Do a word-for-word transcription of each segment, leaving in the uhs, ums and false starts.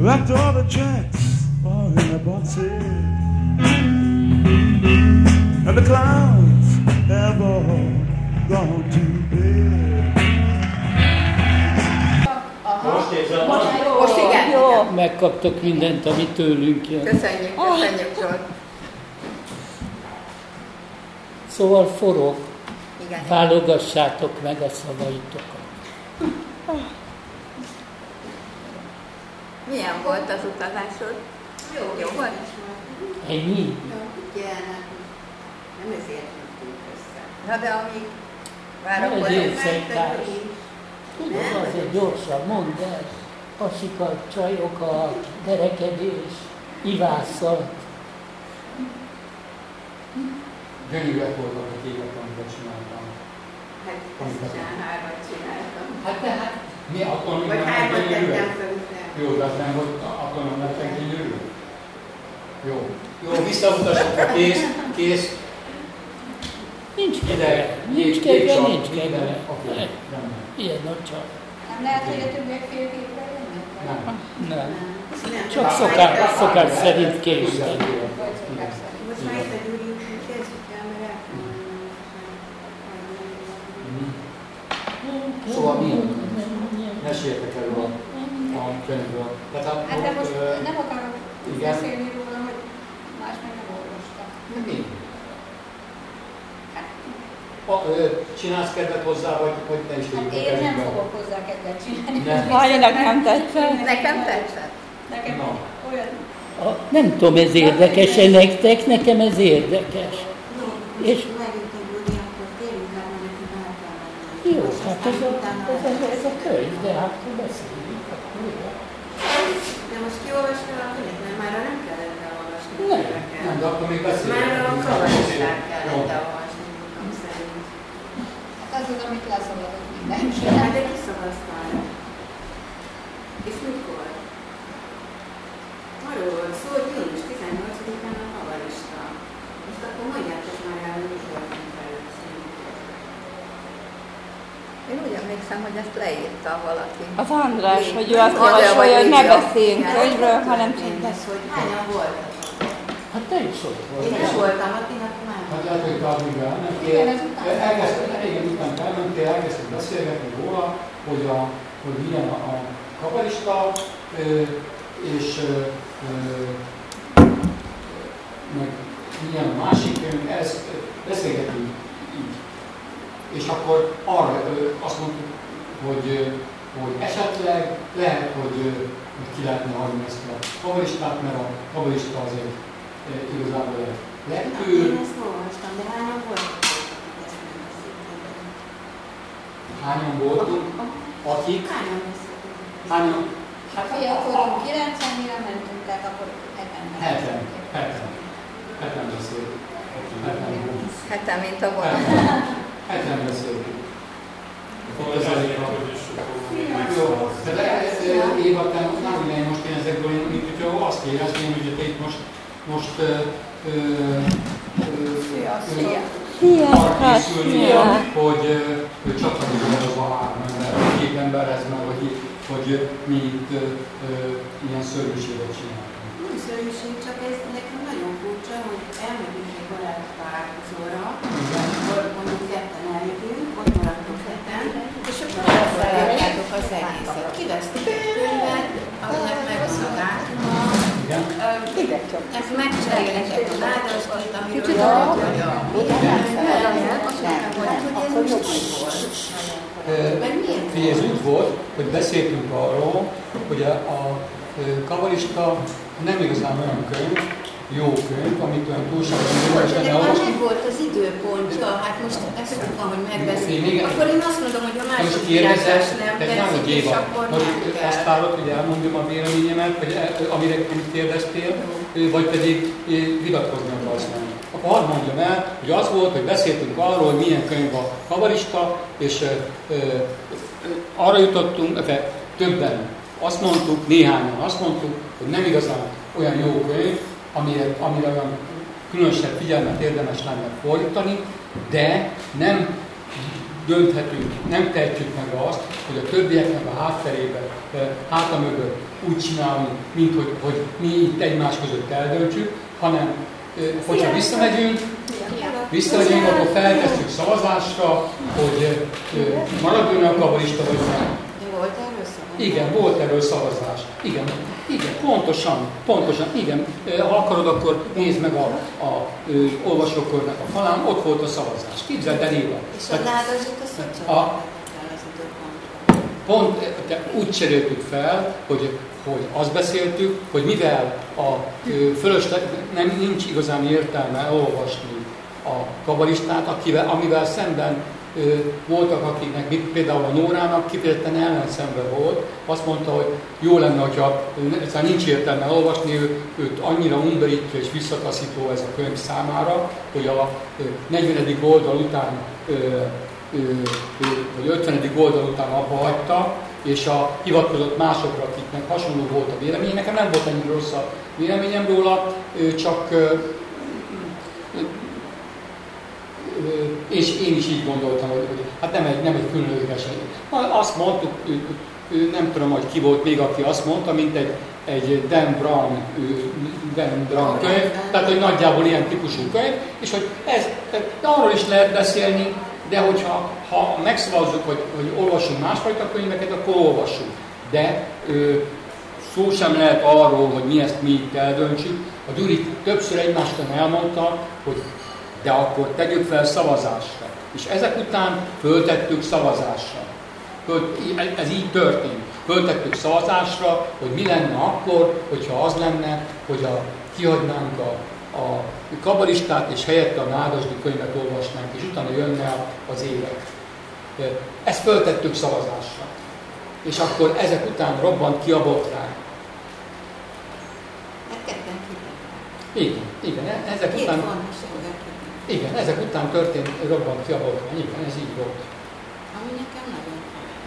After all the tracks are in the boxes, and the clowns have all gone to bed. Most, most igen. Jó. Megkaptok mindent, amit tőlünk jön. Köszönjük, köszönjük, Zsolt. Szóval forog. Igen. Válogassátok meg a szavaitokat. Milyen volt az utazásod? Jó, jó volt? Ennyi? Ugye, nem ezért jöttünk össze. Na de amíg várok, Ez évszegytárs. Tudom, Nem? azért gyorsan mondd el. Pasikat, csajokat, derekedés, ivászat. Gyönyörűek voltak a képek, amiket csináltam. Hát ezt csinál, hármat csináltam. Hát de hát mi attól még Vagy nem hármat tettem gyönyörűek? fel, nem. Jó, de az nem volt, attól nem lettek gyönyörű? Jó. Jó, visszautassuk a kész, kész. Nincs Ide, kedve, nincs jég- kedve, jégsav, nincs kedve. minden. Oké, rendben. Ilyen a csak. Nem lehet, hogy a többiek fél hétre jönnek? Nem. Nem. Nem. Csak Most szokás, már itt a- szokás szerint készíteni. Vagy szokás szerint. Most már itt a gyűjtjük, kezdjük el, mert el Szóval mi? Meséljetek erről a, a könyvről. Tehát a, Hát de most ö, nem akarok igen. beszélni róla, hogy más meg nem olvastam. mi? Hát, A, ö, csinálsz kedvet hozzá, vagy, vagy ne is hát tudjuk a én nem kezünkbe? fogok hozzá kedvet csinálni. Nem. Hajnak nem tetszett. Nekem tetszett. Nekem No. olyan... A, nem tudom, ez érdekes-e nektek, nekem ez érdekes. És jó, hát ez a, ez a, ez a könyv, de hát ha beszéljük, akkor jó. De most kiolvasni valamit, mert már nem kellett elolvasni. Nem, Nem, de akkor még beszéljük. Már a kavaristát Jó. kellett elolvasni, mondom szerint. Hát az az, amit leszabadott mindenki. Hát de kiszavaztál. És mikor? Arról volt szó, hogy június tizennyolcadikán a kavarista. Most akkor mondjátok már el, hogy mikor mint előtt. Én úgy emlékszem, hogy ezt leírta valaki. Az András, Lé- hogy ő azt Andrea javasolja, hogy vagy ne Lídia. beszéljünk Igen. könyvről, hanem csak Én lesz, hogy hányan voltak. Hát te is ott Én voltál. is voltam, Attinak már. Hát lehet, hogy te addig elmentél. Igen, ez után. Elkezdtem, igen, után elmentél, elkezdtünk beszélgetni róla, hogy, a, hogy milyen a, a kabalista, ö, és ö, ö, meg milyen a másik könyv, ez beszélgetünk így. És akkor arra ö, azt mondtuk, hogy, ö, hogy esetleg lehet, hogy, ö, hogy ki lehetne hagyni ezt a kabalistát, mert a kabalista az egy ö, igazából egy legfőbb. Én ezt olvastam, de hányan voltak? Ezt nem beszéltem. Hányan voltunk, akik, Hányan beszéltek? hányan, Hát fiatalon kilencvennyire mentünk, tehát akkor heten. heten, heten, heten beszéltünk. Heten voltunk. Hetem, mint a vonat. Heten, heten beszéltünk. Ez elég a... Jó, de lehet, Éva, te nem ugye most én ezekből, én, mint hogyha azt érezném, hogy te itt most, most ö, ö, ö, ö, arra készülnél, hogy, ö, hogy csatlakozni az a három ember, vagy két emberhez, mert hogy, hogy mi itt ö, ö, ilyen szörnyűséget csinálunk. Nem szörnyűség, csak ez nekem nagyon furcsa, hogy elmegyünk egy barát találkozóra, akkor mondjuk ketten eljövünk, ott maradtok ketten, és akkor elfogadjátok az egészet. Kivesztek egy könyvet, aminek megvan a dátuma, ezt megcseréltek a nádastot, amiről akarja. Figyelj, ez úgy volt, hogy beszéltünk arról, hogy a, a kabalista nem igazán olyan könyv, jó könyv, amit olyan túlságosan De lenne már olvasni. meg volt az időpontja, hát most ezt tudom, hogy megbeszéljük. Akkor én azt mondom, hogy a Most második kérdezem, írás nem de nem, hogy tetszik, és Éva, akkor most nem kell. azt várod, hogy elmondjam a véleményemet, vagy el- amire amit kérdeztél, vagy pedig vitatkozni akarsz velem. Akkor hadd mondjam el, hogy az volt, hogy beszéltünk arról, hogy milyen könyv a kabalista, és ö, ö, ö, arra jutottunk, de többen azt mondtuk, néhányan azt mondtuk, hogy nem igazán olyan jó könyv, amire, amire olyan különösebb figyelmet érdemes lenne fordítani, de nem dönthetünk, nem tehetjük meg azt, hogy a többieknek a hátterébe, háta mögött úgy csinálunk, mint hogy, hogy mi itt egymás között eldöntsük, hanem hogyha visszamegyünk, visszamegyünk, akkor feltesszük szavazásra, hogy maradjon a kabalista vagy nem. De volt erről szavazás? Igen, volt erről szavazás. Igen, igen, pontosan, pontosan, igen. Ha akarod, akkor nézd meg a, a, a olvasókörnek a falán, ott volt a szavazás. Képzeld el, Éva. És a nádasdíjat azt hogy cseréltek fel az időpontra? Pont úgy cseréltük fel, hogy, hogy azt beszéltük, hogy mivel a fölösleg nem nincs igazán értelme elolvasni a kabalistát, akivel, amivel szemben ö, voltak, akiknek, például a Nórának kifejezetten ellenszembe volt, azt mondta, hogy jó lenne, hogyha egyszerűen nincs értelme elolvasni, ő, őt annyira undorítja és visszataszító ez a könyv számára, hogy a ö, negyvenedik oldal után ö, ö, ö, vagy ötvenedik oldal után abba hagyta, és a hivatkozott másokra, akiknek hasonló volt a vélemény. Nekem nem volt ennyi rossz a véleményem róla, csak és én is így gondoltam, hogy hát nem egy, nem egy különleges. Azt mondtuk, nem tudom, hogy ki volt még, aki azt mondta, mint egy, egy Dan Brown, Dan Brown könyv, tehát hogy nagyjából ilyen típusú könyv, és hogy ez, arról is lehet beszélni, de hogyha ha megszavazzuk, hogy, hogy olvassunk másfajta könyveket, akkor olvassuk. De ö, szó sem lehet arról, hogy mi ezt mi itt eldöntsük. A Gyuri többször egymástán elmondta, hogy de akkor tegyük fel szavazásra. És ezek után föltettük szavazásra. Föl, ez így történt. Föltettük szavazásra, hogy mi lenne akkor, hogyha az lenne, hogy a, kihagynánk a, a kabalistát, és helyette a nádasdi könyvet olvasnánk, és utána jönne az évek. Ezt föltettük szavazásra. És akkor ezek után robbant ki a botrány. Mert ketten kitettek. Igen, igen, ezek Két után... fontos ember kitettek. Igen, ezek után történt, robbant ki a botrány. Igen, ez így volt. Ami nekem nagyon fáj.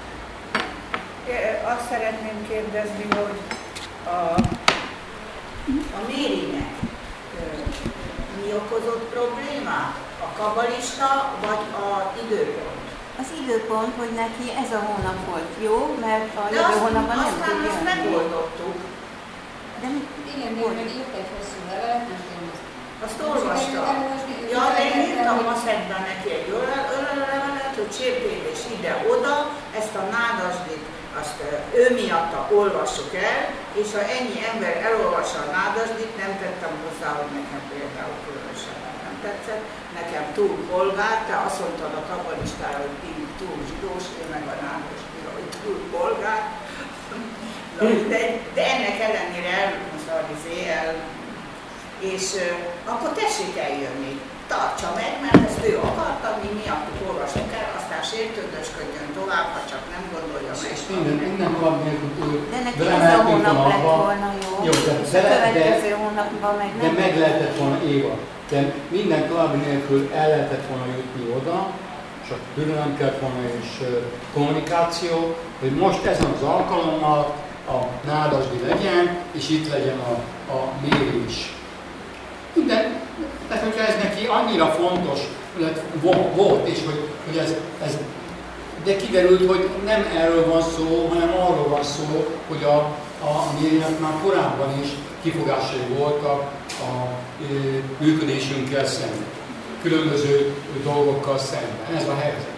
Azt szeretném kérdezni, hogy a, a Mérinek mi okozott problémát? A kabalista vagy az időpont? Az időpont, hogy neki ez a hónap volt jó, mert a De jövő azt, hónapban nem aztán tud azt jönni. megoldottuk. De mi? Igen, még meg írt egy hosszú levelet, nem tudom azt. Azt olvasta. Ja, de én írtam ma szedben neki egy ölellevelet, hogy sértődés ide-oda, ezt a nádasdit, azt ő miatta olvassuk el, és ha ennyi ember elolvassa a nádasdit, nem tettem hozzá, hogy nekem például különösen nem tetszett. Nekem túl polgár, te azt mondtad a kabalistára, hogy túl zsidós, én meg a nádasdira, hogy túl polgár. De, de ennek ellenére elmozalizé el, és uh, akkor tessék eljönni, tartsa meg, mert ezt ő akarta, mi miattuk olvasunk el, aztán sértődösködjön tovább, ha csak nem gondolja meg. És minden, minden valami nélkül De neki ez a hónap lett volna jó, jó de, és de, a következő de, hónapban meg nem. de meg lehetett volna, Éva, de minden további nélkül el lehetett volna jutni oda, csak türelem kellett volna és uh, kommunikáció, hogy most ezen az alkalommal a nádasdi legyen, és itt legyen a, a Méri is. De, tehát, hogyha ez neki annyira fontos lett, volt, és hogy, hogy ez, ez, de kiderült, hogy nem erről van szó, hanem arról van szó, hogy a, a Mérinek már korábban is kifogásai voltak a, a működésünkkel szemben, különböző dolgokkal szemben. Ez a helyzet.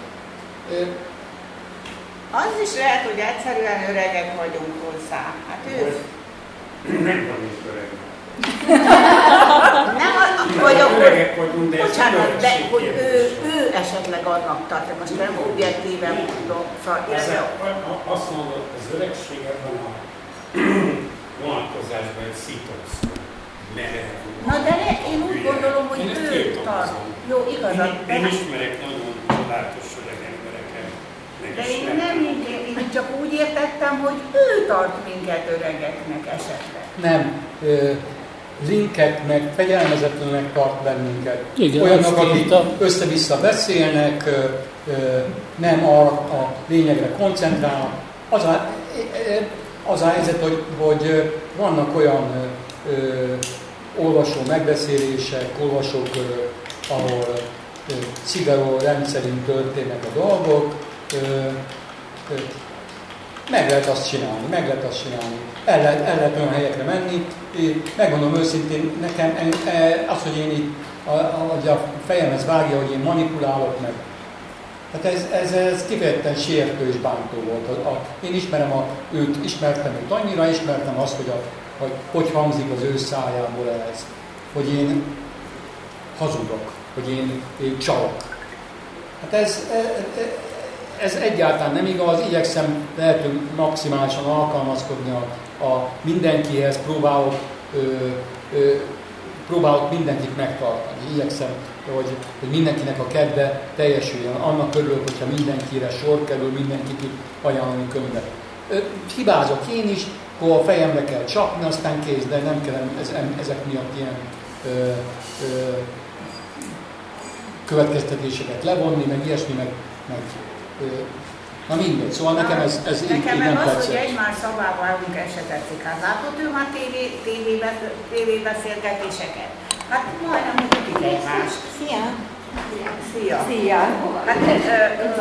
Az is lehet, hogy egyszerűen öregek vagyunk hozzá. Hát ő... Nem vagyunk öregek. Nem, vagy akkor... Öregek vagyunk, de bocsánat, de öregség hogy ő, kérdés. ő esetleg annak tartja, most nem objektíven mondom. Szóval, Ezzel, azt mondod, az öregség ebben a vonatkozásban egy szitokszó. Na de ne, én úgy gondolom, hogy Én ezt ő tiltom tart. azon. Jó, igazad. Én, én ismerek nagyon csodálatos öreg embereket. De én nem így, én csak úgy értettem, hogy ő tart minket öregeknek esetleg. Nem. Linkeknek, fegyelmezetlenek tart bennünket. Igen, Olyanok, azt akik írta. össze-vissza beszélnek, nem a, a lényegre koncentrálnak. Az a, az a helyzet, hogy, hogy vannak olyan ö, olvasó megbeszélések, olvasókörök, ahol Figaro rendszerint történnek a dolgok, meg lehet azt csinálni, meg lehet azt csinálni. El lehet, el lehet olyan helyekre menni. Megmondom őszintén, nekem az, hogy én itt a, a, a fejemhez vágja, hogy én manipulálok meg. Hát ez, ez, ez kifejezetten sértő és bántó volt. A, a, én ismerem a, őt, ismertem őt annyira, ismertem azt, hogy, a, hogy hogy hangzik az ő szájából ez. Hogy én hazudok, hogy én, én csalok. Hát ez, ez egyáltalán nem igaz, igyekszem lehető maximálisan alkalmazkodni a, a mindenkihez, próbálok, ö, ö, próbálok mindenkit megtartani. Igyekszem, hogy, hogy mindenkinek a kedve teljesüljön. Annak örülök, hogyha mindenkire sor kerül, mindenkit tud ajánlani könyvet. Hibázok én is, akkor a fejembe kell csapni, aztán kész, de nem kell ez, ezek miatt ilyen ö, ö, következtetéseket levonni, meg ilyesmi, meg, meg ö, na mindegy. Szóval nekem ez, ez így, nekem így nem meg az, tetszett. hogy egymás szavába állunk, ez se tetszik. Hát látod ő már tévébeszélgetéseket? Hát majdnem mutatjuk egymást. Szia! Szia! Szia! Hát, ö,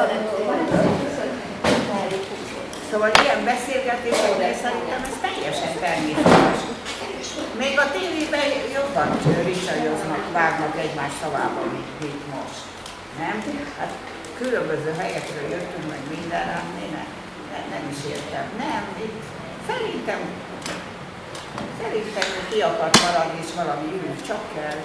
szóval ilyen beszélgetéseknél szerintem ez teljesen természetes. Még a tévében jobban ricsajoznak, vágnak egymás szavába, mint, mint most. Nem? Hát különböző helyekről jöttünk, meg minden, hát én nem, nem, nem is értem. Nem, itt szerintem, szerintem ki akar maradni, és valami ürül, csak kell.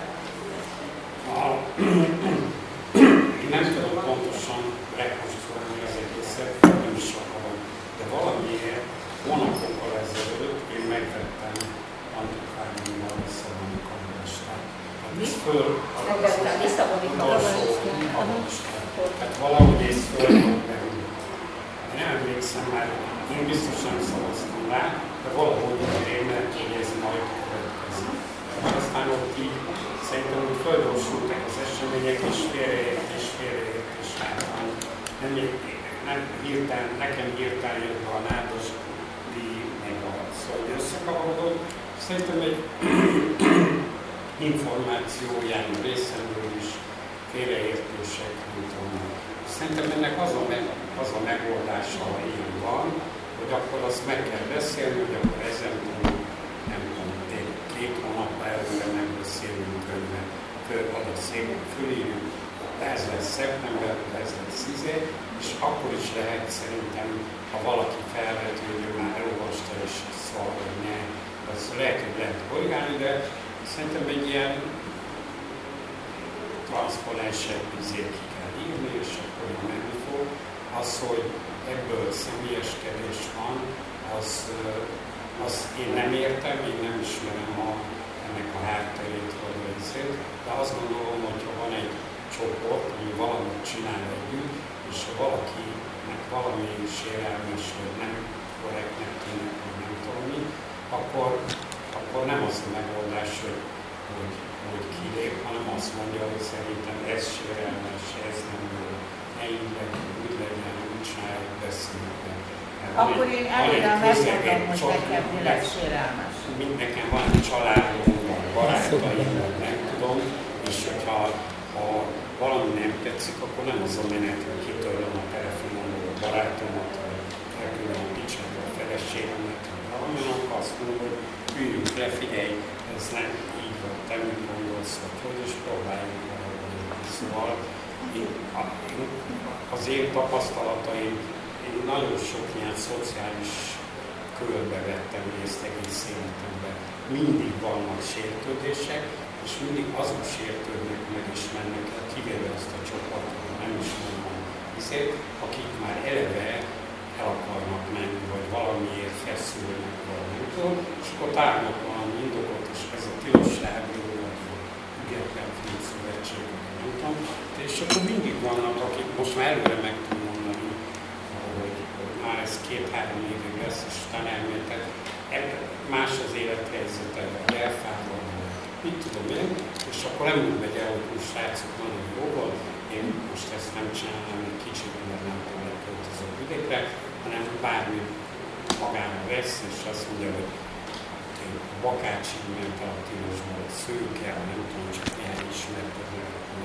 Én nem tudom pontosan rekonstruálni az egészet, nem is akarom, de valamiért hónapokkal ezelőtt én megvettem Antikvármányban Lisszaboni kamaristát. Ez föl Megvettem Lisszaboni kamaristát. Tehát valahogy ez föl van belül. Én emlékszem már, én biztosan szavaztam rá, de valahogy én nem tudom, ez majd következik. Aztán ott így szerintem, hogy földgyorsultak az események, és félreértés, félreértés láttam. Nem, nem hirtelen, nekem hirtelen jött be a Nádasdi, meg a szóval összekavarodott. Szerintem egy információ jelen részemről is félreértések, nem tudom. Szerintem ennek az a, meg, az a megoldása, ha ilyen van, hogy akkor azt meg kell beszélni, hogy akkor ezen túl, nem tudom, két hónap előre megbeszélünk könyvet, föl, szépen fölírjuk, ez lesz szeptember, ez lesz izé, és akkor is lehet szerintem, ha valaki felveti, hogy ő már elolvasta és szól, hogy ne, az lehet, hogy lehet korrigálni, de szerintem egy ilyen transzponensebb izét ki kell írni, és akkor menni fog. Az, hogy ebből személyeskedés van, az, az én nem értem, én nem ismerem a, ennek a hátterét vagy részét, de azt gondolom, hogy ha van egy csoport, ami valamit csinál együtt, és ha valakinek valami sérelmes, vagy nem korrektnek tűnik, vagy nem tudom mi, akkor, akkor nem az a megoldás, hogy, hogy, hogy kilép, hanem azt mondja, hogy szerintem ez sérelmes, ez nem jó, ne így legyen, úgy legyen, úgy csináljuk, beszélünk. Akkor én előre megmondom, hogy nekem mi lesz sérelmes. Nekem van egy családom, van barátaim, nem tudom, és hogyha ha valami nem tetszik, akkor nem az a menet, hogy kitörlöm a telefonomról a barátomat, vagy elkülön a kicsit a feleségemet, vagy valami, akkor azt mondom, hogy üljünk le, figyelj, ez nem így van, te mit gondolsz, hogy és próbáljunk valahogy. Szóval én, az én tapasztalataim, én nagyon sok ilyen szociális körbe vettem részt egész életemben. Mindig vannak sértődések, és mindig azok sértődnek meg is mennek el, kivéve azt a csoportot, nem is mondom hiszét, akik már eleve el akarnak menni, vagy valamiért feszülnek, vagy nem tudom, és akkor tárnak valami indokot, és ez a tilos rádió, vagy Ügyetlen Film Szövetség, vagy nem tudom, és akkor mindig vannak, akik most már előre meg tudom mondani, hogy, hogy már ez két-három évig lesz, és utána elméletek, más az élethelyzete, vagy elfárad, mit tudom én, és akkor nem úgy megy el, hogy most srácok nagyon jó volt, én most ezt nem csinálom, egy kicsit, mert nem tudom, leköltözök vidékre, hanem bármi magára vesz, és azt mondja, hogy én Bakácsig ment el a tilosba, vagy Szőke, nem tudom, csak milyen ismerkednek,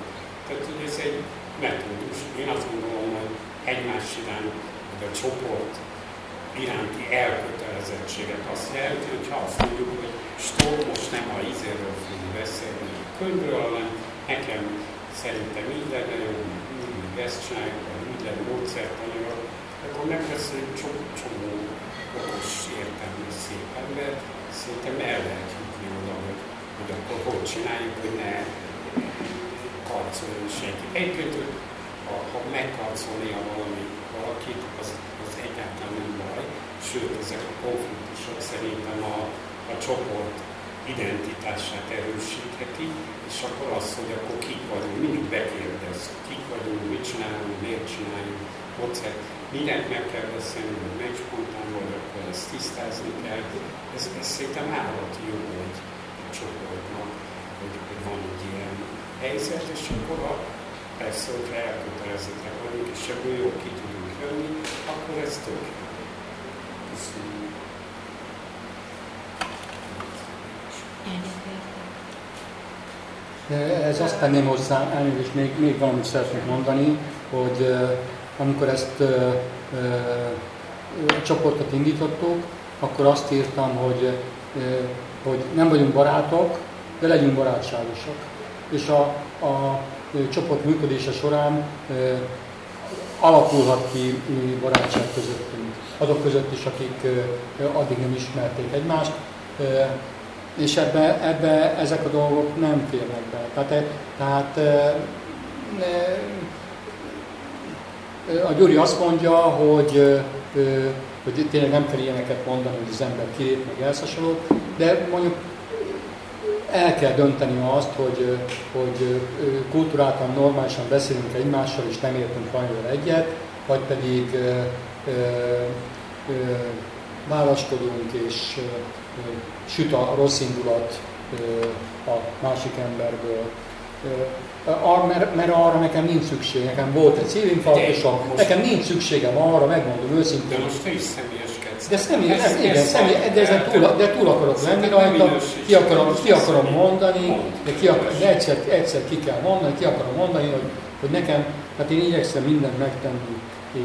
Tehát, hogy ez egy metódus. Én azt gondolom, hogy egymás iránt, vagy a csoport iránti elkötelezettséget azt jelenti, hogyha azt mondjuk, hogy stop, most nem a izéről fogunk beszélni, a könyvről, hanem nekem szerintem így lenne jó, mindig ezt csináljuk, vagy így lenne módszertanilag, akkor megveszünk csomó okos, értelmű, szép ember, szerintem el lehet jutni oda, hogy, hogy akkor hogy csináljuk, hogy ne karcoljon senki. Egyébként, hogy ha, ha megkarcolnia valami valakit, az, az egyáltalán nem baj, sőt, ezek a konfliktusok szerintem a, a csoport identitását erősítheti, és akkor az, hogy akkor kik vagyunk, mindig bekérdez, kik vagyunk, mit csinálunk, miért csináljuk, módszer, mindent meg kell beszélni, hogy megy spontán vagy, akkor ezt tisztázni kell. Ez, ez szerintem állati jó egy, egy csoportnak, hogy, hogy van egy ilyen helyzet, és akkor ha persze, hogyha elkötelezettek vagyunk, és ebből jól ki tudunk jönni, akkor ez tök jó. Köszönöm. Ez azt tenném hozzá, elnézést, még, még valamit szeretnék mondani, hogy uh, amikor ezt uh, uh, a csoportot indítottuk, akkor azt írtam, hogy, uh, hogy nem vagyunk barátok, de legyünk barátságosak. És a, a uh, csoport működése során uh, alakulhat ki barátság közöttünk. Azok között is, akik uh, addig nem ismerték egymást. Uh, És ebbe, ebbe ezek a dolgok nem férnek be. Tehát, tehát a Gyuri azt mondja, hogy, hogy tényleg nem kell ilyeneket mondani, hogy az ember kilép, meg elszasonlott, de mondjuk el kell dönteni azt, hogy, hogy kulturáltan, normálisan beszélünk egymással, és nem értünk valamivel egyet, vagy pedig válaskodunk, és süt a rossz indulat a másik emberből. Mert, mert arra nekem nincs szükség. Nekem volt egy szívinfarktusom, nekem nincs szükségem arra, megmondom őszintén. De most te is személyeskedsz. De személyes, ez, igen, személy, de, ezen túl, de túl akarok lenni rajta, ki akarom, ki akarom mondani, de, ki akar, de egyszer, egyszer ki kell mondani, ki akarom mondani, hogy, hogy nekem, hát én igyekszem mindent megtenni,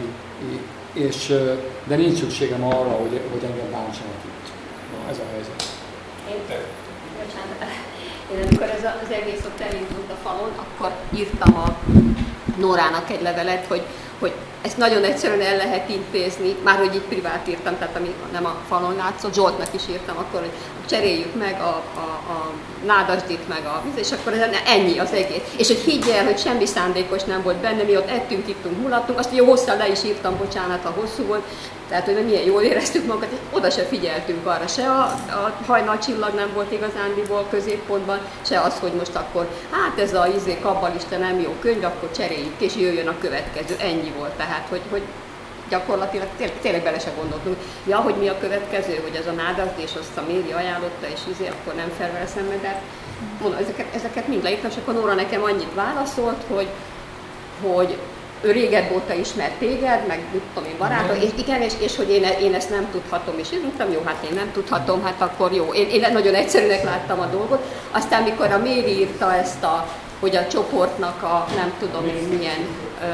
és, de nincs szükségem arra, hogy, hogy engem bántsanak itt. Na, ez a helyzet. Én, bocsánat, én amikor ez az egész ott elindult a falon, akkor írtam a Nórának egy levelet, hogy, hogy ezt nagyon egyszerűen el lehet intézni, már hogy így privát írtam, tehát ami nem a falon látszott, Zsoltnak is írtam akkor, hogy cseréljük meg a, a, a nádasdit, meg a víz, és akkor ez ennyi az egész. És hogy higgy el, hogy semmi szándékos nem volt benne, mi ott ettünk, ittunk, mulattunk, azt jó hosszal le is írtam, bocsánat, ha hosszú volt, tehát hogy milyen jól éreztük magunkat, és oda se figyeltünk arra, se a, a hajnalcsillag nem volt igazándiból középpontban, se az, hogy most akkor, hát ez a izé, kabbalista nem jó könyv, akkor cseréljük, és jöjjön a következő, ennyi volt, tehát hogy, hogy gyakorlatilag tényleg, tényleg bele se gondoltunk. Ja, hogy mi a következő, hogy az a nádasd, és azt a Méri ajánlotta, és izé, akkor nem fel vele szemben, de hát mondom, ezeket, ezeket mind leírtam, és akkor Nóra nekem annyit válaszolt, hogy, hogy ő régebb óta ismert téged, meg mit tudom én, barátok, és igen, és, és hogy én, én ezt nem tudhatom, és én mondtam, jó, hát én nem tudhatom, hát akkor jó. Én, én nagyon egyszerűnek láttam a dolgot. Aztán, mikor a Méri írta ezt a, hogy a csoportnak a, nem tudom én milyen, ö,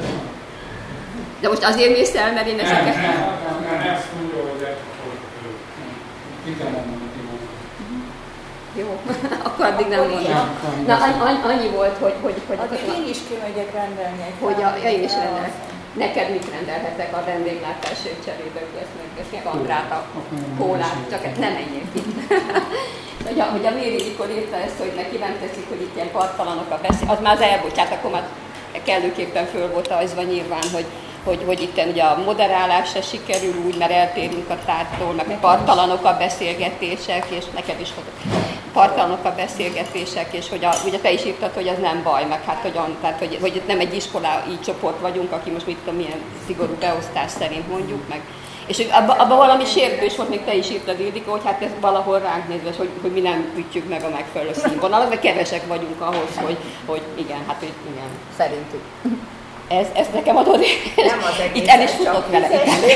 de most azért mész el, mert én ezeket... Nem, nem, nem, nem, ezt mondja, hogy ki kell mondani. Jó, akkor addig nem mondom. Na, annyi volt, hogy... hogy, hogy addig én is kimegyek rendelni egy hogy a, én is rendelek. Neked mit rendelhetek a vendéglátásért cserébe, hogy ezt megveszik Andrát a kólát, csak nem menjél ki. hogy, a, hogy a Méri, mikor írta ezt, hogy neki nem teszik, hogy itt ilyen parttalanok a beszél, az már az elbocsát, akkor már kellőképpen föl volt rajzva nyilván, hogy hogy, hogy itt ugye a moderálás se sikerül úgy, mert eltérünk a tárgytól, meg parttalanok a beszélgetések, és neked is parttalanok a beszélgetések, és hogy a, ugye te is írtad, hogy ez nem baj, meg hát hogyan, tehát hogy, hogy nem egy iskolai csoport vagyunk, aki most mit tudom, milyen szigorú beosztás szerint mondjuk, meg és abban abba valami sértős volt, még te is írtad, Ildikó, hogy hát ez valahol ránk nézve, hogy, hogy mi nem ütjük meg a megfelelő színvonalat, de kevesek vagyunk ahhoz, hogy, hogy igen, hát hogy igen, szerintük. Ez, ez nekem adod, itt el is futok vele.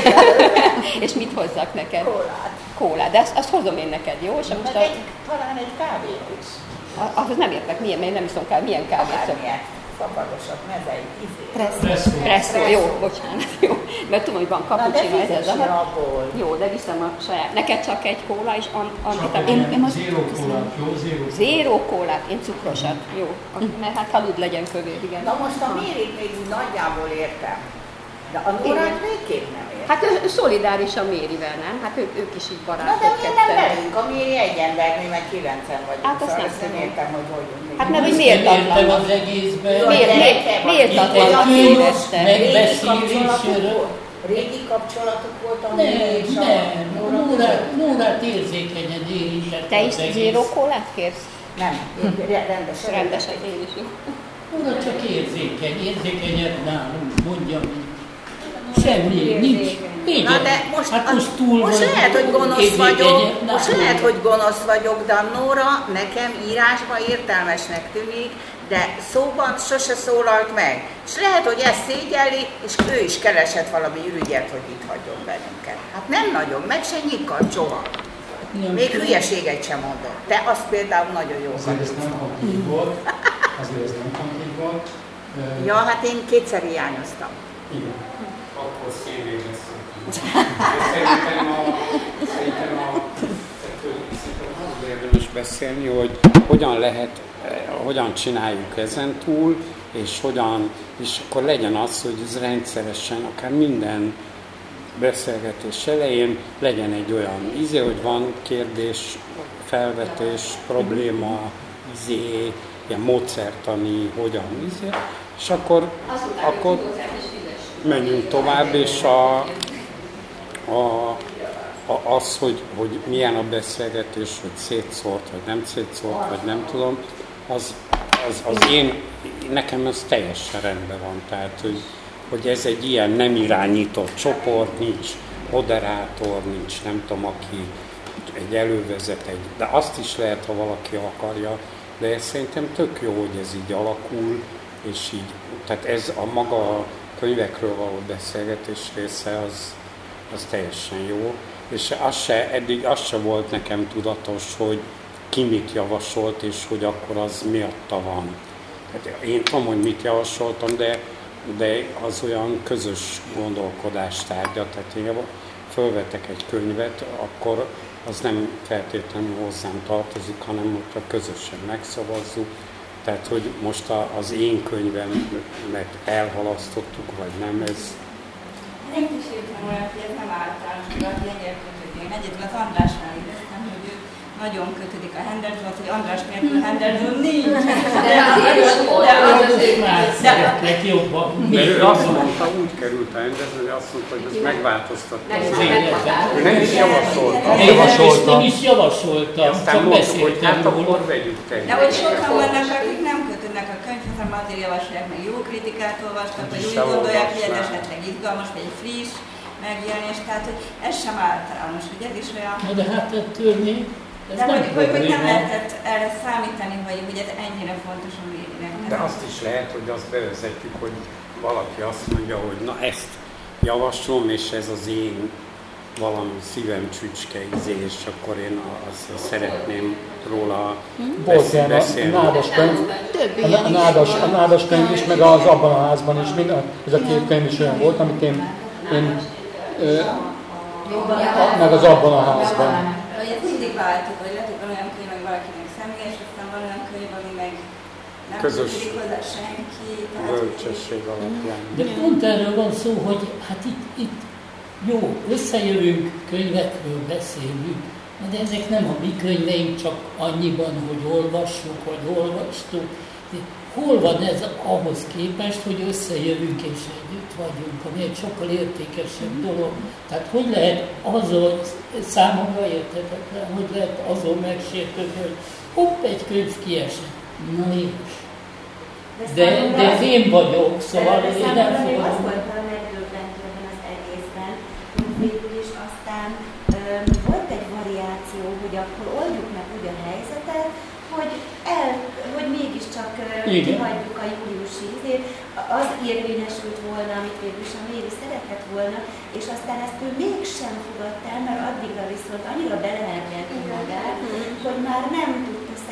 És mit hozzak neked? Kólát. Kólát, de azt, azt hozom én neked, jó? És most a... egy, talán egy kávét is. Ahhoz nem értek, milyen, mert nem iszom kávét, milyen kávét szok? fapadosak, mezeit, izé. Presszó. Presszó, jó, bocsánat, jó. Mert tudom, hogy van kapucsino, ez ez a... abból. Jó, de viszem a saját. Neked csak egy kóla, és Antika... Én, én most... Zero kólát, jó? Zero kólát. Zero kólát, én cukrosat, jó. Mert hát halud legyen kövér, igen. Na most a Mérit még nagyjából értem. De a Nórát végképp nem értem. Hát ő, ő szolidáris a Mérivel, nem? Hát ők, ők is így barátok. Na de miért nem velünk? A Méri egy ember, mi meg kilencen vagyunk. Hát azt szóval nem ezt nem értem, hogy hogy jön. Hát mert hogy méltatlan. az egészben. Méltatlan kérdezte. Megbeszélésről. Régi kapcsolatok volt a Nem, Méri és a nem. Nórát, Nórát érzékenyen érintett. Te is zero kólát kérsz? Nem, rendesen. Rendesen, én is jó. Nóra csak érzékeny, érzékenyebb nálunk, mondjam. Semmi, nincs. Na de most, hát most, túl most vagy, lehet, hogy gonosz vagyok, most nálunk. lehet, hogy gonosz vagyok, de a Nóra nekem írásban értelmesnek tűnik, de szóban sose szólalt meg. És lehet, hogy ezt szégyelli, és ő is keresett valami ürügyet, hogy itt hagyjon bennünket. Hát nem nagyon, meg se nyikat soha. Nem, Még hülyeséget sem mondott. De azt például nagyon jó. Azért ez nem konkrét volt. Azért ez nem konkrét volt. Ja, hát én kétszer hiányoztam. Igen. Akkor szénvége szóltam. Szerintem a... Szerintem a... Szerintem arról érdemes beszélni, hogy hogyan lehet, hogyan csináljuk ezen túl, és hogyan, és akkor legyen az, hogy ez rendszeresen, akár minden beszélgetés elején legyen egy olyan izé, hogy van kérdés, felvetés, probléma, izé, ilyen módszertani, hogyan izé, és akkor, akkor menjünk tovább, és a, a, a, az, hogy, hogy milyen a beszélgetés, hogy szétszórt, vagy nem szétszórt, vagy nem tudom, az, az, az én, nekem ez teljesen rendben van, tehát, hogy, hogy ez egy ilyen nem irányított csoport, nincs moderátor, nincs nem tudom, aki egy elővezet, egy, de azt is lehet, ha valaki akarja, de szerintem tök jó, hogy ez így alakul, és így, tehát ez a maga könyvekről való beszélgetés része, az, az teljesen jó, és az se, eddig az se volt nekem tudatos, hogy ki mit javasolt, és hogy akkor az miatta van. Tehát én tudom, hogy mit javasoltam, de, de az olyan közös gondolkodástárgya, tehát én fölvetek egy könyvet, akkor az nem feltétlenül hozzám tartozik, hanem hogyha közösen megszavazzuk. Tehát, hogy most a, az én könyvemet elhalasztottuk, vagy nem, ez... Nem is értem olyan, hogy ez nem általános, hogy gyenge kötődjén. Egyedül az Andrásnál éreztem, hogy ő nagyon kötődik a Henderson, hogy András nélkül Henderson nincs. De azért már szeretnek jobban. De ő azt mondta, úgy került a Henderson, hogy azt mondta, hogy ezt megváltoztatta az életet. Ő nem is javasolta. Nem is javasolta. Aztán mondtuk, hogy hát akkor vegyük te. De hogy sokan vannak, akik nem kötődnek a könyvhez, hanem azért javasolják, meg jó kritikát olvastak, vagy úgy gondolják, hogy ez esetleg izgalmas, vagy friss megjelenés, tehát hogy ez sem általános, hogy ez is olyan... Na de hát ettől még ez de nem hogy, hogy, hogy nem probléma. lehetett erre számítani, hogy, hogy ez ennyire fontos a Mérinek. De azt is lehet, hogy azt bevezetjük, hogy valaki azt mondja, hogy na ezt javaslom, és ez az én valami szívem csücske izé, és akkor én azt szeretném róla Volt beszélni. a nádas könyv, a nádas, a nádas könyv is, meg az abban a házban is, mind, ez a két könyv is olyan volt, amit én, én ö, a, meg az abban a házban. Hogy ez mindig változik, hogy lehet, hogy van olyan könyv, meg valakinek személyes, aztán van olyan könyv, ami meg nem közös kötődik hozzá senki. bölcsesség alapján. De pont erről van szó, hogy hát itt, itt jó, összejövünk, könyvekről beszélünk, de ezek nem a mi könyveink, csak annyiban, hogy olvassuk, vagy olvastuk. De hol van ez ahhoz képest, hogy összejövünk és együtt vagyunk, ami egy sokkal értékesebb dolog. Tehát hogy lehet azon, számomra érthetetlen, hogy lehet azon megsértődni, hogy hopp, egy könyv kiesett. Na és. De, de ez én vagyok, szóval én nem fogom. Az volt a megdöbbentő ebben az egészben, hogy végül is aztán um, volt egy variáció, hogy akkor oldjuk meg úgy a helyzetet, hogy, el, hogy mégiscsak uh, hagyjuk a júliusi izét, az érvényesült volna, amit végül is a Méri szeretett volna, és aztán ezt ő mégsem fogadta el, mert addigra viszont annyira belehernyelt magát, hogy már nem tudta szeretni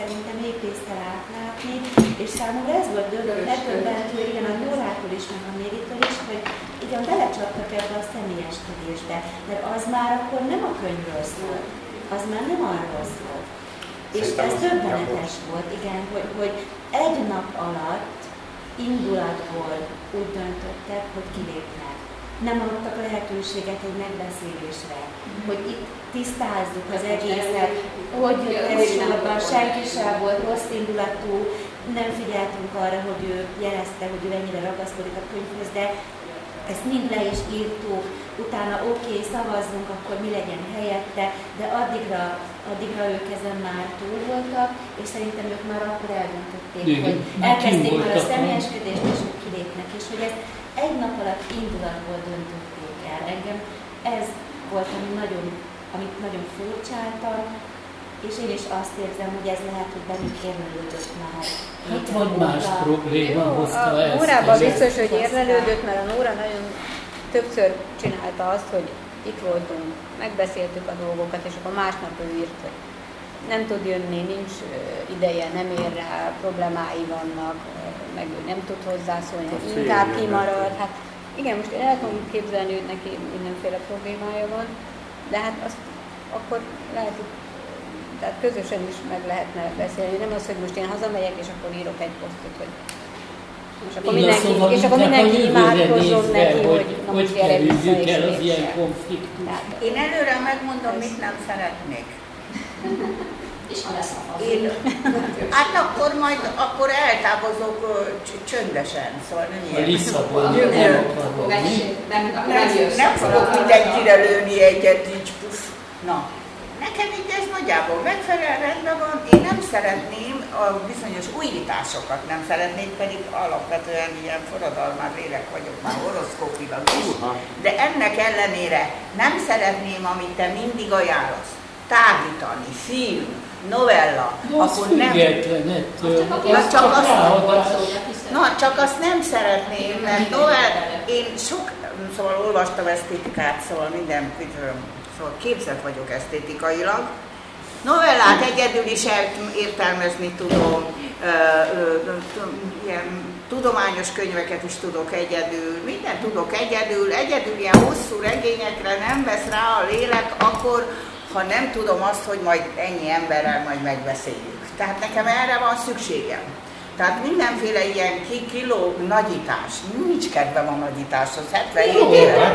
szerintem épésztel átlátni, és számomra ez volt megdöbbentő, igen, a Nórától is, meg a Méritől is, hogy igen, belecsaptak ebbe a személyeskedésbe, mert az már akkor nem a könyvről szólt, az már nem arról szólt. És ez döbbenetes volt, igen, hogy, hogy egy nap alatt indulatból úgy döntöttek, hogy kilépnek. Nem adtak lehetőséget egy megbeszélésre, mm. hogy itt tisztázzuk az egészet, hogy elsősorban senki sem volt rossz indulatú, nem figyeltünk arra, hogy ő jelezte, hogy ő ennyire ragaszkodik a könyvhöz, de ezt mind le is írtuk, utána oké, okay, szavazzunk, akkor mi legyen helyette, de addigra, addigra ők ezen már túl voltak, és szerintem ők már akkor eldöntötték, igen, hogy elkezdték már a személyeskedést, és ők kilépnek, és hogy ezt egy nap alatt indulatból döntötték el. Engem ez volt, ami nagyon, amit nagyon furcsáltam, és én is azt érzem, hogy ez lehet, hogy bennük érlelődött már. Hát vagy más probléma hozta ezt. A Nórában biztos, hogy érlelődött, mert a Nóra nagyon többször csinálta azt, hogy itt voltunk, megbeszéltük a dolgokat, és akkor másnap ő írt, hogy nem tud jönni, nincs ideje, nem ér rá, problémái vannak, meg ő nem tud hozzászólni, inkább kimarad. Hát igen, most én el tudom képzelni, hogy neki mindenféle problémája van, de hát azt akkor lehet, tehát közösen is meg lehetne beszélni. Nem az, hogy most én hazamegyek, és akkor írok egy posztot, hogy és akkor igen, mindenki, szóval és akkor mindenki imádkozzon neki, hogy, hogy na most gyere vissza és el az ilyen konfliktus. Én előre megmondom, ez... mit nem szeretnék. És ha lesz a Én, hát akkor majd akkor eltávozok csöndesen, szóval nem ilyen. A Lisszabon, nem akarod, nem fogok mindenkire lőni egyet, így puff. Na, nekem így ez nagyjából megfelel, rendben van. Én nem szeretném a bizonyos újításokat, nem szeretnék, pedig alapvetően ilyen forradalmár lélek vagyok, már horoszkópilag is. De ennek ellenére nem szeretném, amit te mindig ajánlasz. Tágítani, film, novella, de akkor nem... Na, csak, azt, na, csak azt nem szeretném, mert novella, én sok, szóval olvastam esztétikát, szóval minden, szóval képzett vagyok esztétikailag. Novellát egyedül is értelmezni tudom, ilyen tudományos könyveket is tudok egyedül, mindent tudok egyedül, egyedül ilyen hosszú regényekre nem vesz rá a lélek, akkor ha nem tudom azt, hogy majd ennyi emberrel majd megbeszéljük. Tehát nekem erre van szükségem. Tehát mindenféle ilyen kiló nagyítás. Nincs kedvem a nagyításhoz, hetvenhét éve.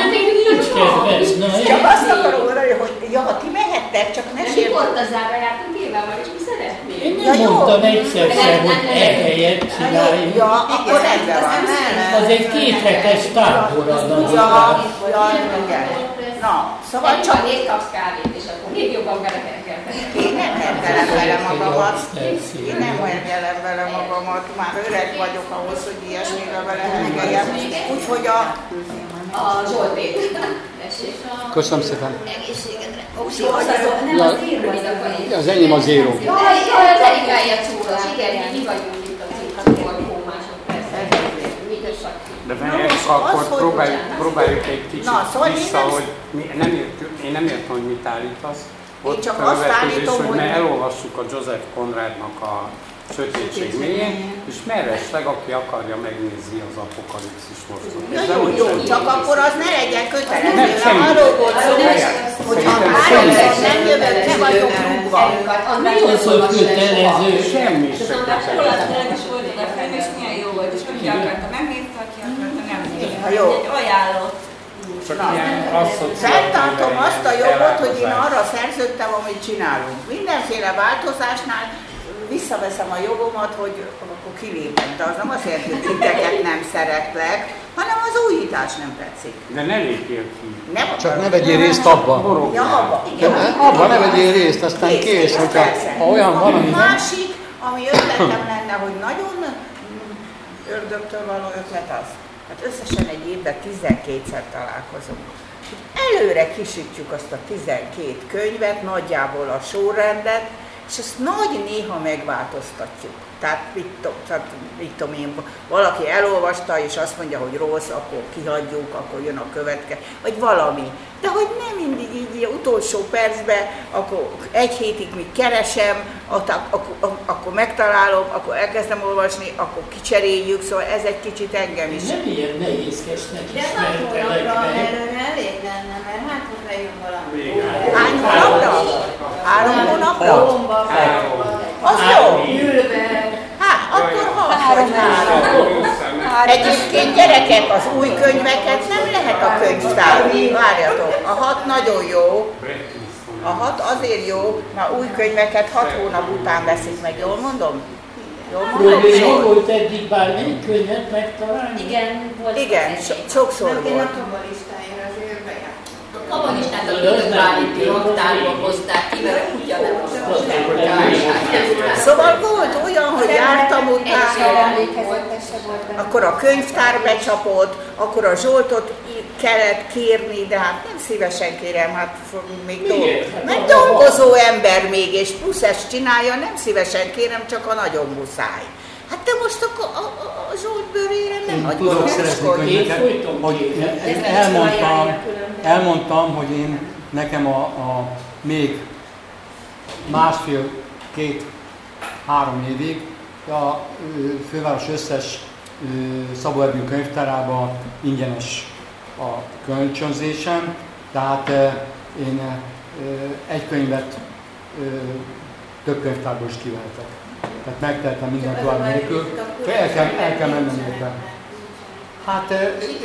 Csak azt akarom mondani, hogy ja, ti mehettek, csak ne sértünk. De mi volt az ára jártunk Évával, és mi szeretnénk? Én nem mondtam egyszer sem, hogy ehelyett csináljuk. Ja, akkor rendben van. Az egy kéthetes tábor a nagyítás. Ja, igen. Na, szóval csak... Ha négy kapsz kávét, és akkor még jobban belehergeltek. Én nem hergelem vele magamat. Én nem hergelem vele magamat. Már öreg vagyok ahhoz, hogy ilyesmivel belehergeljem. Úgyhogy a... A Zsoltét. Köszönöm szépen. Egészségedre. Ja, az enyém az zéró. Az Erikáját szúra, igen, mi vagyunk itt a cikkatkor, kómások persze. De várják, akkor az, próbáljuk, próbáljuk egy kicsit na, szóval vissza, én nem, hogy mi, nem értünk, én nem értem, hogy mit állítasz. Én csak azt állítom, hogy... hogy... Mert elolvassuk a Joseph Conradnak a Sötétség mélyén, és mellesleg, aki akarja, megnézi az apokalipszis mostot. Ja, jó, jó, jó, csak akkor az ne legyen kötelező, mert arról volt szó, hogy ha háromszor nem jövök, ne vagyok rúgva. Nagyon szó kötelező. Semmi se kötelező. is volt a film, és milyen jó volt, és aki akarta megnézte, aki akarta nem nézte. Egy ajánlott. Fenntartom azt a jogot, hogy én arra szerződtem, amit csinálunk. Mindenféle változásnál visszaveszem a jogomat, hogy akkor kilépem. De az nem azt jelenti, hogy titeket nem szeretlek, hanem az újítás nem tetszik. De ne lépjél ki. Nem csak ne vegyél részt abban. Ja, abban. Abban ne vegyél részt, aztán kész, kész hogyha, ha olyan van, ami... Másik, ami ötletem lenne, hogy nagyon ördögtől való ötlet az. Hát összesen egy évben tizenkétszer találkozunk. Előre kisítjük azt a tizenkét könyvet, nagyjából a sorrendet, és ezt nagy néha megváltoztatjuk. Tehát mit, tehát mit tudom én, valaki elolvasta, és azt mondja, hogy rossz, akkor kihagyjuk, akkor jön a következő, vagy valami. De hogy nem mindig így utolsó percben, akkor egy hétig még keresem, akkor, akkor megtalálom, akkor elkezdem olvasni, akkor kicseréljük, szóval ez egy kicsit engem is. Nem ilyen nehézkesnek De hat hónapra előre elég lenne, mert hát most lejön valami. Hány hónapra? Három hónapra? Az jó. Hát, akkor hat vagy három. Egyébként gyerekek, az új könyveket nem lehet a könyvtárni. Várjatok, a hat nagyon jó. A hat azért jó, mert új könyveket hat hónap után veszik meg, jól mondom? Jól mondom? Probléma volt eddig bármelyik könyvet megtalálni? Igen, volt. Igen, so- sokszor Mert én volt. a kabalistájára azért bejártam. A kabbalistát a Gödögvári raktárból hozták ki, mert a kutya nem hozta. Szóval volt olyan, hogy jártam utána, Emlékezetese volt benne. akkor a könyvtár becsapott, akkor a Zsoltot kellett kérni, de hát nem szívesen kérem, hát még dolg... Mert dolgozó ember még, és plusz ezt csinálja, nem szívesen kérem, csak a nagyon muszáj. Hát te most akkor a, a, a Zsolt bőrére nem Én hagyod tudok szerezni könyveket, hogy én elmondtam, elmondtam, hogy én nekem a, a még másfél, két, három évig a főváros összes Szabó Ervin könyvtárában ingyenes a kölcsönzésem, tehát én egy könyvet több könyvtárból is kivehetek. Tehát megtehetem minden tovább nélkül, el kell, el kell mennem érte. Hát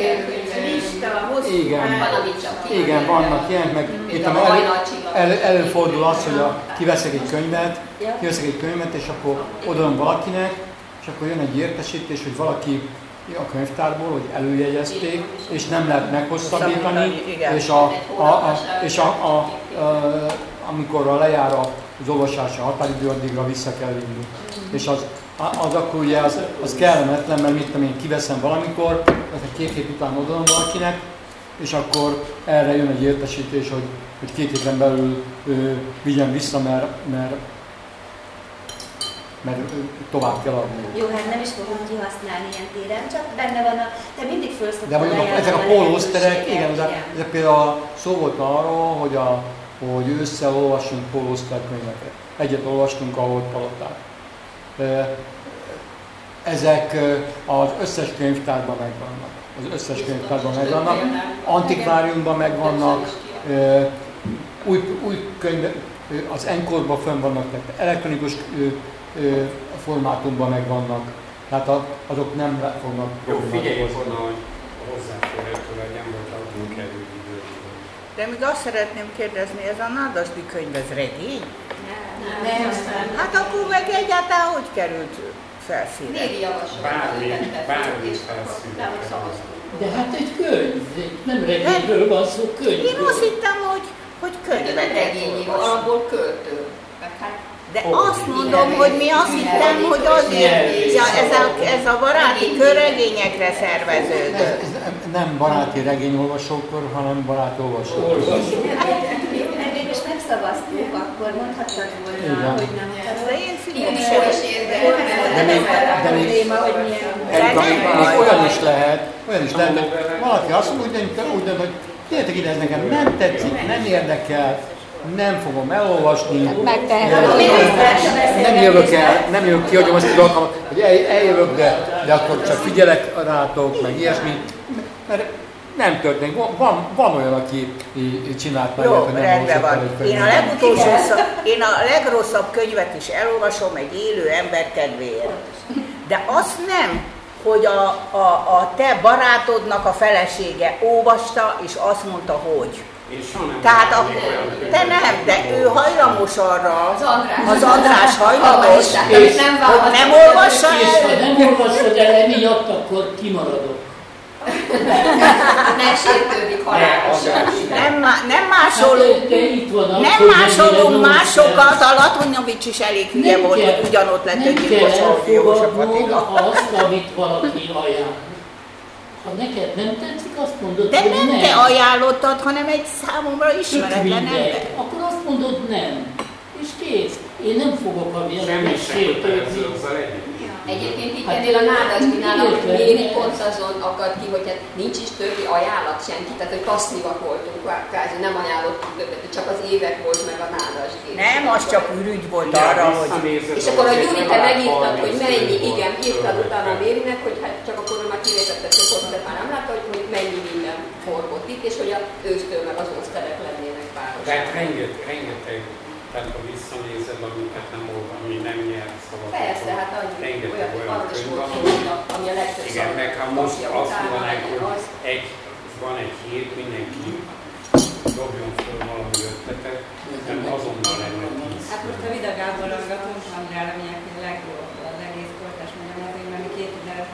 igen, igen, vannak ilyenek, meg itt elő, elő, előfordul az, hogy a, kiveszek egy könyvet, kiveszek egy könyvet, és akkor odaadom valakinek, és akkor jön egy értesítés, hogy valaki a könyvtárból, hogy előjegyezték, és nem lehet meghosszabbítani, és, a, a, a, és a, a, a, amikor a lejár az olvasási határidő, addigra vissza kell vinni. És az, az akkor ugye az, az kellemetlen, mert mit tudom én, kiveszem valamikor, két hét után odaadom valakinek, és akkor erre jön egy értesítés, hogy, hogy két héten belül ő, vigyen vissza, mert, mert mert tovább kell adni. Jó, hát nem is fogom kihasználni ilyen téren, csak benne van a... Te mindig felszoktad de mondjuk ezek a pólószterek, igen, de, de például szó volt arról, hogy, a, hogy összeolvassunk pólószter könyveket. Egyet olvastunk, ahol palották. Ezek az összes könyvtárban megvannak. Az összes könyvtárban megvannak. Antikváriumban megvannak. Új, új könyv, az Enkorban fönn vannak, tehát elektronikus formátumban megvannak, tehát azok nem fognak jó, figyeljük oda, hogy hozzáférhető legyen, vagy adunk elő időt. De még azt szeretném kérdezni, ez a Nádasdy könyv, ez regény? Nem, nem. Hát akkor meg egyáltalán hogy került felszínre? Négy javaslat. Bármi, bármi felszínre. De hát egy könyv, nem regényről van szó, könyv. Én azt hittem, hogy, hogy könyveket regényi, alapból költő. De azt mondom, hogy mi azt hittem, hogy azért, ja, ez, a, ez a baráti körregényekre szerveződött. Ez, ez nem baráti regényolvasókor, hanem baráti olvasókor. Mert mégis megszavaztuk, akkor mondhatod volna, hogy nem. De én figyelem sem. De még, de még, még olyan is lehet, olyan is lehet, hogy valaki azt mondja, úgy dönt, hogy tényleg ide, ez nekem nem tetszik, nem érdekel, nem fogom elolvasni, nem jövök el, nem jövök ki, hogy azt az alkalmat, hogy eljövök, de, de akkor csak figyelek rátok, meg ilyesmi, mert nem történik. Van, van olyan, aki csinált meg, jó, hogy nem rendben van. Én a legutolsó, én a legrosszabb könyvet is elolvasom egy élő ember kedvéért. De azt nem, hogy a, a, a te barátodnak a felesége olvasta, és azt mondta, hogy. Tehát a, te nem, de ő hajlamos arra, az András, az András hajlamos, és nem, hogy nem olvassa el. És ha nem olvasod el emiatt, akkor kimaradok. Megsértődik halálosan. Nem, nem másolunk, nem másolunk másokat, a Latonynovics is elég hülye volt, hogy ugyanott lett öngyilkos József Attila. azt, amit valaki ajánl. Ha neked nem tetszik, azt mondod, de hogy nem. nem te ajánlottad, hanem egy számomra ismeretlen ember. Akkor azt mondod nem. És kész. én nem fogok a véleményt sértődni. Egyébként itt ennél a Nádasdinál, hogy Méri pont azon akad ki, hogy hát nincs is többi ajánlat senki, tehát hogy passzívak voltunk, kvázi nem ajánlottunk többet, csak az évek volt meg a Nádasdin. Nem, az csak ürügy volt arra, hogy... És akkor a Gyuri, te megírtad, hogy mennyi, igen, írtad utána a Mérinek, hogy hát csak akkor már kivétetted, hogy ott de már nem látta, hogy mennyi minden forgott itt, és hogy a ősztől meg az oszterek lennének párosan. Tehát rengeteg, rengeteg, tehát ha visszanézed, amiket nem olvan, ami nem nyert szavakat. Persze, hát annyi rengeteg olyan, olyan könyv van, volt, ami a legtöbb igen, meg ha most kapja azt utána, mondanánk, hogy az... egy, van egy hét, mindenki dobjon föl valami ötletet, nem azonnal lenne tíz. Hát most a Vida Gábor hallgatunk, Andrál, ami a legjobb, a legész kortás magyar azért, mert mi kétezer-húszban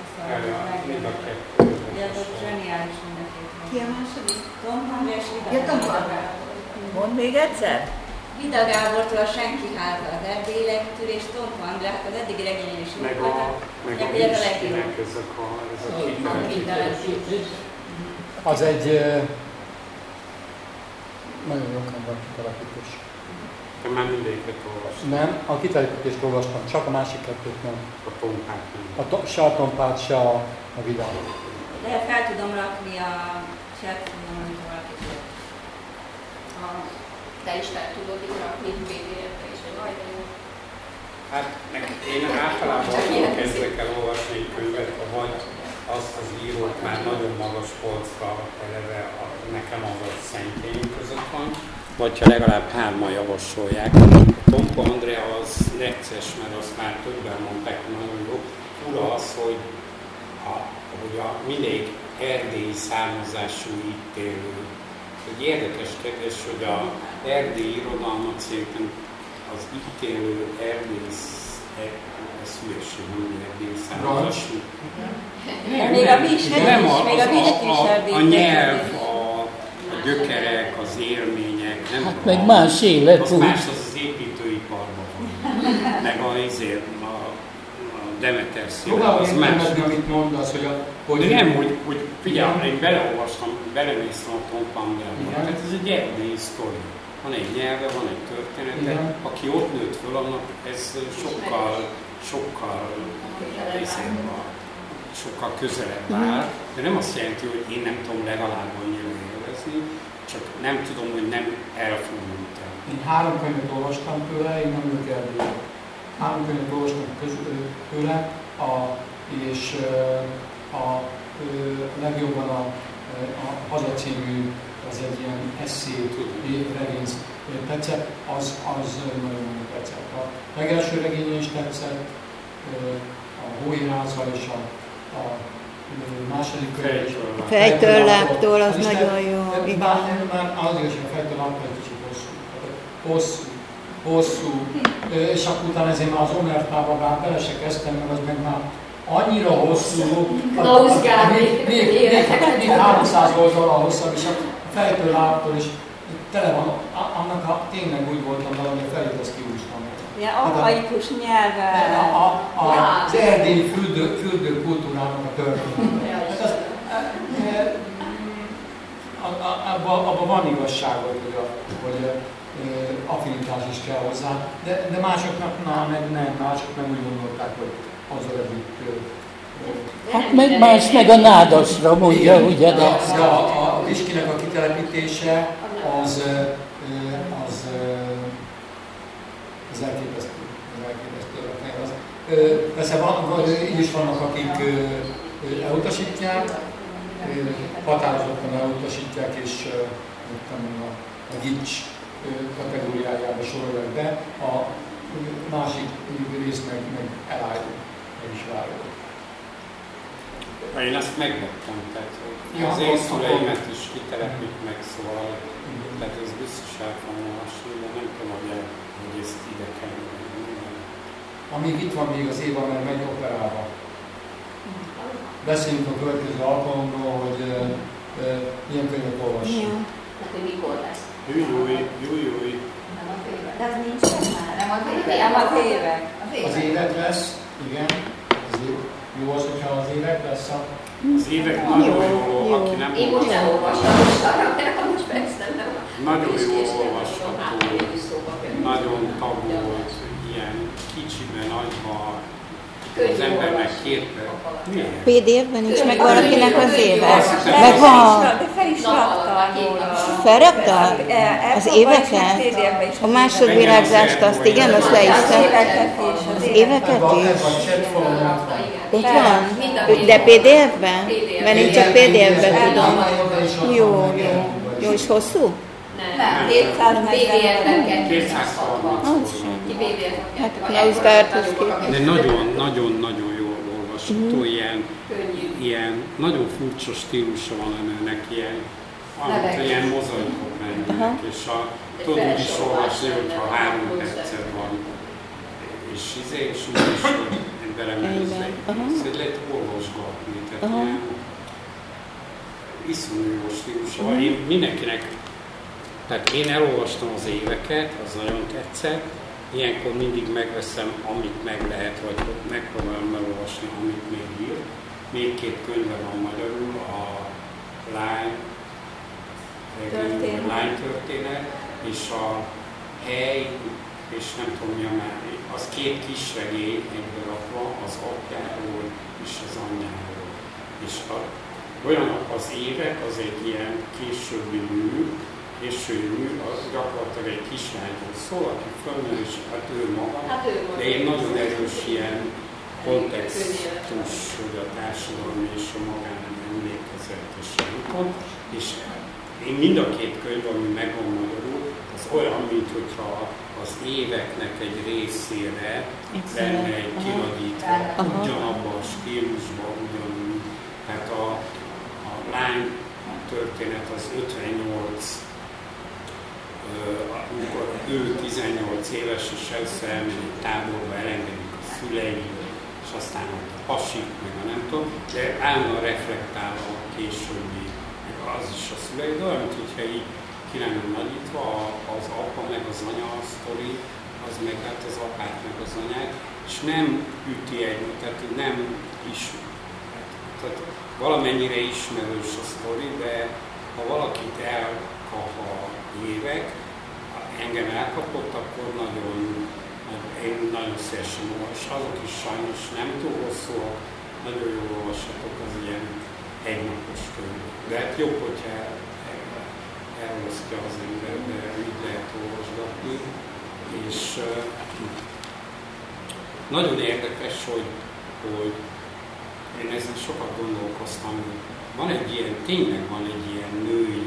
meg ott zseniális mindenképp. Ki a második? Tom András és Vida Ja, Tom Gábor. Mondd még egyszer? Vida Gábortól a Senki háza, az erdélyi legtűr, és Tom András, hát az eddig regényen is Meg volt. a, meg a Istinek ezek a, ez a kitelepítés. Az egy nagyon jó könyv a kitelepítés. Te már mindegyiket olvastam. Nem, a kitelepítést olvastam, csak a másik kettőt nem. A tompát nem. A to, se a tompát, se a, a Vidát. De fel tudom rakni a chatban, amikor valaki tud. Te is fel tudod így rakni pé dé ef-re is, hogy majd jó. Hát én általában akkor kezdek el olvasni egy könyvet, ha vagy azt az írót már nagyon magas polcra eleve, nekem az a szentjén között van, vagy ha legalább hárman javasolják. Tompa Andrea az necces, mert azt már többen mondták, hogy nagyon jó. Fura az, hogy a, hogy a mindig erdélyi származású itt élő. Egy érdekes kérdés, hogy a erdélyi irodalmat szerintem az itt élő erdélyi, ez hülyeség, nem erdélyi származású. Nem, még a Bísnek nem, is, az, még a Bísnek is a, erdélyi. a nyelv, a, a gyökerek, az élmények, nem Hát tudom, meg más élet az úgy. más, az az építőiparban van. Meg a, izért, a, a Demeter szíve, az más. Amit mondasz, hogy a... Hogy De nem, hogy, hogy figyelj, én beleolvastam, belenéztem a Tom Pandelba. Tehát ez egy erdélyi sztori. Van egy nyelve, van egy története. Igen. Aki ott nőtt föl, annak ez sokkal, sokkal, sokkal közelebb áll. De nem azt jelenti, hogy én nem tudom legalább annyira élvezni, csak nem tudom, hogy nem elfogultam. Én három könyvet olvastam tőle, én nem ők erdélyi. Három könyvet olvastam tőle, a, és a, a legjobban a, a Haza című, az egy ilyen eszé, regény tetszett, az, az nagyon tetszett. A legelső regénye is tetszett, a Hóirázzal és a, a második könyv is. Fejtől láptól, az nagyon jó. Bár már az igaz, hogy a fejtől láptól egy kicsit hosszú. Hosszú, hosszú, és akkor utána ezért már az Omertába már bele se kezdtem, mert az meg már annyira hosszú, még, még, még, még háromszáz oldalra hosszabb, és a fejtől láptól is tele van, annak a, tényleg úgy voltam valami, a felét ezt kiúztam. Ilyen archaikus nyelven. A, a, a, az erdélyi fürdő, fürdő kultúrának a történet. Hát az, abban abba van igazságot, hogy, a, hogy affinitás is kell hozzá, de, de másoknak na, meg nem, mások nem úgy gondolták, hogy azzal együtt. Hát meg más, meg a Nádasra mondja, ugye, de... A, a, a Viskinek a kitelepítése az, az, az elképesztő. Az elképesztő. Az, persze van, van, így is vannak, akik elutasítják, határozottan elutasítják, és a, a gics kategóriájába sorolják be, a másik rész meg, meg elálljuk, meg is várjuk. Én ezt megvettem, tehát ja, az én szüleimet is kitelepít meg, szóval mm. tehát ez biztos el fogom olvasni, de nem tudom, hogy, el, hogy ezt ide kell. Amíg itt van még az Éva, mert megy operába. Beszéljünk a következő alkalomról, hogy uh, uh, milyen könyvet olvassunk. Hát, hogy mikor lesz. Jújjúj, jújjúj. Nem a tévek. De az nincsen már? Nem a tévek. Nem a tévek. Az évek lesz, igen. Az év. Jó az, hogyha az évek lesz a... Az évek nagyon jó, aki nem én most nem olvastam, de most persze nem. Nagyon jó olvasható, nagyon tabu volt, az embernek két perc. pé dé ef-ben nincs meg valakinek az éve? Meg Meg van. De fel is rakta róla. Felrakta? Az éveket? A másodvirágzást azt igen, azt le is tett. Az éveket is? Ott van? De pé dé ef-ben? Mert én csak pé dé ef-ben tudom. Jó, jó. Jó, és hosszú? Nem, pé dé ef-ben kell kétszázhatvan. Hát az Gártuszki. De nagyon-nagyon-nagyon jól olvasható, mm. ilyen, ilyen nagyon furcsa stílusa van ennek, ilyen, amit, ilyen mozaikok lennének, és a, tudod úgy is olvasni, hogyha három percet van, és izé, és úgy is, hogy belemenőzve, szóval lehet olvasgatni, tehát uh-huh. ilyen iszonyú jó stílusa van. Én mindenkinek, tehát én elolvastam az éveket, az nagyon tetszett, ilyenkor mindig megveszem, amit meg lehet, vagy megpróbálom elolvasni, amit még ír. Még két könyve van magyarul, a Lány történet, Lány történet és a Hely, és nem tudom mi a másik, az két kisregény egybe rakva, az apjáról és az anyjáról. És a, olyanok az évek, az egy ilyen későbbi mű, későbbi mű, az gyakorlatilag egy kislányról szól, aki fölnő, és hát ő maga, hát ő de én nagyon erős ilyen kontextus, hogy a társadalmi és a magán emlékezet és ilyenkor. És én mind a két könyv, ami megvan magyarul, az olyan, mint hogyha az éveknek egy részére lenne egy kiradítva, ugyanabban a stílusban, ugyanúgy. Tehát a, a Lány történet az ötvennyolc, amikor ő tizennyolc éves, és először elmegy egy táborba, elengedik a szülei, és aztán ott a pasik, meg a nem tudom, de állandóan reflektál a későbbi, meg az is a szülei, de olyan, hogyha így ki lenne nagyítva az apa, meg az anya a sztori, az meg hát az apát, meg az anyát, és nem üti egymást, tehát nem ismer. Tehát valamennyire ismerős a sztori, de ha valakit elkap a évek, engem elkapott, akkor nagyon, én nagyon szélesen olvas. Azok is sajnos nem túl hosszúak, nagyon jól olvashatok az ilyen egynapos könyv. De hát jobb, hogyha el, el, elosztja az ember, de így lehet olvasgatni. És uh, nagyon érdekes, hogy, hogy én ezen sokat gondolkoztam, hogy van egy ilyen, tényleg van egy ilyen női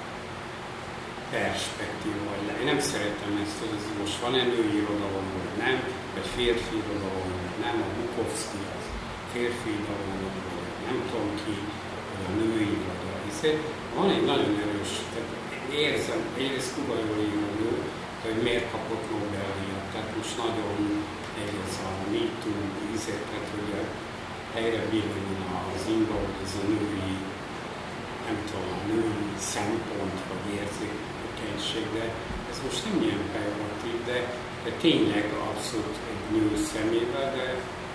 perspektíva, vagy le. Én nem szeretem ezt, hogy ez most van-e női irodalom, vagy nem, vagy férfi irodalom, vagy nem, a Bukowski az férfi irodalom, vagy nem tudom ki, vagy a női, vagy a hiszét. Van egy nagyon erős, tehát érzem, egyrészt kurva jól ír a nő, hogy miért kapott Nobel-díjat. Tehát most nagyon egy ez a MeToo ízét, tehát hogy helyre billenjen az inga, hogy ez a női, nem tudom, a női szempont, vagy érzékenység, de ez most nem ilyen pejoratív, de, de tényleg abszolút egy nő szemével, de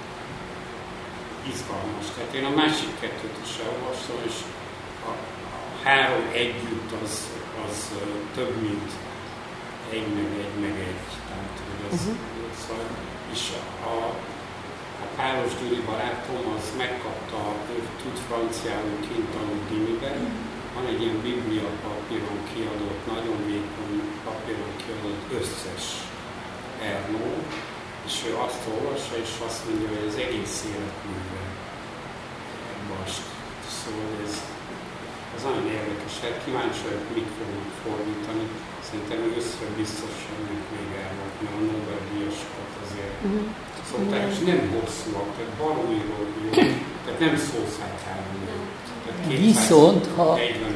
izgalmas. Tehát én a másik kettőt is elolvastam, és a, a három együtt az, az több, mint egy, meg egy, meg egy. Tehát, hogy az, uh-huh. szóval, és a, a Pálos Gyuri barátom az megkapta, ő tud franciául kint tanulni gimiben, van egy ilyen biblia papíron kiadott, nagyon vékony papíron kiadott összes Ernó, és ő azt olvassa, és azt mondja, hogy az egész életműve bast. Szóval ez, ez nagyon érdekes. Hát kíváncsi vagyok, mit fogunk fordítani. Szerintem őszre biztos, hogy még el volt, mert a Nobel-díjasokat azért uh-huh. szokták, és nem hosszúak, tehát baromi jó, tehát nem szószámhárom. Viszont, ha,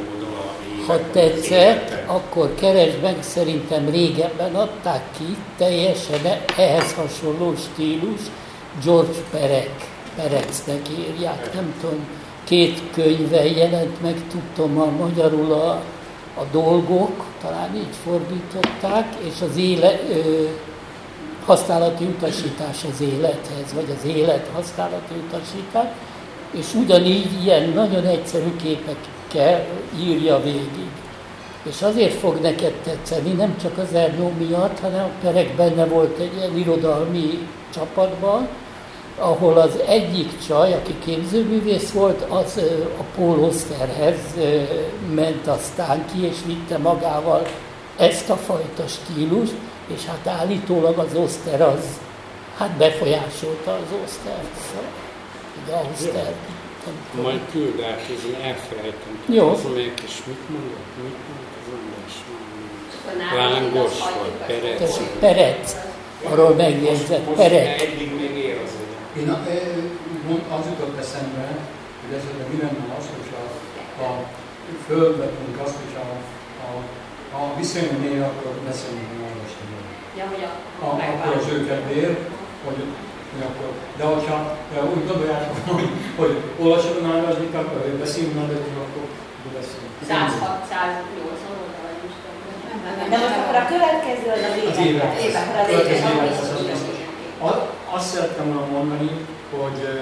ha tetszett, akkor keresd meg, szerintem régebben adták ki, teljesen ehhez hasonló stílus, George Perec, Perecnek írják, nem tudom, két könyve jelent meg, tudtom a magyarul a, a dolgok, talán így fordították, és az éle, ö, használati utasítás az élethez, vagy az élet használati utasítás, és ugyanígy ilyen nagyon egyszerű képekkel írja végig. És azért fog neked tetszeni, nem csak az Ernó miatt, hanem a Perec benne volt egy ilyen irodalmi csapatban, ahol az egyik csaj, aki képzőművész volt, az a Paul Austerhez ment aztán ki, és vitte magával ezt a fajta stílust, és hát állítólag az Auster az, hát befolyásolta az Austert, szóval, de Auster. Majd küld át, ezért elfelejtem. Jó. Az amelyik is mit mondott? Mit mondott az András? Lángos vagy, perec. Perec. Arról megjegyzett, perec. Eddig még ér az agyam. Én a, e, az jutott eszembe, hogy ez mi lenne az, hogyha ha fölvetünk azt, hogy a, a, a viszonylag nél, akkor beszélünk a Nádas-Tibor. Ja, hogy a, a, akkor az ő kedvéért, hogy, hogy akkor, de hogyha de úgy gondoljátok, hogy, hogy olvasod a Nádas-Tibor, akkor beszélünk a Nádas-Tibor, akkor beszélünk. százhat száznyolcvan oldal, vagy most tudom. De most akkor a következő az az Az évek. évek. Akkor az Következő évek. évek, az az biztos. A- Azt szerettem volna mondani, hogy ö,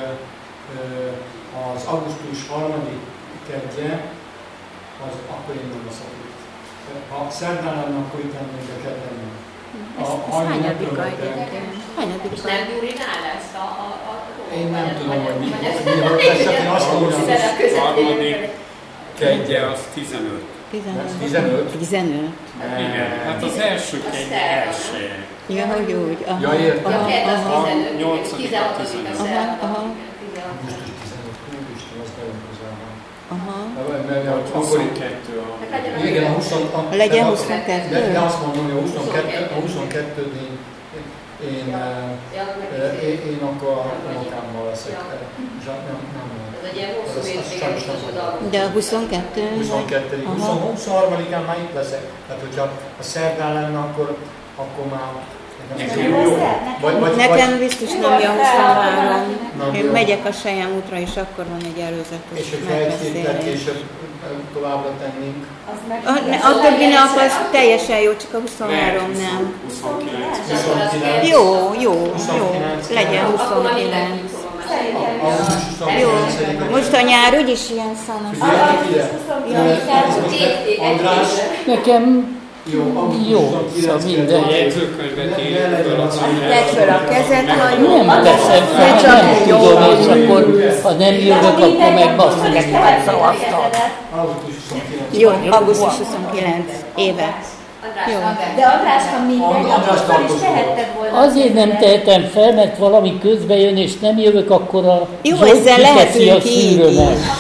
ö, az augusztus harmadik kedje, az akkor én nem leszek itt. Ha szerdán lenne, akkor itt lennék, de kedden nem. Ez, ez hányadika egyébként? Hányadika? És nem durinál ezt a, a, a Én nem tudom, hogy mi volt, csak én azt mondom, hogy Harmadik kedje az tizenöt. tizenöt. tizenöt. Igen, hát az első kedje első. Ja, hogy úgy. Aha, Ja, értem. aha, aha, nyolcadik a tizenöt. aha, aha, augusztus tizenöt, Isten, az nagyon közel van. aha. Mert akkor huszonkettő a... igen, a húsz, a, Legyen de- huszonkettő? De, de azt mondom, hogy a huszonkettő, a huszonkettőt én, én, én, én, én akkor a unokámmal leszek. És nem, nem, Ez egy ilyen hosszú az- az hétvége, sajnos biztos, nem. hogy De a huszonkettő? huszonkettő. Aha. huszonharmadikán már itt leszek. Tehát, hogyha a szerdán lenne, akkor, akkor már... Nekem jó. Vagy, vagy, Nekem vagy, biztos nem jön huszonhárom. Nem Én jó. megyek a Sejem útra, és akkor van egy előzetes és hogyha egy héttel megbeszélés. később továbbra tennénk. Az meg A, ne, a többi nap az teljesen jó, csak a huszonhárom nem. huszonkilenc. huszonkilenc. Jó, jó, jó, huszonkilenc. legyen Akkor már huszonkilenc. mindenki augusztus Jó, huszonkilencedike. most a nyár úgyis ilyen szanos. Figyeljetek ide! András, Nekem jó, augusztus jó, huszonkilenc szóval minden. A jegyzőkönyvet írjuk föl a Tedd föl a kezed, ha jó. Nem teszem fel, csak nem egy tudom, jó és akkor, ha nem jövök, akkor meg basszuk, ezt szavaztam. augusztus huszonkilenc. Jó, augusztus huszonkilenc éve. Jó. De András, ha mindegy, András akkor fel is tartozom. tehetted volna. Azért nem tehetem fel, mert valami közbe jön, és nem jövök, akkor a Jó, Zsolt ezzel kiteszi a lehetünk így szűrőmet. is.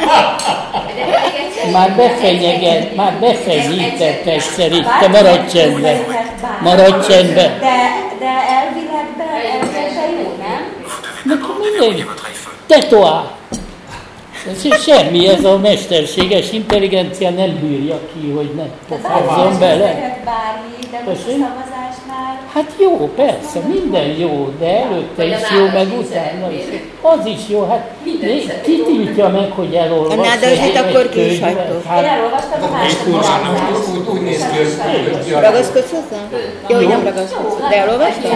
Már befenyeget, már befenyített egyszer itt, te maradj csendben. Maradj csendben. De, de elvilegben, elvilegben jó, nem? Nekem mindegy. Tetoá. Ez is semmi, ez a mesterséges intelligencia nem bírja ki, hogy ne pofázzon bele. Lehet bármi, de most a Tessék? szavazásnál Hát jó, persze, minden jó, de előtte is jó, meg utána is. Az is jó, hát ki tiltja meg, hogy elolvas A nádasdit egy- akkor egy ki is könyvet? hagytok. én Hát, elolvastam a második szavazást. Úgy, úgy néz ki, hogy hogy Ragaszkodsz hozzá? Jó, hogy nem ragaszkodsz. De elolvastad?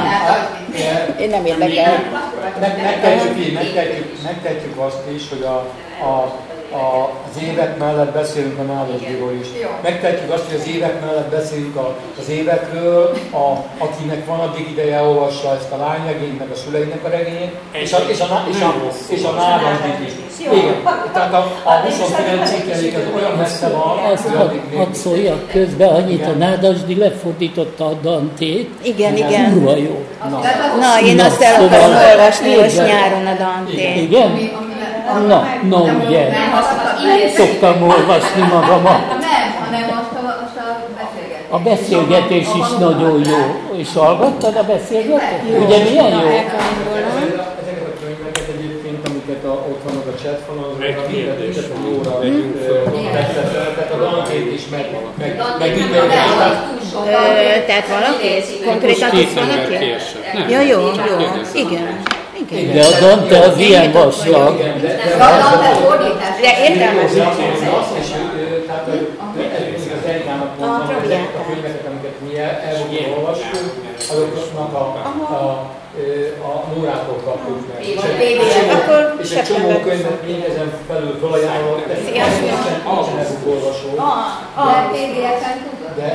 Én nem érdekel. Meg- megtehetjük így, megtehetjük, megtehetjük azt is, hogy a, a, a, az évek mellett beszélünk a Nádasdiról is. Megtehetjük azt, hogy az évek mellett beszélünk a, az évekről, a, akinek van addig ideje, olvassa ezt a lányregényt, meg a szüleinek a regényét, és a, és a, és a, és a Nádasdit is. Igen, tehát a, a huszonkilencedik az olyan messze van, azt hogy hadd addig még... had szóljak közbe, annyit a Nádasdi lefordította a Dantét. Igen, igen. Kurva jó. Na, én Na, azt el akarom szóval- olvasni most Igen. nyáron a Dantét. Igen? Na, na ugye. Szoktam olvasni magamat. Nem, hanem azt a, azt a beszélgetést. A beszélgetés is nagyon jó. És hallgattad a beszélgetést? Ugye milyen jó? Ezeket a könyveket egyébként, amiket a, ott vannak a chatfalon, azok Egy a kérdés. mindent a jóra Megyünk föl. tehát a Dantét is, meg, meg, meg Dantét minden. nem, tehát- az túl sok. Ö, Tehát valaki? Konkrétan Két tudsz ember valaki? késett. Nem. Ja, jó, Csak jó. kérdezem. Igen. Igen. De a Dante az ilyen vastag. Igen, de, de, Dante fordítás. De értelmes. de azt mondom, azt is, ö, tehát ö, ez még az Erikának mondtam, hogy ezeket a könyveket, amiket mi el- elmúlva olvastunk, azoknak a, a, ö, a Nórától kaptuk meg. És egy- bé bé em. Akkor és egy csomó september könyvet még ezen felül felajánlott, de nincsen nincsen ezek olvasó. A bé bé em-en tudod? De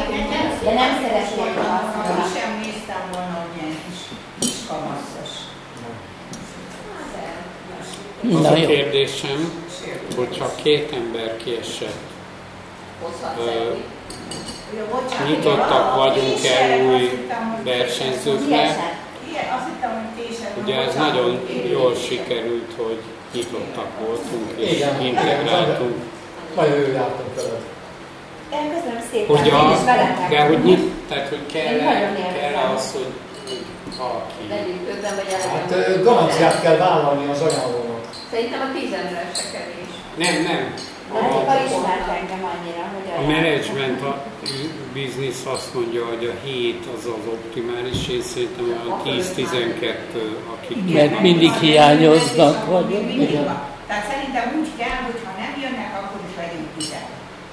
De nem szeretnék azt Akkor mondani. sem néztem volna, hogy ilyen kis, kis kamaszos. Az a kérdésem, hogyha két ember kiesett, ö, nyitottak vagyunk-e új versenyzőkre? Ugye ez nagyon jól sikerült, hogy nyitottak voltunk és igen, integráltunk. Nagyon jól jártunk vele. Köszönöm szépen, Hogy én a, is veletek. de hogy nyit, tehát hogy kell, Én nagyon kell élvezem. az, hogy valaki... Legyünk többen, vagy Hát elegen. ö, garanciát kell vállalni az ajánlónak. Szerintem a tízemre se kevés. Nem, nem. De Réka ismert engem annyira, hogy A menedzsment, a biznisz azt mondja, hogy a hét az az optimális, én szerintem a tíz-tizenkettő, akik... Mert mindig hiányoznak, vagy? Tehát szerintem úgy kell, hogy ha nem jönnek, akkor is legyünk tizen.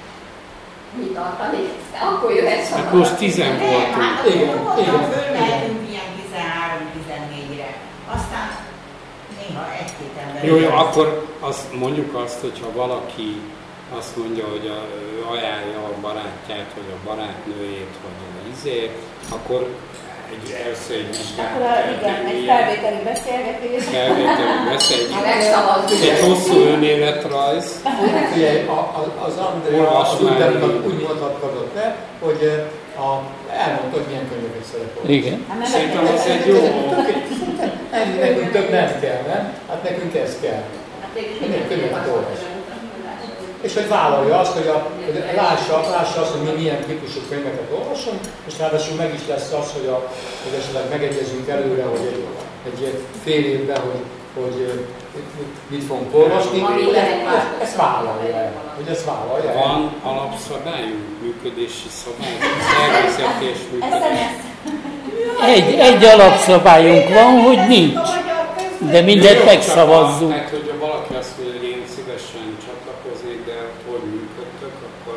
Mi tartani? Akkor jöhet szabad. Hát most tizen voltunk. Hát akkor nyugodtan fölmehetünk ilyen tizenhárom-tizennégyre. Aztán néha egy-két ember. Jó, jó, akkor azt, mondjuk azt, hogyha valaki azt mondja, hogy a, ajánlja a barátját, vagy a barátnőjét, vagy a izét, akkor egy, először egy vizsgát Akkor a, igen, egy felvételi beszélgetés. Felvételi beszélgetés. Egy hosszú önéletrajz. Figyelj, az Andrea az úgy, úgy mutatkozott be, hogy a, elmondta, hogy milyen könyveket szeretett. Igen. Szerintem az egy jó... Ennyi, nekünk több nem kell, nem? Hát nekünk ez kell. Milyen könyveket olvas. És hogy vállalja azt, hogy, a, hogy lássa, lássa azt, hogy mi milyen típusú könyveket olvasunk, és ráadásul meg is lesz az, hogy, a, hogy esetleg megegyezünk előre, hogy egy, egy ilyen fél évben, hogy, hogy mit fogunk olvasni. Ezt vállalja el. Hogy ezt vállalja el. Van alapszabályunk, működési szabályunk, szervezeti és működési. Egy, egy alapszabályunk van, hogy nincs. De mindent megszavazzunk. Tehát, hogyha valaki azt mondja, hogy én szívesen csatlakoznék, de hogy működtök, akkor...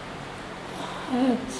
Hát...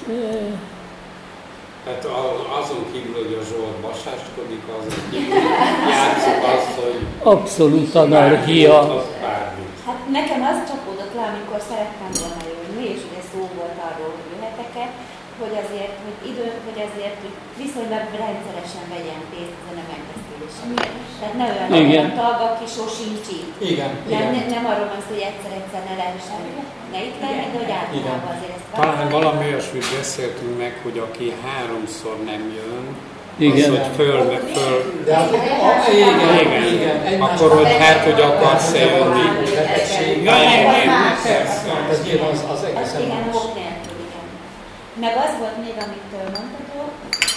Tehát azon kívül, hogy a Zsolt basáskodik, azon kívül játszok azt, hogy... Abszolút anarchia. Hát nekem az csapódott le, amikor szerettem volna jönni, és ugye szó volt arról, hogy jöhetek-e, hogy azért, hogy idő, hogy azért hogy viszonylag rendszeresen vegyen részt ezen a megbeszélésen. Tehát ne olyan, olyan tag, aki sosincs itt. Igen, nem, igen. Ne, nem arról van szó, hogy egyszer-egyszer ne lehessen ne itt lenni, de hogy általában azért ezt talán valami olyasmit beszéltünk meg, hogy aki háromszor nem jön, igen. Az, hogy föl, meg föl. De a, a, igen, igen, igen. Akkor, hogy hát, hogy akarsz-e jönni. Ja, igen, persze. Ez nyilván az, az egészen igen, más. ok nélkül, igen. Meg az volt még, amit mondhatok,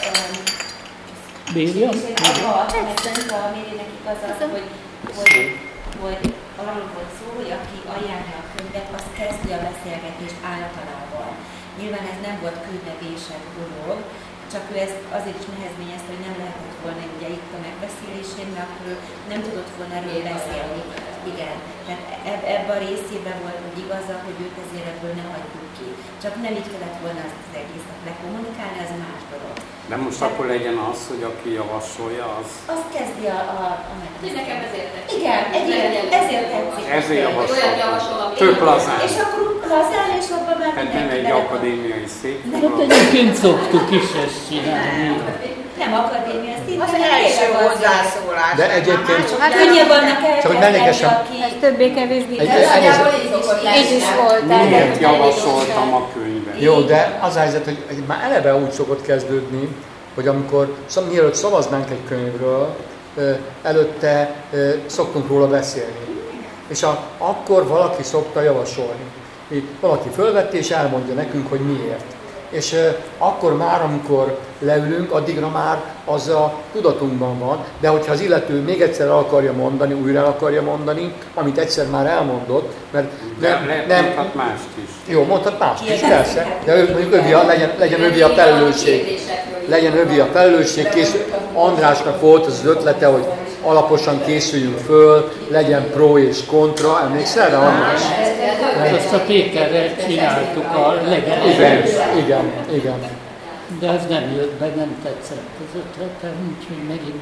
Bírjam? és én abba adtam egy szerint a Mérinek igaz az, hogy, hogy, hogy arról volt szó, hogy aki ajánlja a könyvet, az kezdi a beszélgetést általában. Nyilván ez nem volt könyvevésed dolog, csak ő ezt azért is nehezményezte, hogy nem lehetett volna ugye itt a megbeszélésén, mert akkor ő nem tudott volna erről beszélni. Igen, tehát eb- ebben a részében volt, hogy igaza, hogy őt ezért ebből ne hagyjuk ki. Csak nem így kellett volna azt az egészet lekommunikálni, ez más dolog. De most tehát, akkor legyen az, hogy aki javasolja, az... Azt kezdi a, a, a megbeszélést. Nekem ezért tetszik. Igen, egyébként ezért tetszik. Ezért Olyan javasol, javasoltam. ami- Tök lazán. És akkor lazán, és abban már Tehát nem egy akadémiai szék. Hát egyébként szoktuk is ezt csinálni. Nem akadémia, ez Az első hozzászólás. De egyébként... Hát könnyebb annak Csak hogy mellékesen... aki... Ez többé-kevésbé. Egy- egy- Így is volt. Mindent javasoltam a könyvben. Jó, de az a helyzet, hogy már eleve úgy szokott kezdődni, hogy amikor, szóval mielőtt szavaznánk egy könyvről, előtte szoktunk róla beszélni. És a, akkor valaki szokta javasolni. Valaki fölvette és elmondja nekünk, hogy miért. És akkor már, amikor leülünk, addigra már az a tudatunkban van, de hogyha az illető még egyszer el akarja mondani, újra el akarja mondani, amit egyszer már elmondott, mert nem... Lehet, nem mondhat mást is. Jó, mondhat mást is, persze, de ő, mondjuk övi a, legyen, legyen övi a felelősség. Legyen övi a felelősség, készül. Andrásnak volt az, az ötlete, hogy alaposan készüljünk föl, legyen pro és kontra, emlékszel rá, András? Azt a Péterrel csináltuk a Igen, legelőször. igen, igen. De az nem jött be, nem tetszett az ötletem, úgyhogy megint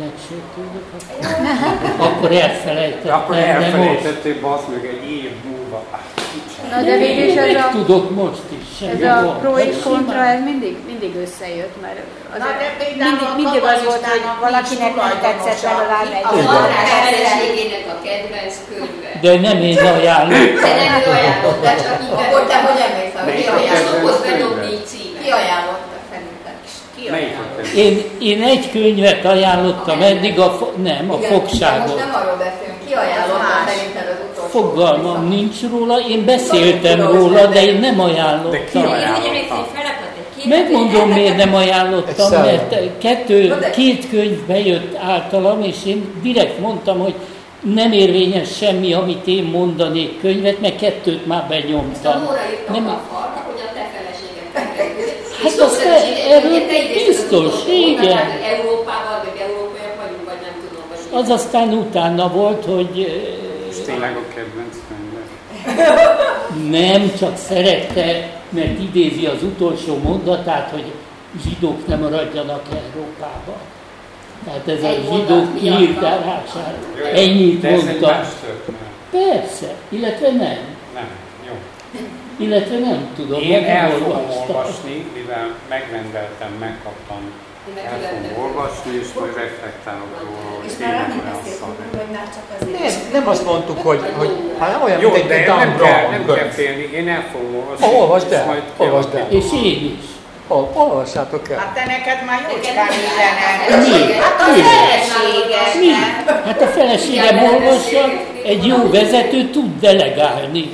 megsértődök. Akkor elfelejtettem. Akkor elfelejtették, basz meg egy év múlva. Na de végülis ez a, tudok most is. ez a pro és kontra, ez mindig, mindig összejött, mert azért mindig, mindig az volt, hogy valakinek nem tetszett legalább egy. A Varrás feleségének a kedvenc könyve. De nem én ajánlottam. De nem ő ajánlott, de csak így. Akkor te hogy emlékszel, hogy ki ajánlott? Szokott benyomni így címet. Ki ajánlotta szerintem? Én, én egy könyvet ajánlottam eddig, a fo- nem, a igen, fogságot. Most nem arról beszélünk, ki ajánlotta szerinted az utolsó? Fogalmam nincs róla, én beszéltem róla, de én nem ajánlottam. Megmondom, miért nem ajánlottam, mert kettő, két könyv bejött általam, és én direkt mondtam, hogy nem érvényes semmi, amit én mondanék könyvet, mert kettőt már benyomtam. Ezt a Nóra írta nem... a falnak, hogy a te feleséged. Hát azt erről biztos, igen. Európával, vagy európaiak vagyunk, vagy nem tudom. Vagy az aztán utána volt, hogy... És tényleg a kedvenc könyve? Nem, csak szerette, mert idézi az utolsó mondatát, hogy zsidók nem maradjanak Európába. Tehát ez egy a zsidók kiirtására. Ennyit mondta. Persze, illetve nem. Nem, jó. Illetve nem tudom, én nem el fogom olvastam. olvasni, mivel megrendeltem, megkaptam. El fogom olvasni, és majd reflektálok róla, hogy tényleg olyan szar. Nem, nem azt mondtuk, hogy, hogy hát nem olyan, jó, mint egy de Dan nem kell, Brown nem könyv. kell félni, én el fogom olvasni. Oh, olvasd el, majd olvasd el. És én is. Oh, olvassátok el. Hát te neked már jócskán mindenek. Mi? Hát a Mi? feleséges. Mi? Hát a feleségem olvassa, egy jó vezető tud delegálni.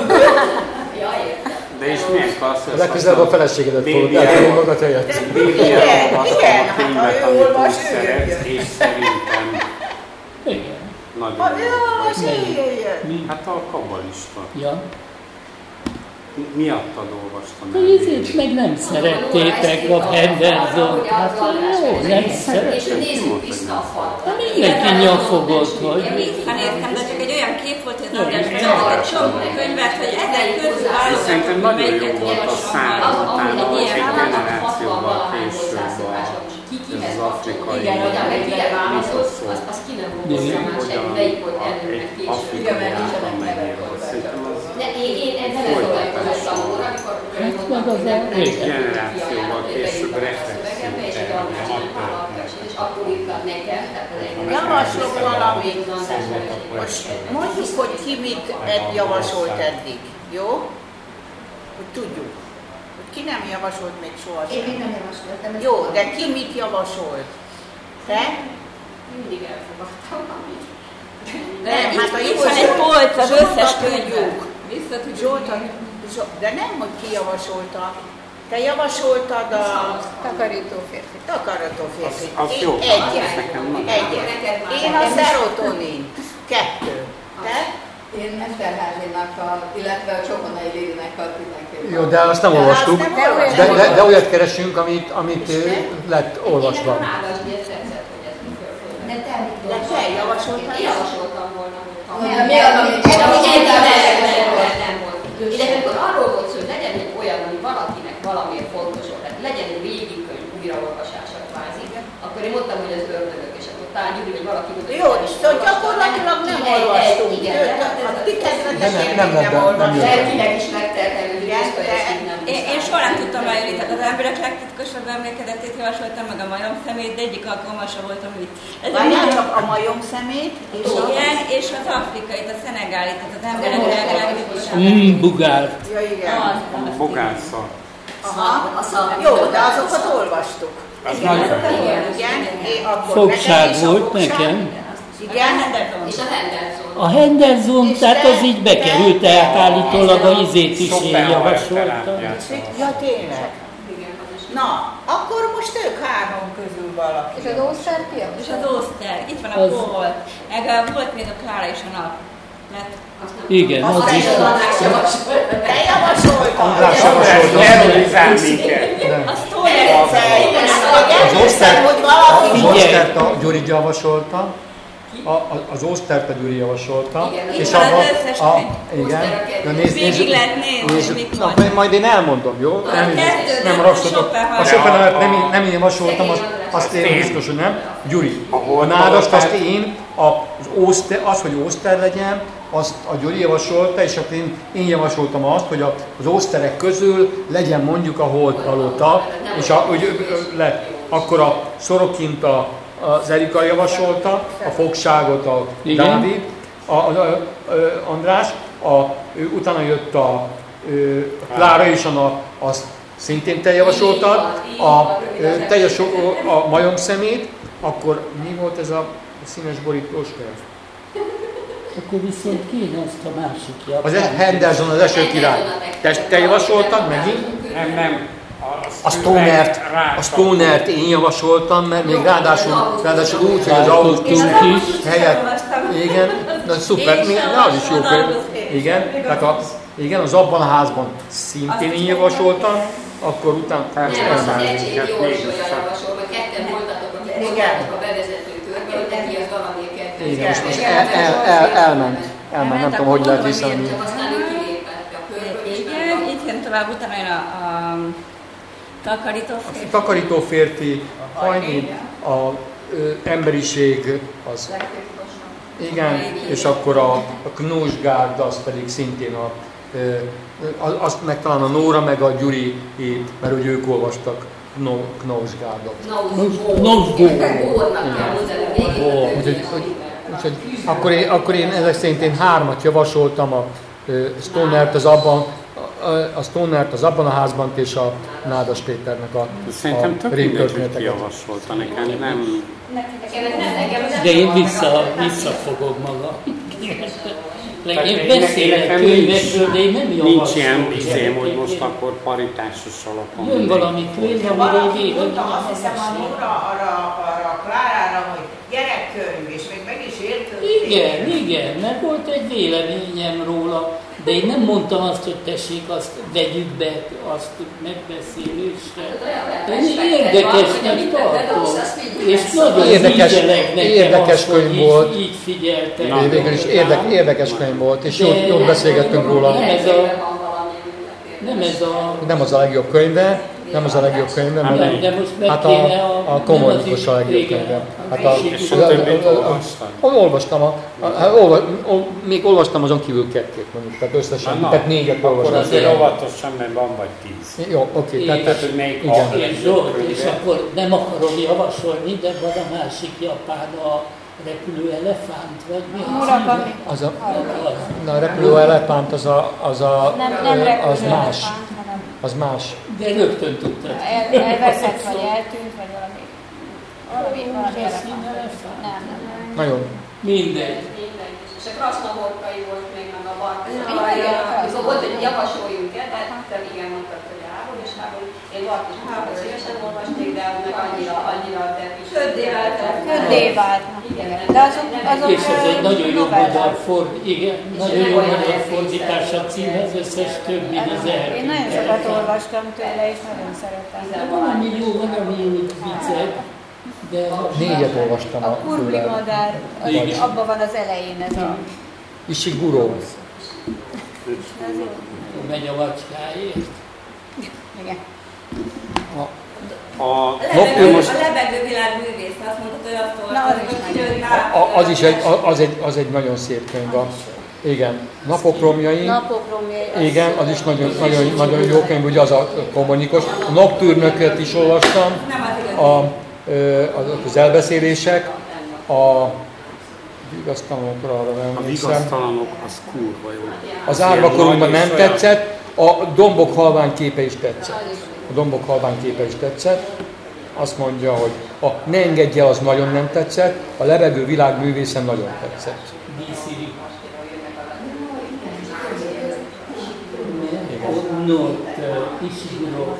De és milyen klassz ez? Legközelebb a feleségedet fogod eltenni magad helyett. Biblia olvastam a könyvet, amit úgy szeretsz, és szerintem Igen. nagyon jó. Hát a kabbalista. Ja. Miattad olvastam De el. ezért meg nem szerettétek a Henderson-t. Hát jó, nem És szerettétek. nézzük vissza a falra. Mindenki nyafogott, hogy... Vissza néztem, de csak egy olyan kép volt, hogy az András beadott egy csomó könyvet, hogy ezek közül válogatott, Szerintem nagyon jó volt a szám után, egy egy ilyen generációval később ez az afrikai igen, hogy amit ide válaszolt, szó. az, az ki nem volt hozzá egy ideig volt előre Egy később. afrikai által mennyire volt. Szerintem az De én, én ebben nem voltam a számomra, amikor mondtam, hogy nem egy generációval később reflexió terülne, nagy történet. és akkor írtam nekem, tehát az egy Javaslok valamit. Most mondjuk, hogy ki mit javasolt eddig, jó? Hogy tudjuk. Hogy ki nem javasolt még sohasem. Én még nem javasoltam. Jó, de ki mit javasolt? Te? mindig elfogadtam, amit. Nem, hát a itt van egy polc az összes könyvük. Vissza tudjuk. Zsoltan, de nem, hogy ki javasolta. Te javasoltad a... Takarító férfi. Takarító férfi. Az, az jó, Egyet. Egyet. Én a szerotonin. Kettő. Te? Én Eszterházynak, illetve a Csokonai Lilinek a mindenképpen. Jó, de azt nem olvastuk. De, de, de olyat keresünk, amit, amit lett olvasva. Én nekem Ágasdi tetszett, hogy ez mi fölfölben. De te mit De te javasoltad? Én javasoltam volna, hogy Olyan, mi az, amit olyan, nem volt. Illetve akkor arról volt szó, hogy legyen egy olyan, ami valakinek valamiért fontos volt, tehát legyen egy régi könyv újraolvasása kvázi, akkor én mondtam, hogy az ördögök, és akkor talán Gyuri, hogy valaki mondta, Jó, szóval gyakorlatilag nem olvastunk. A ti kezdetekén nem nem olvastunk. Lelkileg is megterhelő, hogy Én, én soha nem tudtam rájönni, tehát az emberek legtitkosabb emlékezetét javasoltam, meg a majom szemét, de egyik alkalommal sem voltam itt. Ez Várjál csak a majom szemét, és a... Igen, és az afrikait, a szenegálit, tehát az emberek legtitkosabb. Mm, bugár. Ja, igen. Bogánszal. Aha. Jó, de azokat olvastuk. Az Igen, nagyon jó. igen, igen. Én akkor Fogság nekem is a volt fogság. nekem. Igen. és a Henderson. A Henderson, tehát az így bekerült, tehát állítólag a izét is én javasoltam. Ja, tényleg. Na, akkor most ők három közül valaki. És az Ószter ki? És az Ószter, itt van a Az- Pól. Meg volt még a Klára és a Nap. Lett. Igen, az is. Te javasoltad. András javasolta. Terrorizál minket. Azt tudja, Az Osztert, hogy valaki... az Osztert a Gyuri javasolta, a, a, az Osztert a Gyuri javasolta, Igen, és itt van az abban, összes a, könyv. igen, Oszter de nézd, Végig nézd, lehet nézni, nézd, mik na, vannak. majd én elmondom, jó? A Elnézést, kettő, nem nem, haragudtok. Schopenhauer. A Schopenhauer nem, Ja, én- nem én javasoltam, azt, azt én Én. biztos, hogy nem. Gyuri, A a nádast azt én, az, Oster, az, hogy Oster legyen, azt a Gyuri javasolta, és akkor én, én javasoltam azt, hogy az Osterek közül legyen mondjuk a Holt-palota, és a, hogy, le, akkor a Szorokint a, az Erika javasolta, a Fogságot a Igen. Dávid, a, a, a, a András, a, ő, utána jött a, a Klára és a, azt szintén te javasoltad, a, te javasol, a majom szemét, akkor mi volt ez a színes borítós könyv? Akkor viszont kéne azt a másik Az japán. Henderson, az Eső király. Te, te javasoltad megint? Nem, nem. A Stonert, a Stonert én javasoltam, mert még ráadásul, ráadásul úgy, hogy az Augustus helyett, igen, na szuper, még, na, az is jó könyv. Igen, tehát a, igen, az abban a házban szintén én javasoltam, akkor utána Nem, azt az Ecsényi Orsolya javasolja. javasol, vagy ketten voltatok, akik mondtátok a bevezető törvényt, hogy neki az valamiért kettő. igen, most, most el, el, el, elment, elment, nem tudom, hogy lehet visszamenni. Csak aztán ő kilépett a körből, és Igen, itt jön tovább utána jön a, a takarító férfi. Takarító férfi, hajni, a ö, emberiség, az igen, és akkor a, a Knausgard, az pedig szintén a, ö, azt meg talán a Nóra, meg a Gyuri, mert hogy ők olvastak Knausgárdot. Úgyhogy akkor én, akkor én ezek szerint én hármat javasoltam, a Stonert az abban, a Stonert az abban a házban, és a Nádas Péternek a Szerintem a tök mindegy, hogy ki javasolta, nekem nem... De én vissza, visszafogom magam. Én beszélek könyvekről, de én nem javaslom. Nincs ilyen izém, hogy most akkor paritásos alapon. Jön valami könyv, amiről végül. Azt hiszem a Nóra arra, arra Klárára, hogy gyerekkönyv, és még meg is értődték. Igen, igen, mert volt egy véleményem róla, de én nem mondtam azt, hogy tessék, azt vegyük be, azt megbeszélésre. Én érdekesnek tartom, és nagyon érdekes, figyelek nekem érdekes azt, könyv hogy volt. így, így figyeltek. Na, végül is érdek, érdekes könyv volt, és jól, jól beszélgettünk róla. Nem ez a... Nem ez a... Nem az a legjobb könyve, nem az a legjobb könyve, Hát, mert de most meg hát a, kéne a, a nem komolyos az a legjobb igen. könyve. Hát a, És a többit olvastad? olvastam, a, a, a, olva, ol, még olvastam azon kívül kettőt mondjuk, tehát összesen, Na, tehát négyet akkor olvastam. azért óvatosan, mert van vagy tíz. Jó, oké, És- tehát, Tehát, hogy melyik igen. a És Zsolt, és akkor nem akarom javasolni, de van a másik japán, a repülő elefánt, vagy mi az? Murakami. Az a, Az. na, a repülő elefánt az a, az a, Nem, nem repülő az más, elefánt, hanem az más. De rögtön tudtad. el, elveszett, vagy eltűnt, vagy valami. Valami, valami Rózsaszín elefánt. elefánt? Nem, nem, nem. Nagyon. Mindegy. És a Krasznahorkai volt még meg a Ja, igen, a Barkas. Krasznahorkai. Volt, hogy javasoljunk el, de te igen mondtad, hogy három és három. Én Barkas Mutatot szívesen olvasnék, de meg annyira, annyira te is. Köddé váltak. Köddé váltnak. Igen, De azok, azok És ez egy nagyon jó magyar ford, igen, nagyon jó magyar fordítás a címhez, összes többi vizel. Én nagyon sokat olvastam tőle, és nagyon szeretem. Valami jó, valami jó viccek, de... Négyet olvastam A a kurvli tőle. madár, az, Igen. abban van az elején ez a... Ishiguro. Ez jó. Megy a vacskáért. Igen. A, A Nocturne lebegő, most- a lebegő világ művész, azt mondtad, hogy azt Na, az olvastad, is hogy nagyon ő jó. rá- A, az is egy, az egy, az egy nagyon szép könyv. A, igen, Napok romjai. Napok romjai. Igen, az is nagyon, nagyon, nagyon jó könyv, ugye az a komonikus. A Nocturnöket is olvastam, Nem az igazi. a, ö, az, az elbeszélések, a vigasztalanokra arra nem a emlékszem. vigasztalanok, az kurva jó. Az árvakorunkban Ilyen nem nagy és olyan- tetszett, a dombok halvány képe is tetszett. A dombok halvány képe is tetszett. Azt mondja, hogy a Ne engedj el, az nagyon nem tetszett, a Lebegő világ művészen nagyon tetszett. Dísziri. Ott Ishiguro.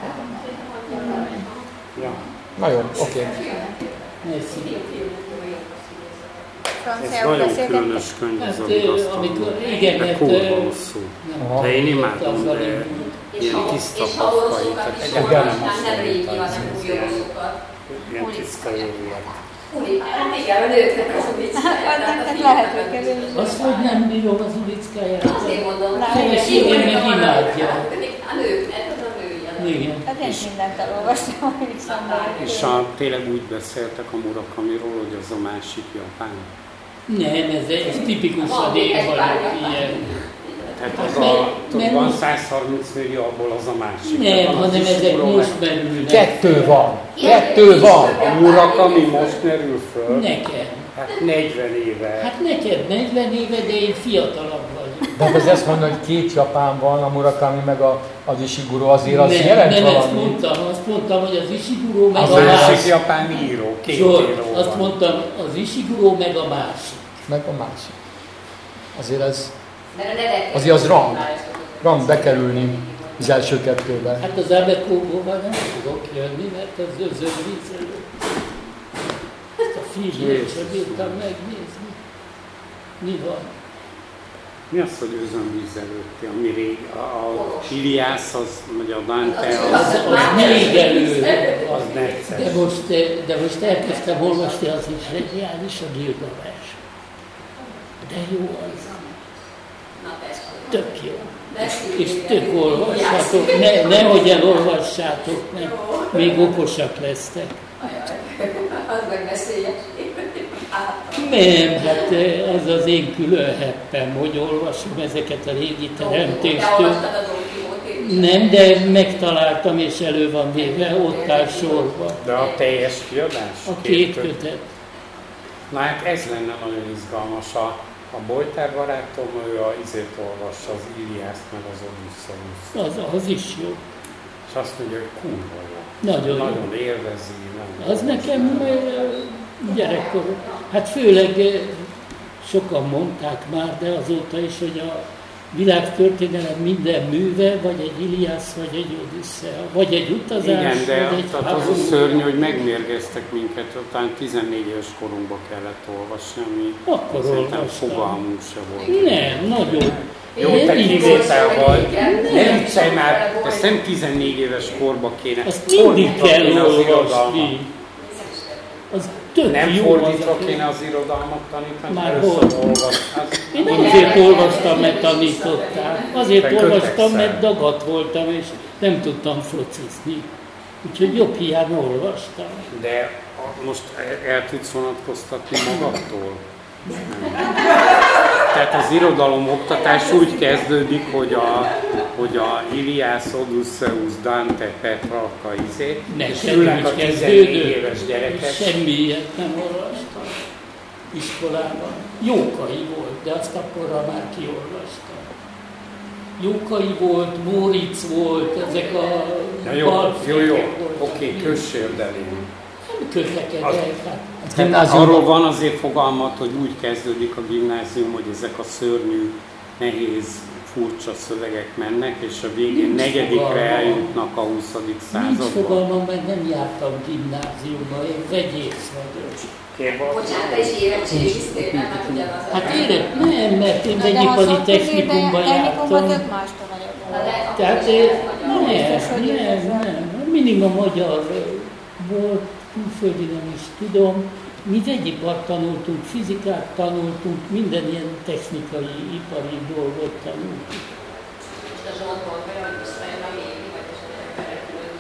Ja. Na jó, oké. Merci. Ez Franciául nagyon beszélgettek. különös könyv, ez Hát, a ö, vigasztalanok. amikor, igen, De mert, kurva ö, hosszú. nem De én tudtam imádom, azzal de indulni. ilyen tiszta és ha papai, oroszokat tehát is egyáltalán nem olvasnál, azt nem régi, mondtam, hanem ez új ilyen, oroszokat. ilyen tiszta jövőt. Hát igen, a nőknek az Hát nektek lehet, hogy kerülni. Azt, hogy nem bírom az ulickáját. Azért mondom, Feleségem meg imádja. a nőknek, az a nője. Igen. Hát én is mindent elolvastam, amit szemben. És a, tényleg úgy beszéltek a Murakamiról, hogy az a másik japán. Nem, ez, ez tipikusan én vagyok ilyen. Tehát az a, tudod, van száz harminc millió, abból az a másik. Nem, hanem ezek most merülnek. Kettő van. Kettő van. A Murakami most merül föl. Nekem. Hát negyven éve. Hát neked negyven éve, de én fiatalabb vagyok. De hát az ezt mondani, hogy két japán van, a Murakami meg a, az Ishiguro, azért az nem, jelent nem valami. ezt mondtam, azt mondtam, hogy az Ishiguro meg az a másik másik. japán író, két Zsolt, író azt van. mondtam, az Ishiguro meg a másik. Meg a másik. Azért ez, Mert a nevek azért az rang. Rang bekerülni az első kettőben. Hát az Abekóból nem fogok jönni, mert az özönvíz előtt. Ezt a filmet sem bírtam megnézni. Mi van? Mi az, hogy özönvíz előtti, ami rég, a, a Iliász, az, vagy a Dante, az, Az, az még elő. az necces. De most, de most elkezdtem olvasni, az is zseniális, a Gilgamesh. De jó az. Tök jó. És tök olvassátok, ne, nehogy elolvassátok meg, még okosak lesztek. Az meg veszélyes. Nem, hát az az én külön heppem, hogy olvasom ezeket a régi teremtéstől. Nem, de megtaláltam, és elő van véve, ott áll sorban. De a teljes kiadás? A két kötet. Na hát ez lenne nagyon izgalmas. A, a Bojtár barátom, ő a izét olvassa, az Iliászt, meg az Odysseuszt. Az, az is jó. És azt mondja, hogy kurva jó. Nagyon, nagyon jó. élvezi. Nagyon Az nekem gyerekkor, hát főleg sokan mondták már, de azóta is, hogy a világtörténelem minden műve, vagy egy Iliász, vagy egy Odüsszea, vagy egy utazás, igen, de vagy egy tehát az a szörnyű, hogy megmérgeztek minket, talán tizennégy éves korunkba kellett olvasni, ami akkor szerintem olvastam. fogalmunk se volt. Nem, nagyon. Jó, te kivétel vagy, ne viccelj már, ezt nem tizennégy éves korba kéne. Azt mindig kell kéne az olvasni. irodalmat. Az tök Nem jó fordítva az, kéne az irodalmat tanítani, már először hol? olvasni. Én azért olvastam, mert tanították. Azért Te olvastam, kötekszel. mert dagat voltam, és nem tudtam focizni. Úgyhogy jobb hiány olvastam. De most el, el tudsz vonatkoztatni magadtól? Nem. Tehát az irodalom oktatás úgy kezdődik, hogy a, hogy a Iliász, Odysseus, Dante, Petrarca izé, és ülnek a tizennégy éves gyerekek. Semmi ilyet nem olvastam iskolában. Jókai volt, de azt akkorra már kiolvastam. Jókai volt, Móricz volt, ezek a jó, jó, jó, oké, kössérdelén. Nem kötekedek. Hát, hát arról van azért fogalmat, hogy úgy kezdődik a gimnázium, hogy ezek a szörnyű, nehéz, furcsa szövegek mennek, és a végén nincs negyedikre fogalmam. Eljutnak a huszadik században. Nincs fogalmam, mert nem jártam gimnáziumba, én vegyész vagyok. Bocsánat, te is érettségiztél, mert ugyanaz. Hát érett, nem, mert én vegyipari technikumban jártam. Tehát én, nem, nem, nem, minimum magyar volt, külföldi nem is tudom. Mi vegyipart tanultunk, fizikát tanultunk, minden ilyen technikai, ipari dolgot tanultunk. Most a Zsoltból olyan visszajön a mély, vagy esetleg berekülő,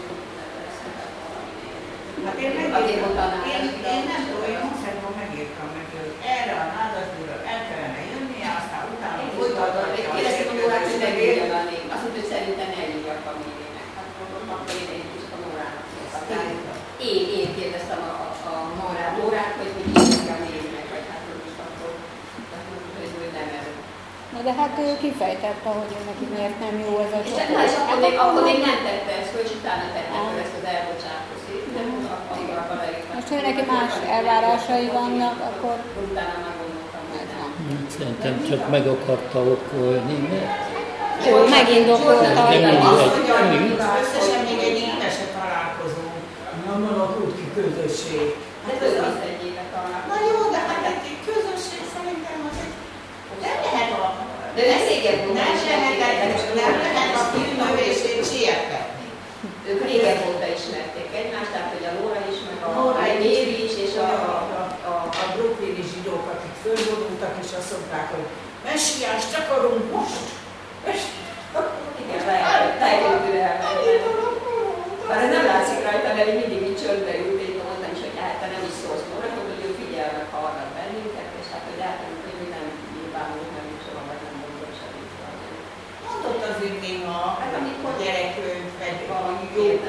Hát én megírtam, én, én nem tudom, én Monszerból megírtam neki, hogy erre a nádasdíjra el kellene jönnie, aztán utána folytatni. Kérdeztem a Nórát, hogy megírja a név. Azt mondta, hogy szerintem ne írjak a mélyének. Hát mondom, akkor én egy kicsit a Nórának mondtam. Én, én kérdeztem a, a Nórát, Nórát, hogy hogy írja a mélyének, vagy hát most akkor, hogy nem ez. Na de hát ő kifejtette, hogy ő neki miért nem jó ez a és csoport. És akkor még, akkor még nem tette ezt, hogy utána tette fel ezt az elbocsátkozik. Most, hogy neki más elvárásai vannak, akkor... Utána meggondoltam meg. Szerintem csak meg akarta okolni, mert... Jó, megindokolta. Összesen még egy éve se találkozunk. Nem alakult ki közösség. De közös egy éve találkozunk. Na jó, de hát egy közösség szerintem az egy... Nem lehet a... De ne szégyen nem lehet, nem lehet a filmnövését sietetni. Ők régebb óta ismerték egymást, tehát hogy a Nóra is, meg a Méri is, és a... A, a brooklyni zsidók, akik fölvonultak, és azt mondták, hogy messiást akarunk most! Igen, lehet türelmelni. Bár ez nem látszik rajta, mert én mindig így csöndbe ült, én mondtam is, hogy hát te nem is szólsz Nóra, hogy ő figyel meg, hallgat bennünket, és hát hogy hát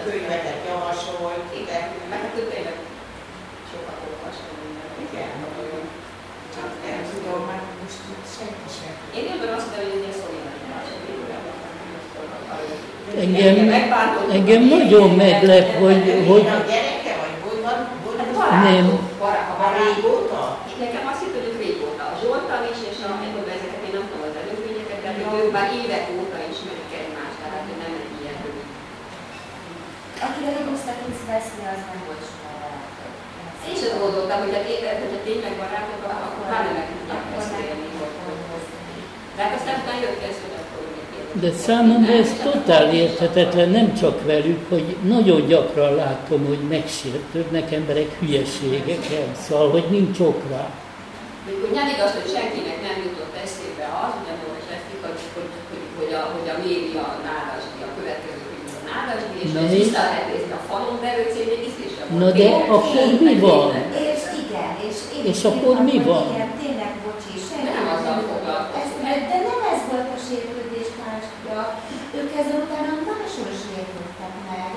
könyveket javasolt. Igen. Meg a tényleg sokat olvastam minden. Igen. Csak nem tudom, már most senki sem. Én jobban azt mondom, hogy ez ilyen szolidaritás. Engem, engem nagyon meglep, hogy... hogy a gyereke, vagy hogy van? nem. A régóta? Nekem azt hittem, hogy régóta. A Zsoltal is, és a, ezeket én nem tudom az előzményeket, de hogy ők már évek óta ismerik egymást, tehát hogy nem egy ilyen rövid. Akire Rigusztakinsz veszni, az nem volt soha barátok. Én sem gondoltam, hogy ha tényleg barátok, akkor már nem meg tudják beszélni. De hát aztán utána jött ez, hogy akkor de számomra ez totál érthetetlen, nem csak velük, hogy nagyon gyakran látom, hogy megsértődnek emberek hülyeségekkel, szóval, hogy nincs ok rá. Hogy nem igaz, hogy senkinek nem jutott eszébe az, ugyanúgy most eszik, hogy, hogy, hogy, hogy, a, hogy a média a nálasdi, a következő film a nálasdi, és ezt vissza lehet nézni a falon, de ő cég még is sem volt. Na de akkor mi van? És igen, és én és akkor mi van? Igen, tényleg bocsi, senki nem azzal foglalkozik. De nem ez volt a sértődés másra, ők ezzel utána máshol sértődtek meg.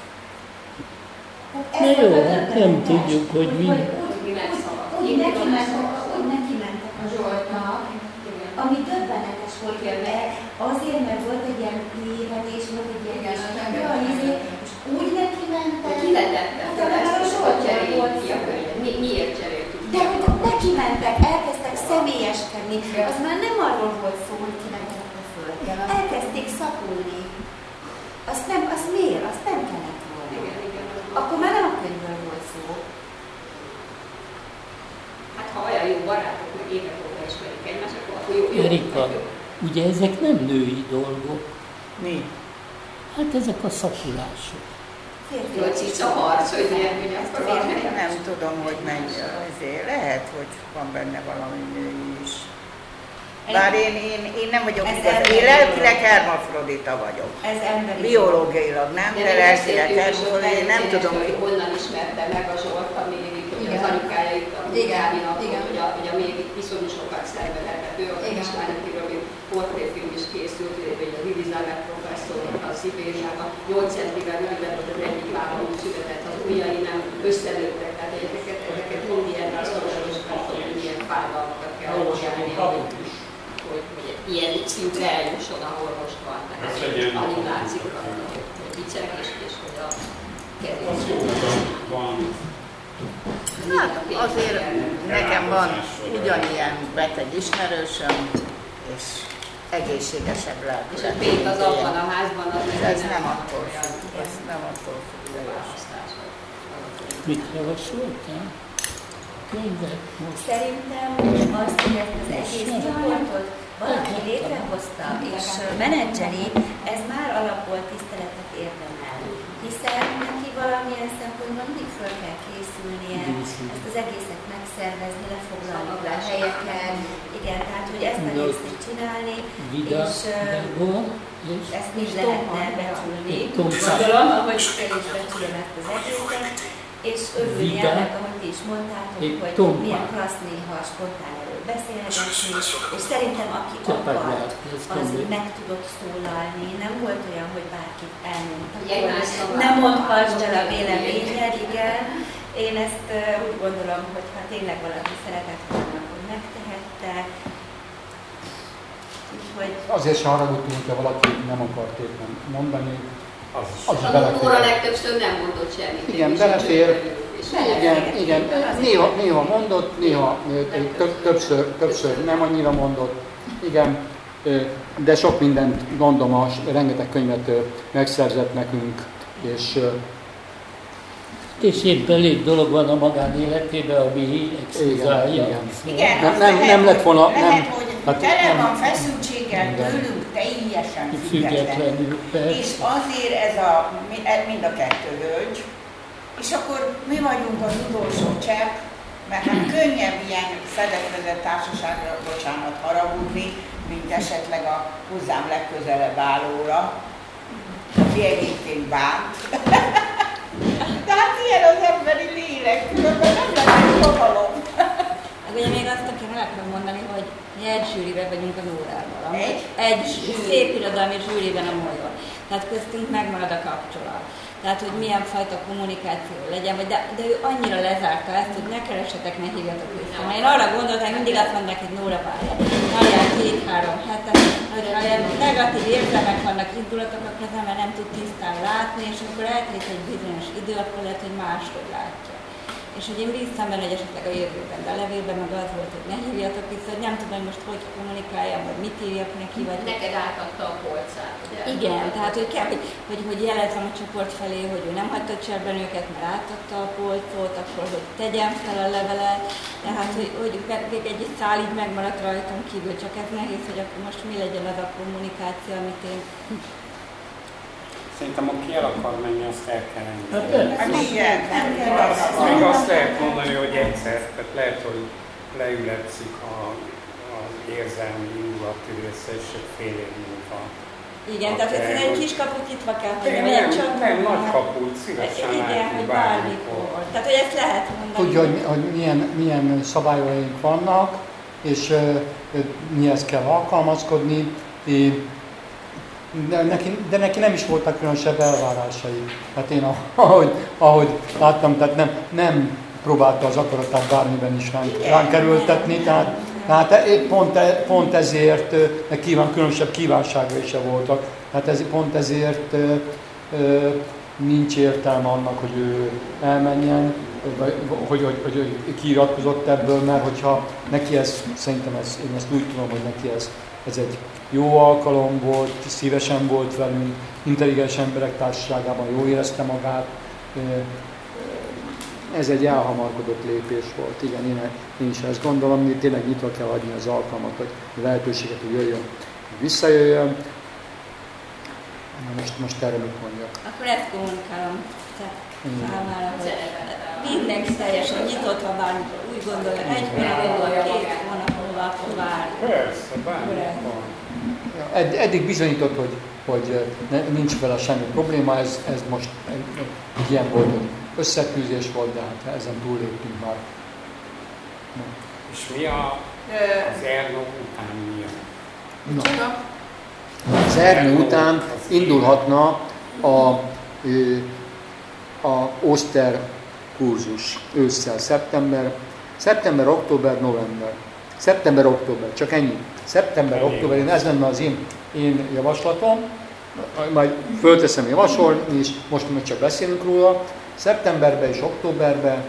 Na jó, hát nem tudjuk, hogy mi. Úgy neki mentek, úgy neki mentek a Zsoltnak, ami döbbenetes volt, azért, mert volt egy ilyen tévedés, volt egy ilyen izé, és úgy neki mentek. Ki letette fel ezt, hogy Zsolt cserélt ki a könyvet? Miért cseréltük? De hogy neki mentek, elkezdtek személyeskedni, az már nem arról volt szó, hogy kinek a föld. Elkezdték szapulni. Azt nem, az miért? Azt nem kellett volna. Akkor már nem a könyvről volt szó. Hát ha olyan jó barátok, hogy évek óta ismerik egymást, akkor jó, jó. Erika, ugye ezek nem női dolgok. Mi? Hát ezek a szapulások. Hogy cica harc, hogy miért, hogy akkor Én nem tudom, hogy mennyi azért. Lehet, hogy van benne valami női is. Bár én, én, én nem vagyok igaz. Én lelkileg hermafrodita vagyok. Ez emberi. Biológiailag nem, de lelkileg hermafrodita. Én nem tudom, hogy honnan ismerte meg a Zsolt, amíg hogy az anyukája itt a Gábinak, hogy a, hogy a még viszonylag sokat szenvedett. Ő a kislányokiről, mint portréfilm is készült, hogy az Elizabeth professzor a Szibériában nyolc centivel rövidebb volt az egyik lábon született, az ujjai nem összelőttek, tehát ezeket, ezeket mind ilyen szorosan, hogy ilyen fájdalmakat kell orvosolni, hogy, hogy, hogy ilyen szintre eljusson a orvosban. Tehát alig látszik, hogy viccek és, és hogy a kezés. Hát azért nekem van ugyanilyen beteg ismerősöm, és egészségesebb lelkileg. És a pét az abban a házban, az ez, ez nem attól függ, ez nem attól függ. Mit javasoltál? Könyvet most. Szerintem azt, hogy ezt az egész csoportot valaki létrehozta és menedzseri, ez már alapból tiszteletet érdemel. Hiszen neki valamilyen szempontból mindig föl kell készülnie, ezt az egészet megszervezni, lefoglalni a helyeken, igen, tehát hogy ezt a részt csinálni, és ezt mind lehetne becsülni. Gondolom, ahogy én is becsülöm ezt az egészet, és örülni ennek, ahogy ti is mondtátok, hogy milyen klassz néha spontán erről beszélgetni, és szerintem aki akart, az meg tudott szólalni, nem volt olyan, hogy bárkit elmondtak, nem mondhassd el a véleményed, igen. Én ezt uh, úgy gondolom, hogy ha tényleg valaki szeretett volna, akkor megtehette. Úgyhogy... Azért sem haragudtunk, hogyha valaki nem akart éppen mondani, az, az is belefér. A legtöbbször nem mondott semmit. Igen, belefér. Igen, igen. Néha, néha mondott, néha többször, többször nem annyira mondott. Igen, de sok mindent gondolom, rengeteg könyvet megszerzett nekünk, és és épp elég dolog van a magánéletében, ami exkluzálja. Igen, igen. Nem, nem, nem lett volna... Lehet, nem, hogy hát, tele nem, van feszültséggel tőlünk teljesen függetlenül. És azért ez a, mind a kettő hölgy, és akkor mi vagyunk az utolsó csepp, mert hát könnyebb ilyen fedetvezett társaságra, bocsánat, haragudni, mint esetleg a hozzám legközelebb állóra, aki egyébként bánt. De hát ilyen az emberi lélek, különben nem lehet fogalom. Ugye még azt akarom el akarom mondani, hogy egy zsűriben vagyunk a Nórával. Egy? Egy szép irodalmi zsűriben a Molyon. Tehát köztünk megmarad a kapcsolat. Tehát, hogy milyen fajta kommunikáció legyen, vagy de, de ő annyira lezárta ezt, hogy ne keressetek, ne hívjatok vissza. Mert én arra gondoltam, mindig azt mondják, hogy Nóra várja. Várjál két-három hetet, hogy olyan negatív érzelmek vannak, indulatok a kezem, mert nem tud tisztán látni, és amikor eltelik egy bizonyos idő, akkor lehet, hogy máshogy látja. És hogy én bíztam benne, hogy esetleg a jövőben, de a levélben meg az volt, hogy ne hívjatok vissza, hogy nem tudom, hogy most hogy kommunikáljam, vagy mit írjak neki, vagy... Neked átadta a polcát, ugye? Igen, tehát hogy kell, hogy, hogy, hogy jelezzem a csoport felé, hogy ő nem hagyta cserben őket, mert átadta a polcot, akkor hogy tegyem fel a levelet, tehát hogy, hogy még egy szál így megmaradt rajtunk kívül, csak ez nehéz, hogy akkor most mi legyen az a kommunikáció, amit én... Szerintem, aki el akar menni, azt el kell engedni. Hát igen, nem kell azt. Még azt lehet mondani, hogy egyszer, tehát lehet, hogy leületszik a, az érzelmi indulati része, és egy fél év múlva. Igen, tehát ez egy kis kaput nyitva kell hagyni, nem, nem csak... Nem, nagy kaput, szívesen igen, hogy bármikor. Tehát, hogy ezt lehet mondani. Tudja, hogy, hogy milyen, milyen szabályaink vannak, és uh, mihez kell alkalmazkodni. De neki, de neki nem is voltak különösebb elvárásai. Hát én ahogy, ahogy láttam, tehát nem, nem próbálta az akaratát bármiben is ránk, ránk erőltetni, tehát, tehát pont, pont ezért kíván, különösebb kívánságai se voltak. Tehát ez, pont ezért nincs értelme annak, hogy ő elmenjen, hogy, hogy, hogy, hogy kiiratkozott ebből, mert hogyha neki ez, szerintem ez, én ezt úgy tudom, hogy neki ez, ez egy jó alkalom volt, szívesen volt velünk, intelligens emberek társaságában jól érezte magát. Ez egy elhamarkodott lépés volt. Igen, én, én is ezt gondolom, hogy tényleg nyitva kell adni az alkalmat, hogy lehetőséget, hogy jöjjön, hogy visszajöjjön. Most, most erre mit mondjak? Akkor ezt kommunikálom számára, hogy mindenki teljesen nyitott, ha bármikor úgy gondolja, egy hónapon, két hónapon, akkor várj. Persze, bármikor. Ed, eddig bizonyított, hogy, hogy ne, nincs vele semmi probléma, ez, ez most egy, egy ilyen volt, hogy összetűzés volt, de hát ezen túlléptünk már. Na. És mi a, az Ernő után mi a? Na. Az Ernő után indulhatna a, a Oszter kurzus ősszel, szeptember, szeptember, október, november. Szeptember-október, csak ennyi. Szeptember-október, ez lenne az én, én javaslatom, majd fölteszem javasolni, és most még csak beszélünk róla. Szeptemberben és októberben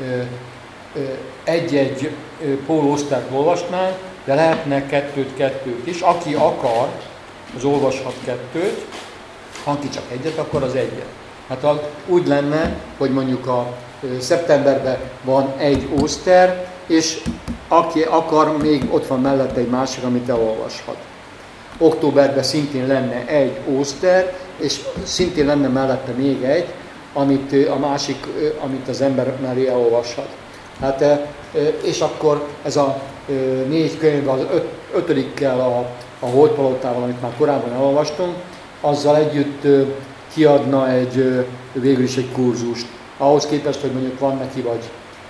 egy-egy pólóosztályt olvasnánk, de lehetne kettőt-kettőt is. Aki akar, az olvashat kettőt, ha aki csak egyet, akkor az egyet. Hát az úgy lenne, hogy mondjuk a szeptemberben van egy oszter, és aki akar, még ott van mellette egy másik, amit elolvashat. Októberben szintén lenne egy oszter, és szintén lenne mellette még egy, amit a másik, amit az ember mellé elolvashat. Hát, és akkor ez a négy könyv az öt, ötödikkel a, a Holdpalotával, amit már korábban elolvastunk, azzal együtt kiadna egy, végül is egy kurzust. Ahhoz képest, hogy mondjuk van neki vagy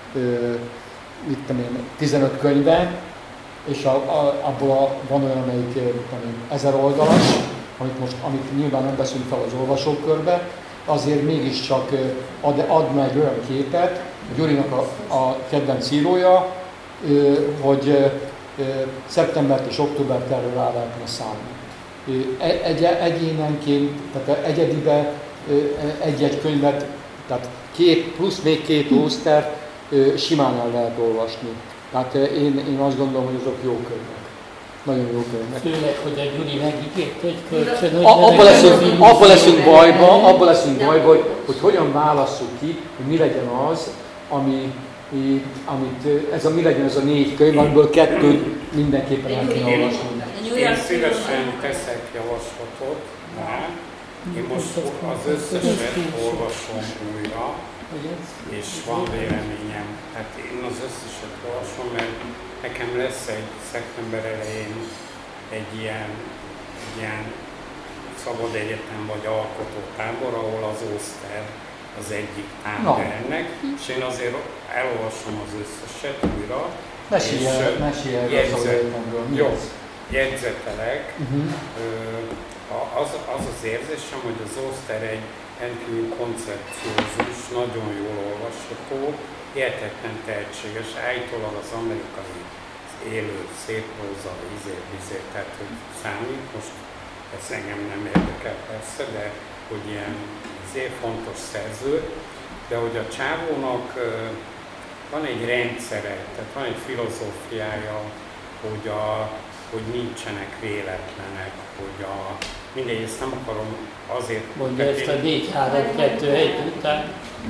mit tudom én, tizenöt könyve, és a, a, abból a, van olyan, amelyik tudom, ezer oldalas, amit most amit nyilván nem veszünk fel az olvasókörbe, azért mégiscsak ad, adna egy olyan képet, Gyurinak a, a kedvenc írója, hogy szeptembert és októbert erről rá lehetne szállni. Egy, egyénenként, tehát egyedibe egy-egy könyvet, tehát két, plusz még két osztert simán el lehet olvasni. Tehát én, én azt gondolom, hogy azok jó könyvek. Nagyon jó könyvek. Főleg, hogy a Gyuri megígért, hogy kölcsön, hogy abban leszünk, abba leszünk bajba, abba leszünk bajba, hogy, hogy hogyan válasszuk ki, hogy mi legyen az, ami, amit, ez a mi legyen ez a négy könyv, amiből kettőt mindenképpen el kéne olvasni. Én szívesen teszek javaslatot, de én most az összeset olvasom újra, és van véleményem. Hát én az összeset olvasom, mert nekem lesz egy szeptember elején egy ilyen, egy ilyen szabad egyetem vagy alkotótábor, ahol az Oszter az egyik tárgya ennek, és én azért elolvasom az összeset újra. Mesélj el, mesélj el az egyetemről. Jó, jegyzetelek, uh-huh. ö, az, az az érzésem, hogy az Oszter egy rendkívül koncepciózus, nagyon jól olvasható, hihetetlen tehetséges, állítólag az amerikai élő, szép próza, izér, izér, tehát hogy számít, most ez engem nem érdekel persze, de hogy ilyen izér fontos szerző, de hogy a csávónak van egy rendszere, tehát van egy filozófiája, hogy, a, hogy nincsenek véletlenek, hogy a, mindegy, ezt nem akarom azért... Mondja ezt a négy három kettő egy után.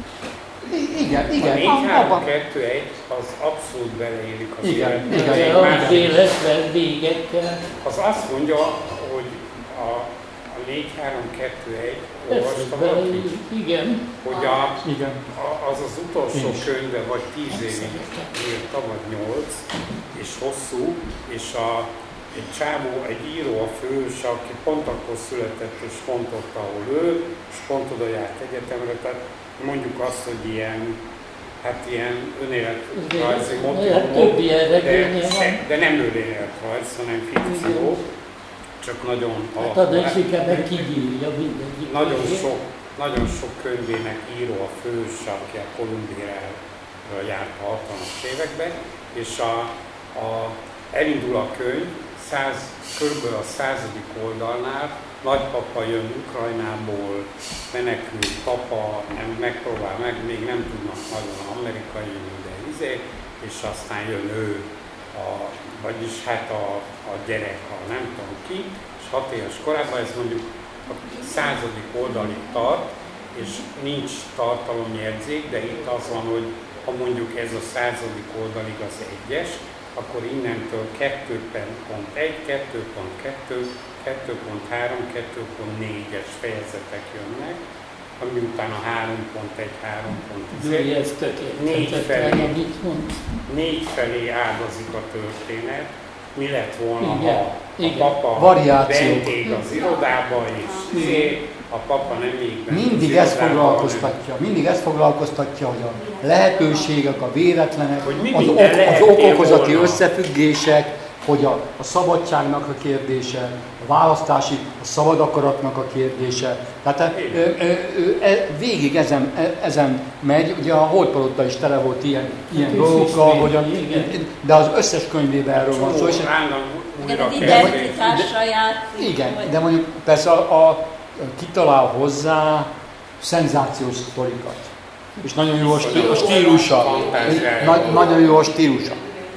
Igen, igen. A négy három kettő egy az abszolút beleélik az igen, életben. igen, az véletlen végekkel. Az azt mondja, hogy a, a négy három kettő egy olvasta valaki, igen. hogy a, igen. A, az az utolsó könyve, vagy tíz évig írta, vagy nyolc, és hosszú, és a, egy csávó, egy író a fős, aki pont akkor született, és pont ott, ahol ő, és pont oda járt egyetemre, tehát mondjuk azt, hogy ilyen, hát ilyen önéletrajzi motivumok, de, de nem önéletrajz, hanem fikció, csak nagyon alapul. Hát a sikerben kigírja mindenki. Nagyon sok, nagyon sok könyvének író a fős, aki a Kolumbiára járt a hatvanas években, és a, a, elindul a könyv, száz, kb. A századik oldalnál, nagypapa jön Ukrajnából, menekül, papa nem, megpróbál meg, még nem tudnak nagyon amerikai, de izé, és aztán jön ő, a, vagyis hát a, a gyerek, a nem tudom ki, és hat éves korában ez mondjuk a századik oldalig tart, és nincs tartalomjegyzék, de itt az van, hogy ha mondjuk ez a századik oldalig az egyes, akkor innentől kettő pont egy, kettő pont kettő, kettő pont három, kettő pont négyes fejezetek jönnek, ami után a három pont egy, három pont egy, négy felé, négy felé ágazik a történet. Mi lett volna, igen, ha igen. A papa bentég az irodába, és szép, a papa nem még bent mindig ezt foglalkoztatja, mindig ezt foglalkoztatja, hogy a lehetőségek, a véletlenek, az, ok, az okokozati összefüggések, hogy a, a szabadságnak a kérdése, a választási, a szabad akaratnak a kérdése. Tehát ö, ö, ö, e, végig ezen, e, ezen megy, ugye a Holdpalota is tele volt ilyen, ilyen dolgokkal, hogy a, de az összes könyvében erről van szó. És az identitással játszik. Igen, de mondjuk persze a, a kitalál hozzá szenzációs sztorikat. És nagyon jó a stílusa. Na, nagyon jó a stílusa.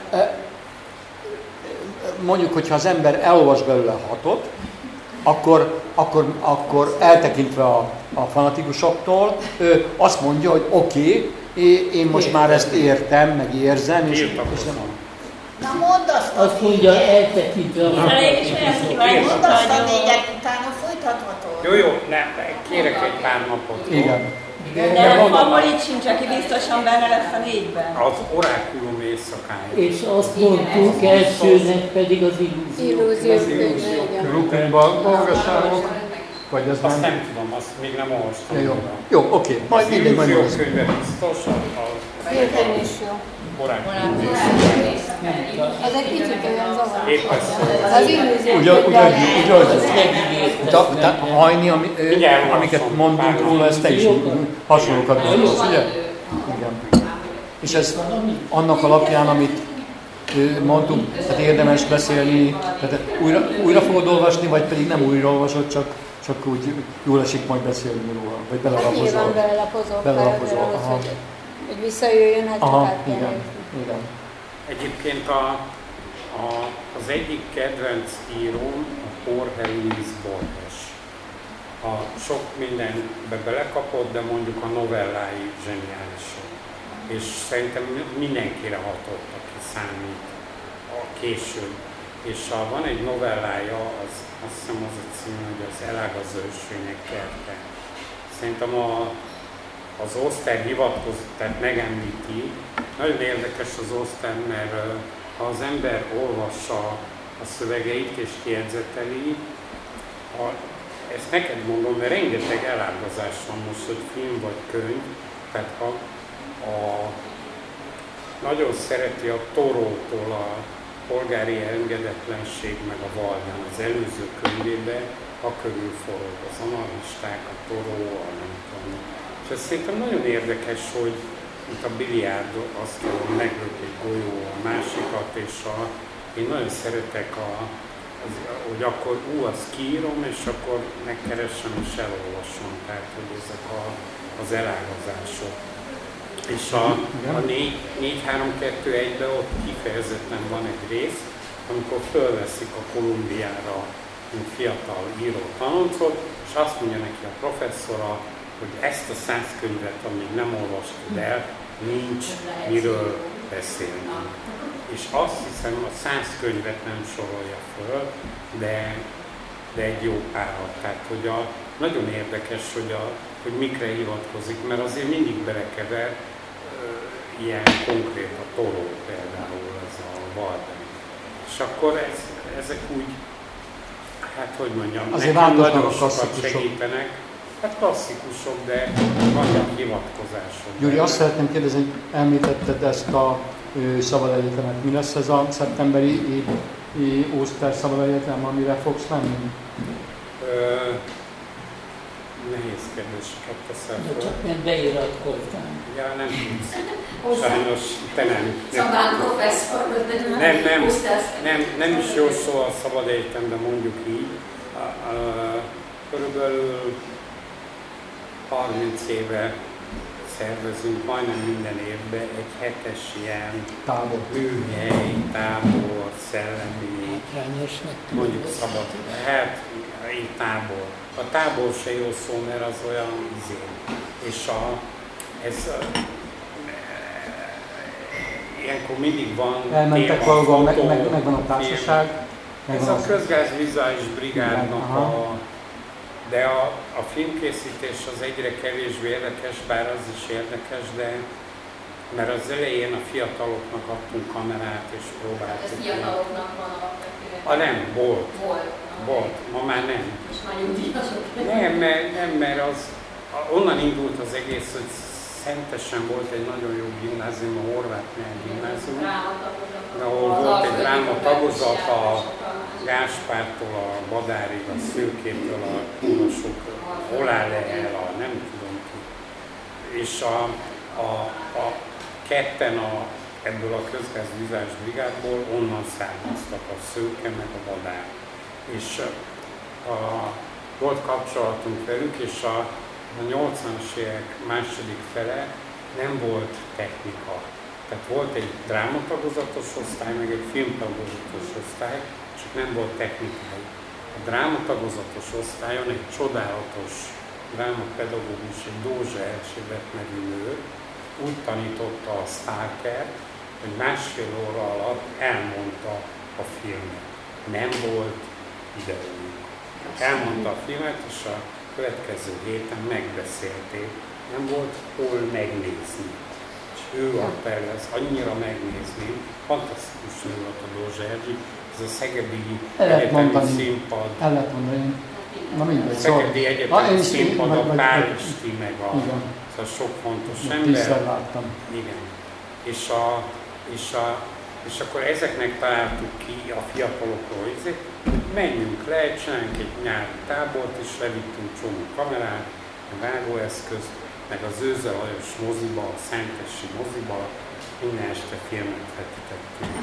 Mondjuk, hogyha az ember elolvas belőle hatot, akkor, akkor, akkor eltekintve a, a fanatikusoktól, ő azt mondja, hogy oké, okay, én most már ezt értem, meg érzem, és, és nem... Na mondd azt a Azt mondja, eltekintve a fanatikusoktól. Mondd azt a négyet, utána folytatható. Jó, jó, ne, kérek egy pár napot. Igen. De, de, de Favorit sincs, aki biztosan benne lesz a négyben. Az orákulum éjszakája. És azt mondtuk elsőnek pedig az illúzió. Illúzió. Rukonyban dolgosságok, vagy az azt nem? nem tudom, azt még nem olvastam. Jó, jó, oké, okay. Majd mindig majd olvastam. Az illúzió könyve biztos, Értem is jó. Orákulum Az egy kicsit olyan zavar. Épp ezt Az illúzió. Ugyanúgy, hajni, amiket mondunk róla, ezt te is hasonlókat gondolsz, ugye? Igen. És ez annak alapján, amit mondtuk, tehát érdemes beszélni, tehát újra, újra fogod olvasni, vagy pedig nem újra olvasod, csak, csak úgy jól esik majd beszélni róla, vagy belalapozol. Hát nyilván belelapozol, belelapozol ahhoz, hogy, hogy visszajöjjön, hát aha, csak át kell igen, nézni. igen. Egyébként a, a, az egyik kedvenc íróm a Jorge Luis Borges. A sok mindenbe belekapott, de mondjuk a novellái zseniálisak. És szerintem mindenkire hatott, aki számít a később. És a, van egy novellája, az, azt hiszem az a cím, hogy az Elágazó ösvények kerte. Szerintem a, az Oszter hivatkozott, tehát megemlíti. Nagyon érdekes az Oszter, mert ha az ember olvassa a szövegeit és kiedzeteli, a, ezt neked mondom, mert rengeteg elágazás van most, hogy film vagy könyv, tehát ha a, nagyon szereti a Torótól a polgári engedetlenség meg a Valgán az előző könyvében, a körül forog, az analisták, a toró, a nem tudom. És ez szerintem nagyon érdekes, hogy itt a biliárd asztalon meglök egy golyó a másikat, és a, én nagyon szeretek, a, az, hogy akkor ú, azt kiírom, és akkor megkeresem és elolvasom. Tehát, hogy ezek a, az elágazások. És a, a négy három kettő egyben ott kifejezetten van egy rész, amikor fölveszik a Kolumbiára, mint fiatal író tanoncot, és azt mondja neki a professzora, hogy ezt a száz könyvet, amíg nem olvastad el, nincs miről beszélni. És azt hiszem, a száz könyvet nem sorolja föl, de, de egy jó párat. Tehát, hogy a, nagyon érdekes, hogy, a, hogy mikre hivatkozik, mert azért mindig belekever uh, ilyen konkrét a toró például, ez a Walden. És akkor ez, ezek úgy, hát hogy mondjam, azért nekem nagyon a sokat segítenek. Hát klasszikusok, de vannak hivatkozások. Gyuri, azt szeretném kérdezni, hogy említetted ezt a ö, szabad egyetemet. Mi lesz ez a szeptemberi Ószter szabad egyetem, amire fogsz menni? Ö, nehéz kérdéseket teszel föl. Csak nem beiratkoztam. Ja, nem tudsz. Sajnos te nem. Szabán professzor, nem, nem, nem, nem, nem is jó szó a szabad egyetem, de mondjuk így. A, a, körülbelül harminc éve szervezünk majdnem minden évben egy hetes ilyen tábor, műhely, tábor, szellemi, mondjuk szabad, hát egy tábor. A tábor se jó szó, mert az olyan izé. És a, ez a, ilyenkor mindig van elmentek valahol, meg, meg, megvan a társaság. Ez a közgázvizuális brigádnak a, de a, a filmkészítés az egyre kevésbé érdekes, bár az is érdekes, de mert az elején a fiataloknak adtunk kamerát és próbáltuk. Ez fiataloknak van alapvetően? A nem, volt. Volt. Volt, ma már nem. És nagyon díjasok. Nem, mert, nem, mert az, onnan indult az egész, hogy Szentesen volt egy nagyon jó gimnázium, a Horváth Nyelv gimnázium, ahol volt egy dráma tagozat a Gáspártól, a Badárig, a Szőkétől, a Kúrosok, a Holálehel, a nem tudom ki. És a, a, a ketten a, ebből a közgázvizuális brigádból onnan származtak a Szőke meg a Badár. És a, volt kapcsolatunk velük, és a A nyolcvanas évek második fele nem volt technika. Tehát volt egy drámatagozatos osztály, meg egy filmtagozatos osztály, csak nem volt technikai. A drámatagozatos osztályon egy csodálatos drámapedagógus, egy Dózsa Erzsébet nevű nő úgy tanította a Starkert, hogy másfél óra alatt elmondta a filmet. Nem volt videójuk. Elmondta a filmet, és a következő héten megbeszélték, nem volt hol megnézni. És ő adta el ezt annyira megnézni, fantasztikus nő volt a Dózsa Erzsi, ez a szegedi egyetemi színpad. El lehet mondani. Na mindegy, a szegedi egyetemi ah, színpad, a Pálisti, meg a szóval sok fontos ember. Láttam. Igen. És, a, és, a, és akkor ezeknek találtuk ki a fiatalokról, hogy menjünk le, csináljunk egy nyári tábort, és levittünk csomó kamerát, a vágóeszközt, meg az Őze Lajos moziba, a Szentesi moziba, minden este filmet vetítettünk.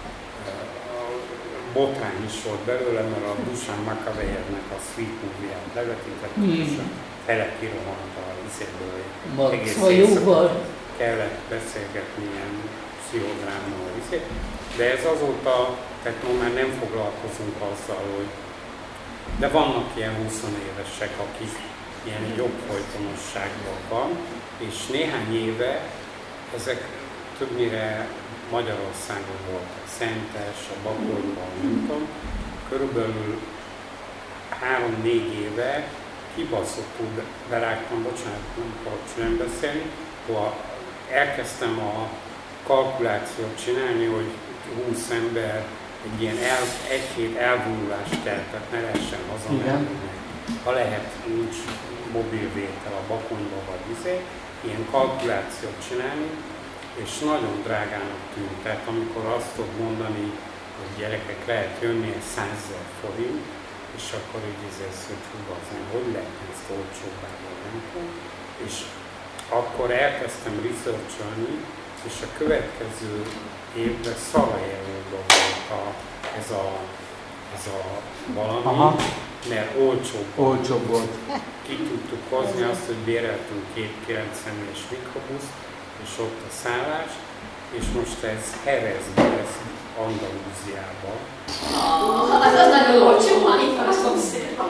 Botrány is volt belőle, mert a Dusan Makavejevnek a Sweet Movie-ját levetítettük, mm. és a fele kirohant a izéből. Egész éjszaka kellett beszélgetni ilyen pszichodrámmal, de ez azóta, tehát már nem foglalkozunk azzal, hogy de vannak ilyen húsz évesek, akik ilyen jobb folytonosságban van, és néhány éve ezek többnyire Magyarországon voltak, Szentes, a Bakonyban, nem tudom, körülbelül három-négy éve kibaszottul berágtam, bocsánat, nem akarok nem beszélni, ahol elkezdtem a kalkulációt csinálni, hogy húsz ember egy ilyen el, egy-két elvonulást kell, tehát ne lehessen hazamenni. Ha lehet, nincs mobilvétel a Bakonyba vagy izé, ilyen kalkulációt csinálni, és nagyon drágának tűnt. Tehát amikor azt tudod mondani, hogy gyerekek lehet jönni egy százezer forint, és akkor így izélsz, hogy hú, az nem, hogy lehet ezt olcsóbbá, nem tudom. És akkor elkezdtem researcholni, és a következő évben Szarajevóban volt a, ez, a, ez a valami, aha, mert olcsóbb, olcsóbb volt. Ki tudtuk hozni azt, hogy béreltünk két kilencvenes mikrobuszt, és ott a szállás, és most ez Jerezben lesz, Andalúziában. Az az nagyon olcsó, már itt van a szomszédban.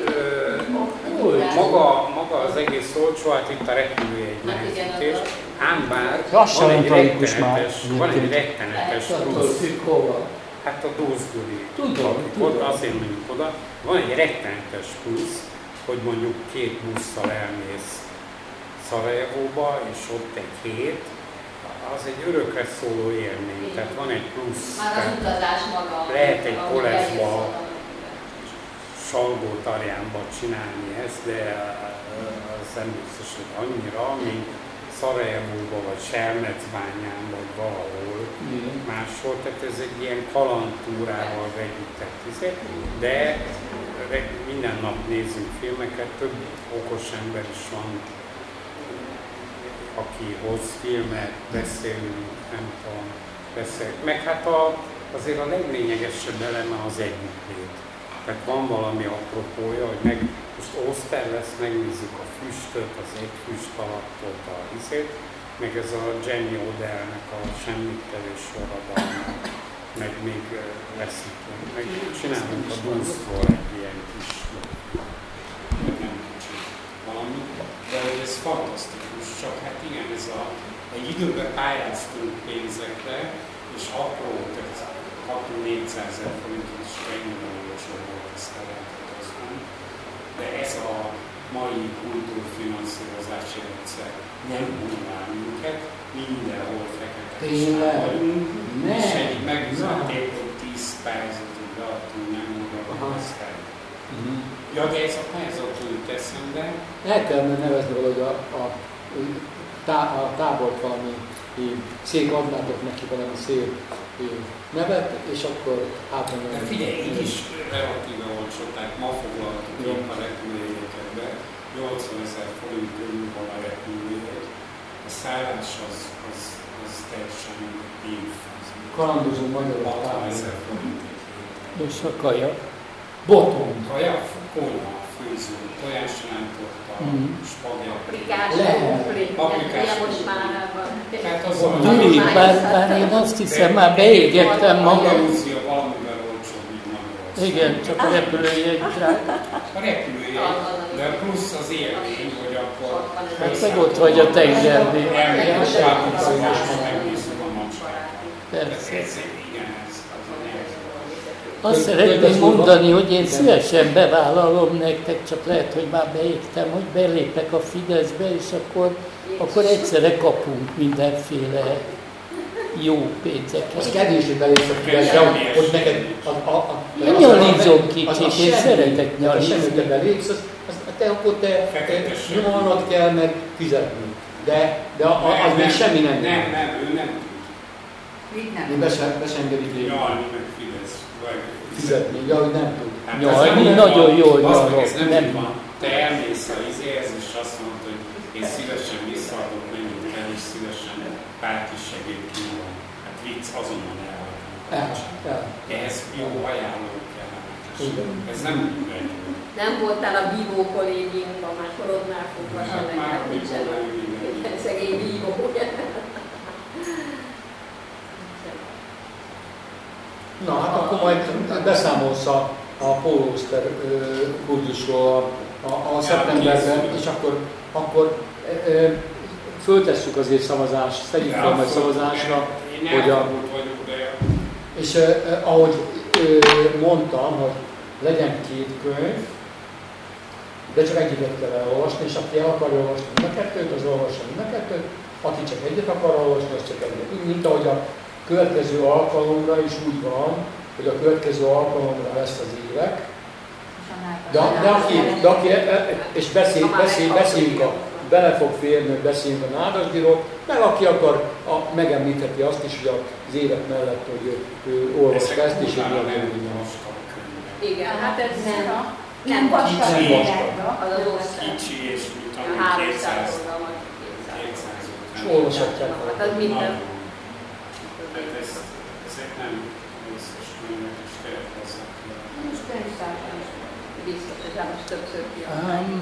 Maga, maga az egész olcsó, hát itt a repülőjegy nehezítés, ám bár van egy rettenetes, van egy rettenetes plusz. Hát a Dózguri. Tudom, Ott azért mondjuk oda, van egy rettenetes plusz, hogy mondjuk két busszal elmész Szarajevóba, és ott egy hét, az egy örökre szóló élmény, tehát van egy plusz. Már az utazás maga. Lehet egy koleszba, Salgótarjánba csinálni ezt, de az nem biztos, hogy annyira, mint Szarajevóba, vagy Selmecbányán, vagy valahol mm. máshol. Tehát ez egy ilyen kalandtúrával vegyített izé, de minden nap nézünk filmeket, több okos ember is van, aki hoz filmet, beszélünk, nem tudom, beszélünk. Meg hát a, azért a leglényegesebb eleme az együttlét. Tehát van valami apropója, hogy meg most Oszter lesz, megnézzük a füstöt, az egy füst alatt a izét, meg ez a Jenny Odellnek a semmittevés forradalma, meg még lesz, meg csinálunk a Dúszból egy ilyen kis, nem kicsit valami, de ez fantasztikus, csak hát igen, ez a, egy időben pályáztunk pénzekre, és apró, tehát kaptunk négyszázezer forintot, és ennyire olcsó volt, ezt el lehetett hozni. De ez a mai kultúrfinanszírozási rendszer nem hunvál minket, mindenhol fekete vagyunk, és egyik megüzenték, hogy tíz pályázatot beadtunk, nem oda aztán. Ja, de ez a pályázat jut eszembe. El kellene nevezni valahogy a, a, tá, a tábort valami szép, adnátok neki valami szép nevet, és akkor átmenni. De figyelj, így is relatíve olcsó, tehát ma foglaltuk épp a repülőjegyeket be, nyolcvanezer forint körül van a repülőjegy. A szállás az, az, az teljesen év. Kalandozó magyarok hatvanezer forint. És a kaja? Boton. Kaja, konyha, főző, tojásrántotta, mm. spagetti. Paprikás, ilyen most már van. Tehát az Gyuri, bár, bár én azt hiszem, már beégettem magam. Andalúzia valamivel olcsóbb, mint Magyarország. Igen, csak a repülőjegy drága. A repülőjegy, de plusz az élmény, hogy akkor... Hát meg ott vagy a tengernél. Elmegyünk a sárkózóra, és megnézzük a macskát. Persze. Az Azt szeretném mondani, hogy én szívesen bevállalom nektek, csak lehet, hogy már beégtem, hogy belépek a Fideszbe, és akkor, akkor egyszerre kapunk mindenféle jó pénzeket. Az kevés, hogy belépsz a Fideszbe, hogy neked a... a, a nyalizom kicsit, én szeretek nyalizni. Semmi, hogy belépsz, az, az, te akkor te, te nyomolnod kell, meg fizetni. De, de a, a, az még semmi nem. Nem, nem, ő nem. Mit nem? Én be sem engedik lépni. Nyalni, meg Fidesz. Fizetni, ja, hogy nem tud. Hát nyalni nagyon jól nyalok. Ez nem, nem van. Te elmész a izéhez, és azt mondod, hogy én szívesen visszaadok, mennyit kell, és szívesen párti segít kíván. Hát vicc, azonnal elhagyom. Ehhez jó ajánlók kellene. Ez nem úgy megy. Nem voltál a bívó kollégiumban, már korodnál fogva, hát már nincsen szegény bívó. Na, hát akkor majd beszámolsz a, a Paul Auster kurzusról a, a, a szeptemberben, és akkor, akkor e, e, föltesszük azért szavazást, tegyük fel majd szavazásra, hogy a, és e, ahogy e, mondtam, hogy legyen két könyv, de csak egyiket kell elolvasni, és aki el akarja olvasni mind a kettőt, az olvassa mind a kettőt, aki csak egyet akar olvasni, az csak egyet. Mint ahogy a következő alkalomra is úgy van, hogy a következő alkalomra lesz az évek. De, de aki, de aki és beszél, beszél, beszéljünk a, bele fog férni, hogy beszéljünk a Nádasdyról, meg aki akar, a, megemlítheti azt is, hogy az évek mellett, hogy ő, ő olvasta ezt, és ő milyen Igen, hát ez Nem. a, Nem vastag Kicsi. üvegbe. az az osztály. Kicsi és mit A tudom, háromszáz kétszáz oldal vagy kétszáz. kétszázötven. És olvashatják Hát az minden. Hát ez- ezek nem biztos könyvek, és tényleg hozzák ki. Most könyvtárban is biztos, hogy János többször kiadták. Um,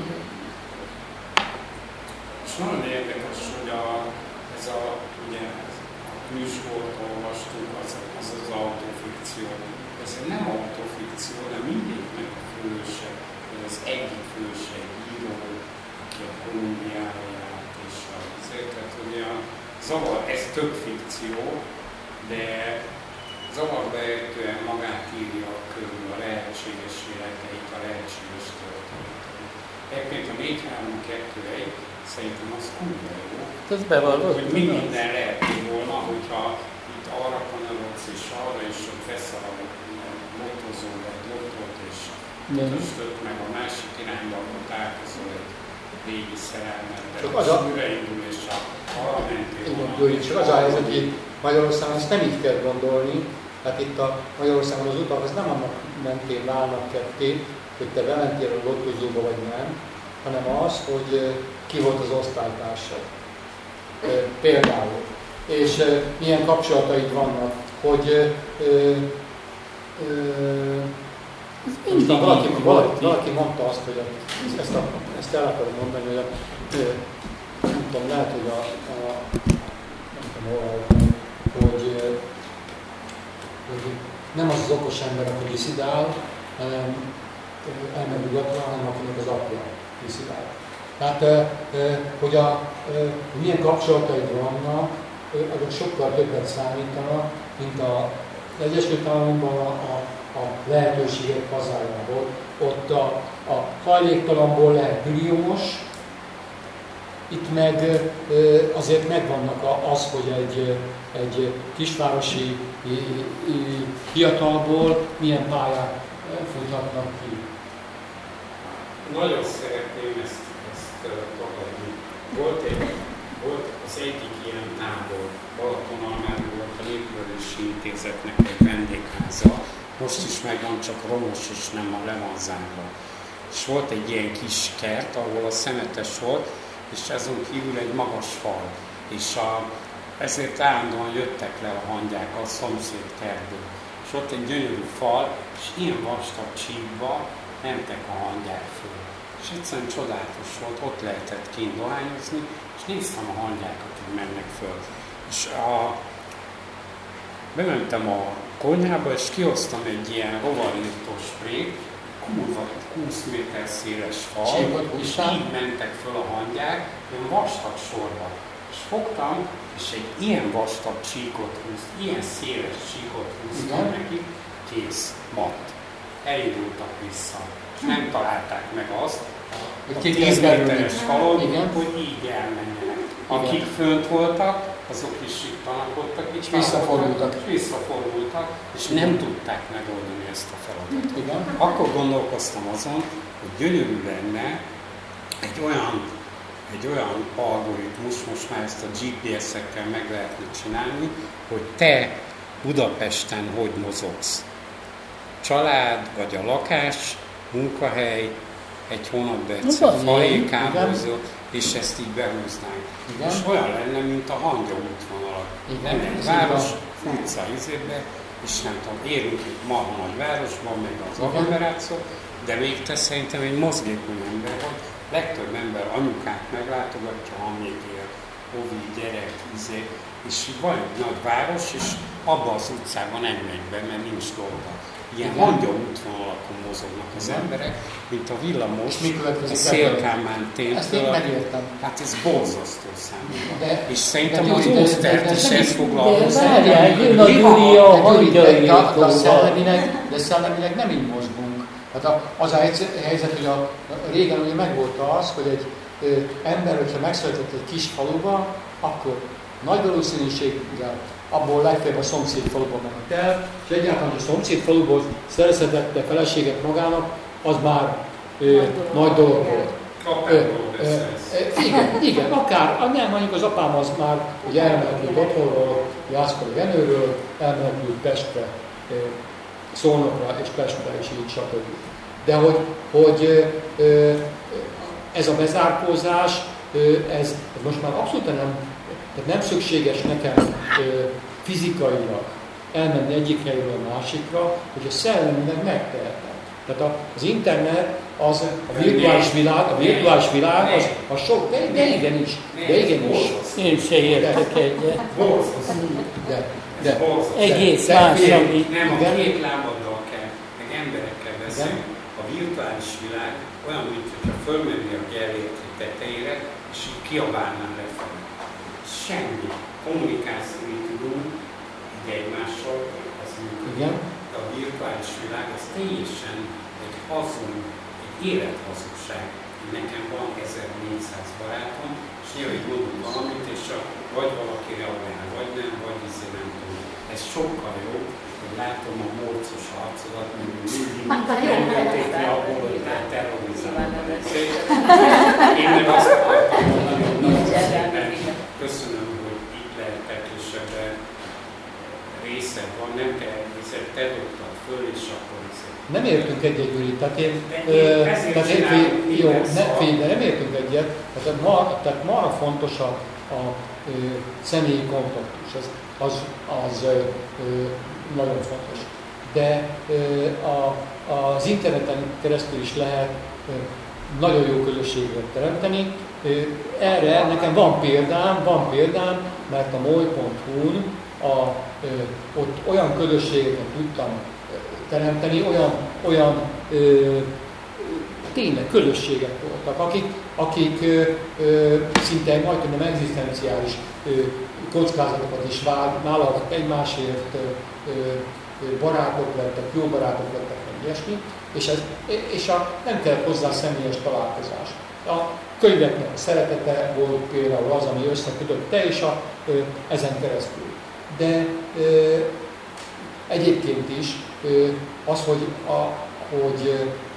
És nagyon érdekes, hogy a, ez a, ugye, a külsbort olvastuk, az az, az autofikció. Ez nem autofikció, de mindig meg a főse, vagy az egyik főse, egy író, aki a Kolumbiára járt, és azért, tehát ugye a zavar, ez több fikció, de zavarba ejtően magát írja körül a lehetséges életeit, a lehetséges történeteit. Egyébként a négy három kettő egy szerintem az kurva jó, Ez bevallott. hogy mi minden lehetné volna, hogyha itt arra kanyarodsz és arra, és hogy veszel a lotozó, vagy lotot, és ötöstöt, meg a másik irányba, akkor találkozol egy régi szerelmeddel, Csak és az a- újraindul, és a arra mentél Igen, volna. Gyuri, csak az a helyzet, hogy itt Magyarországon ezt nem így kell gondolni, tehát itt a Magyarországon az utak az nem annak mentén válnak ketté, hogy te bementél a lottozóba vagy nem, hanem az, hogy eh, ki volt az osztálytársad. Eh, Például. És eh, milyen kapcsolataid vannak, hogy eh, eh, eh, most valaki, valaki, valaki mondta azt, hogy a, ezt, a, ezt el akarom mondani, hogy a, eh, nem tudom, lehet, hogy a, a nem tudom, hol, hogy, eh, hogy nem az az okos ember, aki diszidál, hanem eh, elmegy nyugatra, hanem akinek az apja diszidál. Tehát, eh, eh, hogy a, eh, milyen kapcsolataid vannak, eh, azok sokkal többet számítanak, mint a az Egyesült Államokban a, a, a lehetőségek hazájából. Ott a, a hajléktalanból lehet milliómos, itt meg eh, azért megvannak a, az, hogy egy, egy kisvárosi fiatalból milyen pályák futhatnak ki. Nagyon szeretném ezt, ezt tagadni. Volt, egy, volt az egyik ilyen tábor, Balatonalmán volt a Népművelési Intézetnek egy vendégháza, most is megvan, csak romos és nem a le van zárva. És volt egy ilyen kis kert, ahol a szemetes volt, és azon kívül egy magas fal. És a, ezért állandóan jöttek le a hangyák a szomszéd kertből. És ott egy gyönyörű fal, és ilyen vastag csíkba mentek a hangyák föl. És egyszerűen csodálatos volt, ott lehetett kint dohányozni, és néztem a hangyákat, hogy mennek föl. És a, bementem a konyhába, és kihoztam egy ilyen rovarírtó sprét, kurva húsz méter széles fal, és így mentek föl a hangyák, ilyen vastag sorba. És fogtam, és egy ilyen vastag csíkot húzt, ilyen széles csíkot húztam neki, kész, matt. Elindultak vissza. És nem találták meg azt, a tíz méteres falon, hogy így elmenjenek. Akik fönt voltak, azok is itt tanakodtak, és visszafordultak. És visszafordultak, és nem tudták megoldani ezt a feladatot. Igen. Akkor gondolkoztam azon, hogy gyönyörű lenne egy olyan, egy olyan algoritmus, most már ezt a gé pé es-ekkel meg lehetne csinálni, hogy te Budapesten hogy mozogsz. Család, vagy a lakás, munkahely, egy hónapban egyszer falékábozol, és ezt így behúznánk. Igen. És olyan lenne, mint a hangya útvonalak. Nem egy város, futsz a izébe, és nem tudom, érünk egy marha nagy városban, meg az agglomeráció, de még te szerintem egy mozgékony ember vagy. Legtöbb ember anyukát meglátogatja, ha még él, ovi, gyerek, izé, és van egy nagy város, és abban az utcában nem megy be, mert nincs dolga. Ilyen hangya útvonalakon mozognak az emberek, mint a villamos, a Szél-Kálmán téntől. Hát ez borzasztó számomra. És szerintem az Ósztert is ezt foglalkozik. Várjál, jön a Gyuri a hangyairól. De szellemileg nem így mozgunk. Hát az a helyzet, hogy a, régen ugye megvolt az, hogy egy ö, ember, hogyha megszületett egy kis faluba, akkor nagy valószínűséggel abból legfeljebb a szomszéd faluban ment el, és egyáltalán a szomszéd faluból szerezhetett feleséget magának, az már ö, nagy dolog volt. Ö, ö, ö, igen, igen, akár, nem mondjuk az apám az már, hogy elmenekült otthonról, Jászkori Jenőről, elmenekült Pestre, ö, Szolnokra és Pestre is így stb. De hogy, hogy ez a bezárkózás, ez, ez most már abszolút nem, tehát nem szükséges nekem fizikailag elmenni egyik helyről a másikra, hogy a szellemileg megtehetem. Tehát az internet, az a virtuális világ, a virtuális világ, az, az sok, de, de igenis, de igenis. Én se értek egyet. De, de, egész de, más, de, ami... Nem, a két lábaddal kell, meg emberekkel beszélni. A virtuális világ olyan, mintha fölmenni a Gellért tetejére, és így kiabálnál lefelé. Semmi. Kommunikálni tudunk így egymással, az működik. De a virtuális világ az teljesen egy hazug, egy élethazugság. Nekem van ezernégyszáz barátom, és nyilván így mondunk valamit, és a, vagy valaki reagál, vagy nem, vagy izé nem tudom. Ez sokkal jobb, hogy látom a morcos arcodat, mint mindig rendelték le abból, hogy te terrorizálod. Én meg azt akartam mondani, hogy nagyon szépen köszönöm, hogy itt lehetek, és ebben részed van, nem kell, hiszen te dobtad föl, és akkor nem értünk egyet, Gyuri, tehát én, ö, tehát én fél, jó, ne, fél, de nem értünk egyet, tehát, ma, tehát marra fontos a, a ö, személyi kontaktus, az, az, az ö, nagyon fontos. De ö, a, az interneten keresztül is lehet ö, nagyon jó közösséget teremteni. Ö, erre nekem van példám, van példám, mert a moly pont hu-n a, ö, ott olyan közösségeket tudtam teremteni, olyan, olyan ö, tényleg közösségek voltak, akik, akik ö, ö, szinte majdnem nem egzisztenciális ö, kockázatokat is vállaltak egymásért, ö, ö, barátok lettek, jó barátok lettek, meg ilyesmi, és, ez, és a, nem kellett hozzá személyes találkozás. A könyveknek a szeretete volt például az, ami összekötött te és a, ö, ezen keresztül. De ö, egyébként is az, hogy, a, hogy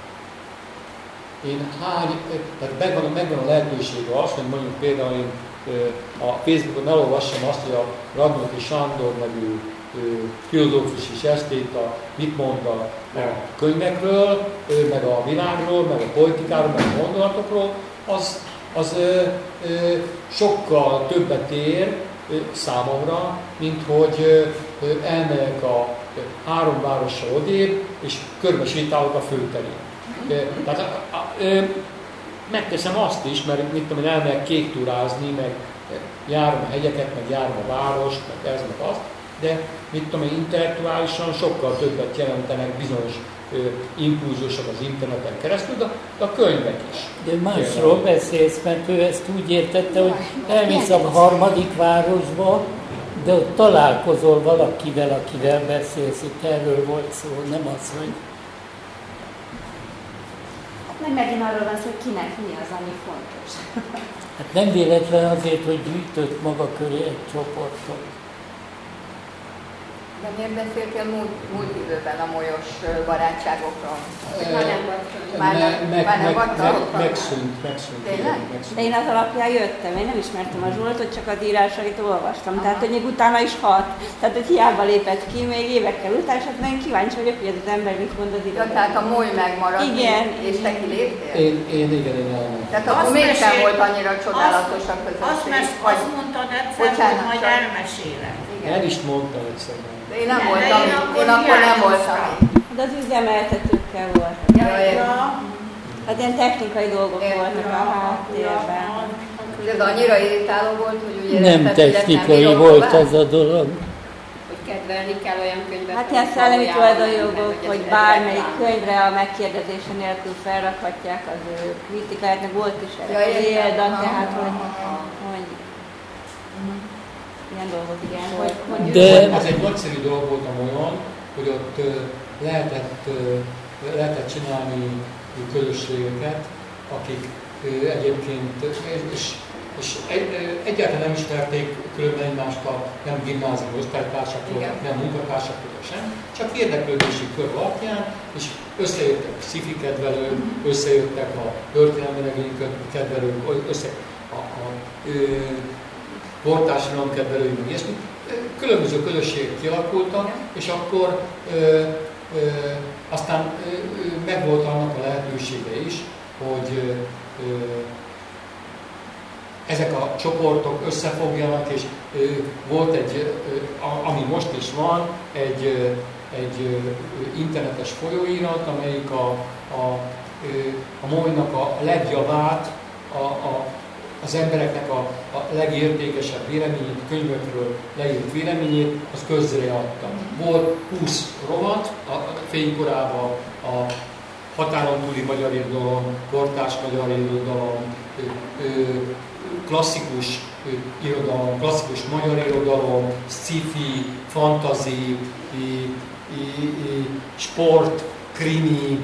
én hány, tehát megvan, megvan a lehetősége az, hogy mondjuk például én a Facebookon elolvassam azt, hogy a Radnóti Sándor nevű filozófus és esztéta mit mond a, a könyvekről, meg a világról, meg a politikáról, meg a gondolatokról, az, az ö, ö, sokkal többet ér számomra, mint hogy elmegyek a három várossal odébb, és körbesétálok a főterén. Tehát a, a, a, megteszem azt is, mert mit tudom én, elmegyek kéktúrázni, meg járom a hegyeket, meg járom a várost, meg ez, meg azt, de mit tudom én, intellektuálisan sokkal többet jelentenek bizonyos ö, impulzusok az interneten keresztül, de, de a könyvek is. De másról beszélsz, mert ő ezt úgy értette, hogy elmész a harmadik városba, de ott találkozol valakivel, akivel beszélsz, itt erről volt szó, nem az, hogy... Meg megint arról van szó, hogy kinek mi az, ami fontos. Hát nem véletlen azért, hogy gyűjtött maga köré egy csoportot. De miért beszéltél múlt, múlt időben a molyos barátságokról? Már nem vagy megszűnt, megszűnt. Tényleg? De én az alapján jöttem, én nem ismertem a Zsoltot, csak az írásait olvastam. Aha. Tehát, hogy még utána is hat. Tehát, hogy hiába lépett ki, még évekkel után, és hát én kíváncsi vagyok, hogy ez az ember mit mond az irodában. Ja, tehát a moly megmaradt, igen, és te kiléptél? Én, én igen, én elmentem. Tehát akkor mégsem volt annyira csodálatos a közösség. Azt, mes, azt mondtad egyszer, hogy majd elmesélek. El is mondtam egyszer. De én nem voltam, én akkor, én akkor nem voltam. De az üzemeltetőkkel volt. Ja, ja. Hát ilyen technikai dolgok Én voltak a háttérben. De ez annyira irritáló volt, hogy úgy érezted, nem technikai nem volt az a dolog. Hogy kedvelni kell olyan könyvet. Hát ilyen szellemi tulajdonjogok, hogy bármelyik könyvre a megkérdezése nélkül felrakhatják az ő kritikáját, meg volt is erre ja, példa, tehát hogy, hogy ilyen dolgok, igen. Hogy, hogy De... Ez egy nagyszerű dolog volt a molyon, hogy ott lehetett, lehetett csinálni közösségeket, akik egyébként, és, és egy, egyáltalán nem ismerték különben egymást a nem gimnázium osztálytársaktól, nem munkatársaktól sem, csak érdeklődési kör alapján, és összejöttek a sci-fi kedvelők, összejöttek a történelmi regény kedvelők, össze a, a, a portársadalom kedvelői, meg ilyesmi. Különböző közösségek kialakultak, és akkor Aztán megvolt annak a lehetősége is, hogy ezek a csoportok összefogjanak, és volt egy, ami most is van, egy, egy internetes folyóirat, amelyik a, a, a MOL-nak a legjavát, a, a, az embereknek a, a legértékesebb véleményét, könyvekről leírt véleményét, az közreadta. Volt húsz rovat a fénykorában, a határon túli magyar irodalom, kortárs magyar irodalom, klasszikus irodalom, klasszikus magyar irodalom, sci-fi, fantasy, sport, krimi,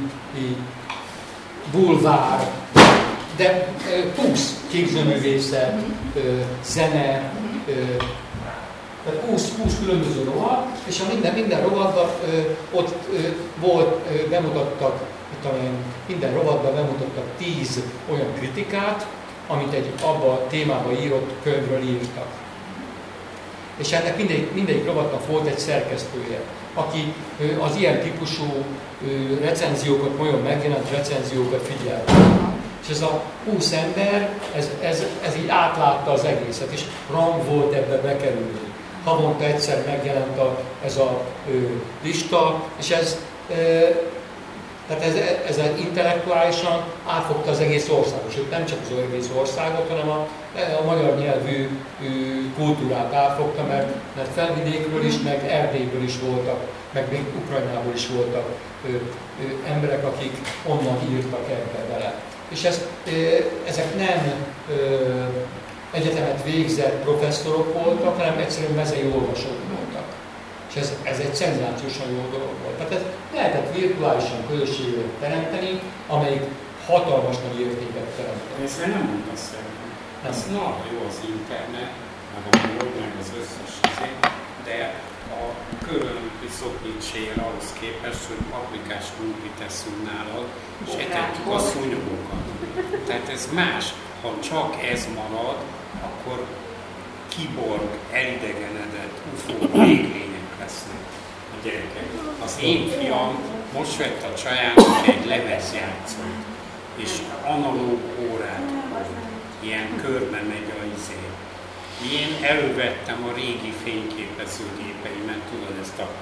bulvár, de húsz képzőművészet, zene, tehát húsz, húsz különböző rovat, és a minden, minden rovatban ott volt, bemutattak, talán minden rovatban bemutattak tíz olyan kritikát, amit egy abban a témában írott könyvről írtak. És ennek mindegyik, mindegyik rovatnak volt egy szerkesztője, aki az ilyen típusú recenziókat, nagyon megjelent recenziókat figyelte. És ez a húsz ember, ez, ez, ez így átlátta az egészet, és rang volt ebbe bekerülni. Havonta egyszer megjelent a, ez a ö, lista, és ez, ö, tehát ez, ez intellektuálisan átfogta az egész országot, sőt nem csak az egész országot, hanem a, a magyar nyelvű ö, kultúrát átfogta, mert, mert Felvidékről is, meg Erdélyből is voltak, meg még Ukrajnából is voltak ö, ö, emberek, akik onnan írtak ebbe bele. És ez, ezek nem ö, egyetemet végzett professzorok voltak, hanem egyszerűen mezei olvasók voltak. És ez, ez egy szenzációsan jó dolog volt. Tehát ez lehetett virtuálisan közösséget teremteni, amelyik hatalmas nagy értéket teremtett. Ezzel nem mondasz szerintem. Ez nagyon jó az internet, meg a blog, meg az összes azért, de a körön viszonyítsél ahhoz képest, hogy applikás krumplit teszünk nálad, és etetjük a szúnyogokat. Tehát ez más. Ha csak ez marad, akkor kiborg, elidegenedett, ufó légények lesznek a gyerekek. Az én fiam most vett a csajának egy lemezjátszót, és analóg órát, ilyen körbe megy a izé. Én elővettem a régi fényképezőgépeimet, tudod, ezt a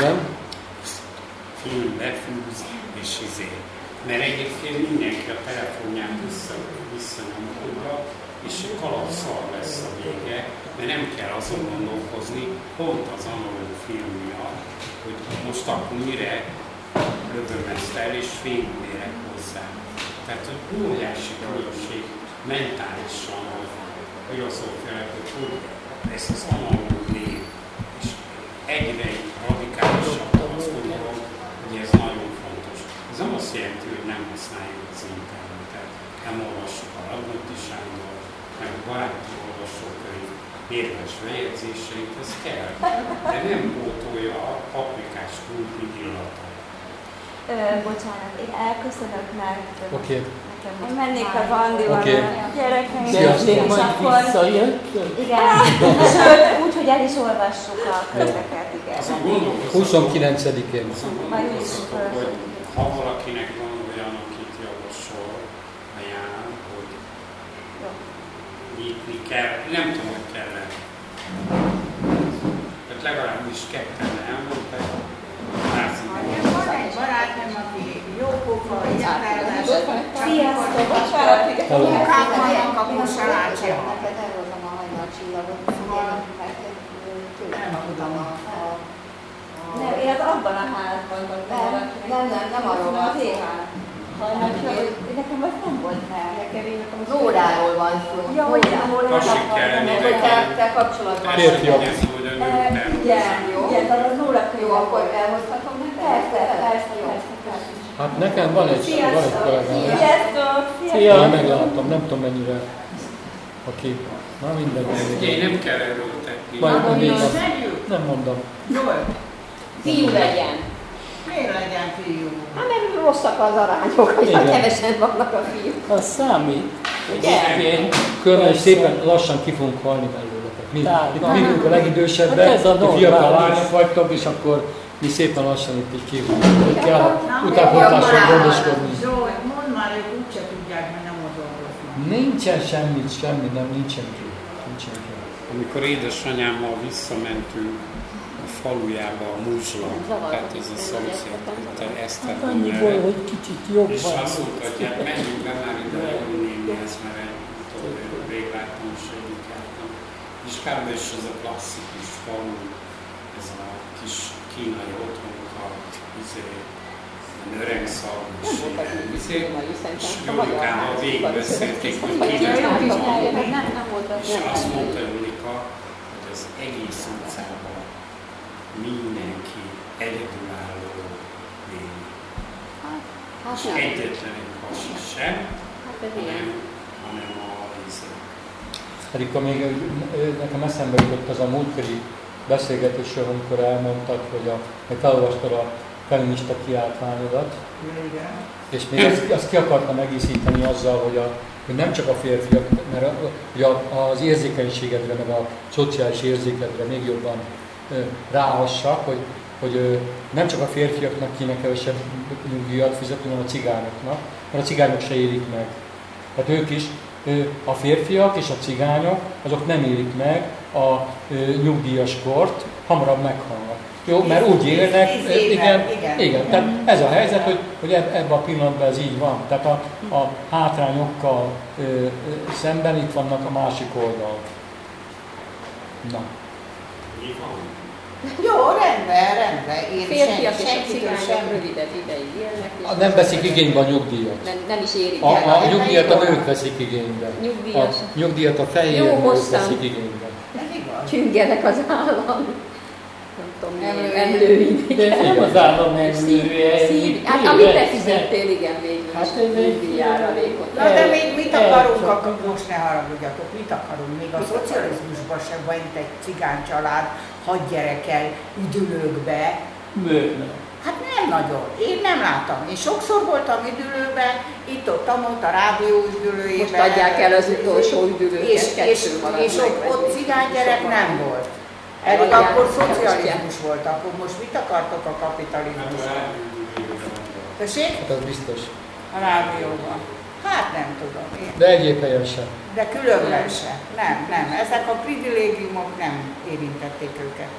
film befűz, és izé. Mert egyébként mindenki a telefonját vissza, visszanyomkodja, és kalapszal lesz a vége, mert nem kell azon gondolkozni, pont az analóg film miatt, hogy most akkor mire lövöm ezt el, és fénymérek hozzá. Tehát, hogy óriási különbség mentálisan, hogy filozófiailag, hogy ez az analóg lép, és egyre radikálisabban azt gondolom, hogy ez nagyon fontos. Ez nem azt jelenti, hogy nem használjuk az internetet, nem olvassuk a Radnóti Sándor, meg a baráti olvasókönyv érves bejegyzéseit, ez kell, de nem pótolja a applikás krumpli illata. Bocsánat, én elköszönök, mert Oké. nekem Mennék a Vandival, Oké. a gyerekeim. Szeretném majd akkor- visszajöttön. igen, sőt, úgy, hogy el is olvassuk a könyveket, igen. Azon gondolkozzatok, huszonkilencedikén. azon Majd gondolkozzatok, is hogy ha valakinek van olyan, akit javasol, ajánl, hogy nyitni kell, nem tudom, hogy kell-e. Tehát legalábbis ketten elmondták, Van egy barátnőm, aki jó pofa, értelmes, Sziasztok! munkák vannak, akkor se látja. Neked elhozom a hajnalcsillagot, mert tőlem tudom a... Nem, én az abban a házban voltam. Nem, nem, nem arról van szó. Nekem az nem volt meg. Nóráról van szó. Ja, hogy Nóráról Tassék kell lenni, Hogy te, te kapcsolatban Férfiak. ez, hogy a nőkkel. Igen, igen, de az Nóra jó, akkor elhozhatom neked? Persze, persze, persze, persze. Hát nekem van egy, van egy kollégám. Sziasztok! Szia! Már megláttam, nem tudom mennyire, aki, na minden Ugye én nem kell erőltetni. Majd még Szedjük? nem mondom. Jól. Fiú legyen. Miért legyen fiú? Hát mert rosszak az arányok, hogy Igen. kevesen vannak a fiúk. Az számít. Egyébként. Különben szépen lassan ki fogunk halni belőletek. Mi, Tehát, itt na. mi vagyunk a legidősebbek, Hát ez a ti fiatal normális. lányok vagytok, és akkor mi szépen lassan itt is kívül, hogy kell utánpótlásra gondoskodni. Zsolt, mondd már, ők úgyse tudják, mert nem ott dolgoznak. Nincsen semmit, semmi, nem, nincsen ki. Nincsen ki. Amikor édesanyámmal visszamentünk a falujába, a Muzsla, tehát ez a szomszéd, itt a Esztergom Annyiból, neve, hogy kicsit jobb és van. azt mondta, hogy hát menjünk be már ide a Jónémihez, mert én rég láttam is egyik jártam. És kb. És ez a klasszikus falu, ez a kis kínai otthonka, izé, öreg szag, és izé, és Jólikával végigbeszélték, hogy kinek van, és azt mondta Jólika, hogy az egész utcában mindenki egyedülálló él. És egyetlen egy hasi sem, hanem, hanem a izé. Pedig akkor még nekem eszembe jutott az a múltkori beszélgetésről, amikor elmondtad, hogy a, meg felolvastad a feminista kiáltványodat, és még azt, azt ki akartam egészíteni azzal, hogy, a, hogy nem csak a férfiak, mert a, hogy a, az érzékenységedre, meg a szociális érzékedre még jobban ráhassak, hogy, hogy nem csak a férfiaknak kéne kevesebb nyugdíjat fizetni, hanem a cigányoknak, mert a cigányok se élik meg. Tehát ők is, a férfiak és a cigányok, azok nem élik meg a nyugdíjas kort, hamarabb meghalnak. Jó, mert úgy élnek, igen, igen, igen. Tehát ez a helyzet, hogy, hogy ebben a pillanatban ez így van. Tehát a, a hátrányokkal ö, ö, szemben itt vannak a másik oldal. Na. Mi van? Jó, rendben, rendben. Én Férfiak sen, és a senkitől cigányok sem. rövidebb ideig élnek. és Nem veszik igénybe a nyugdíjat. Nem, nem is érik A, el. a nyugdíjat a nők veszik igénybe. Nyugdíjas. A nyugdíjat a fehér Jó, nők hosszan. veszik igénybe. Ez igaz. Csüngenek az állam. Nem tudom, Emlői. emlői. De nem az állam emlője. Szív, hát amit te fizettél, igen, végül Hát is ez egy- Na nyugdíjjáralékot. de még mit El- akarunk, el- akkor most ne haragudjatok, mit akarunk? Még a szocializmusban sem van itt egy cigány család, hat gyerekkel, üdülőkbe. Bőrne. Hát nem nagyon. Én nem láttam. Én sokszor voltam üdülőben, itt-ott, ott a rádió üdülőjében. Most adják el az utolsó üdülőket, és, kettő és, maradt és meg, ott, vagy ott még. cigány gyerek nem volt. Pedig Eladják, akkor elosztják. szocializmus volt, akkor most mit akartok a kapitalizmusról? Tessék? Hát az biztos. A rádióban. Hát nem tudom én. De egyéb helyen sem. De különben se. Nem, nem. Ezek a privilégiumok nem érintették őket.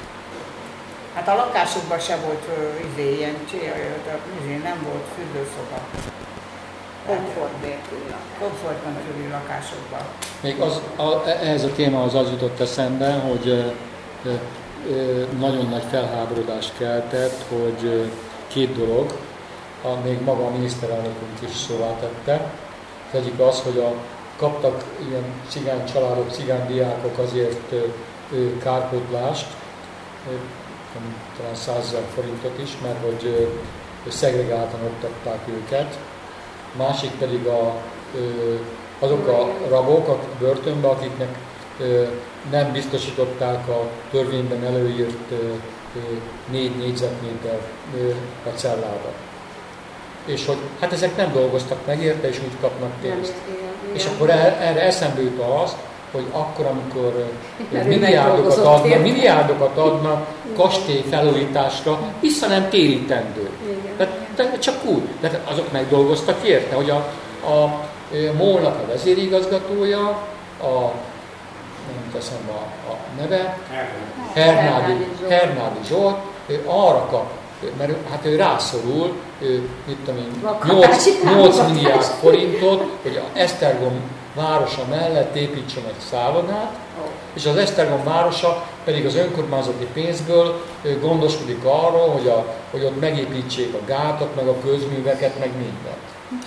Hát a lakásokban se volt uh, izé, ilyen izé, nem volt fürdőszoba. Komfort nélkül. Komfort nélküli lakásokban. Még az, a, ehhez a témához az jutott eszembe, hogy ö, ö, ö, nagyon nagy felháborodást keltett, hogy ö, két dolog, a, még maga a miniszterelnökünk is szóvá tette. Az egyik az, hogy a, kaptak ilyen cigány családok, cigány diákok azért ö, ö, kárpótlást, ö, talán százezer forintot is, mert hogy ö, szegregáltan oktatták őket. Másik pedig a, ö, azok a rabok a börtönben, akiknek ö, nem biztosították a törvényben előírt ö, ö, négy négyzetméter ö, a cellába. És hogy hát ezek nem dolgoztak meg érte, és úgy kapnak pénzt. És akkor erre eszembe jut az, hogy akkor, amikor milliárdokat adnak, milliárdokat adnak kastély felújításra, vissza nem térítendő. De, de csak úgy. De azok megdolgoztak érte, hogy a, a MOL-nak a vezérigazgatója, a nem teszem a, a neve, Hernádi, Hernádi Zsolt, ő arra kap, mert hát ő rászorul, ő, mit tudom én, nyolc milliárd forintot, hogy a Esztergom városa mellett építsen egy szállodát, és az Esztergom városa pedig az önkormányzati pénzből gondoskodik arról, hogy, a, hogy ott megépítsék a gátat, meg a közműveket, meg mindent.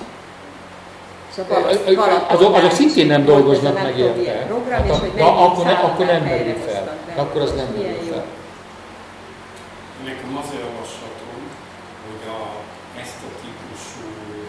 Szóval azok, azok szintén nem dolgoznak meg érte. Hát akkor, ne, akkor nem merül fel. Akkor az nem merül fel. Nekem az a javaslatom, hogy a, ezt a típusú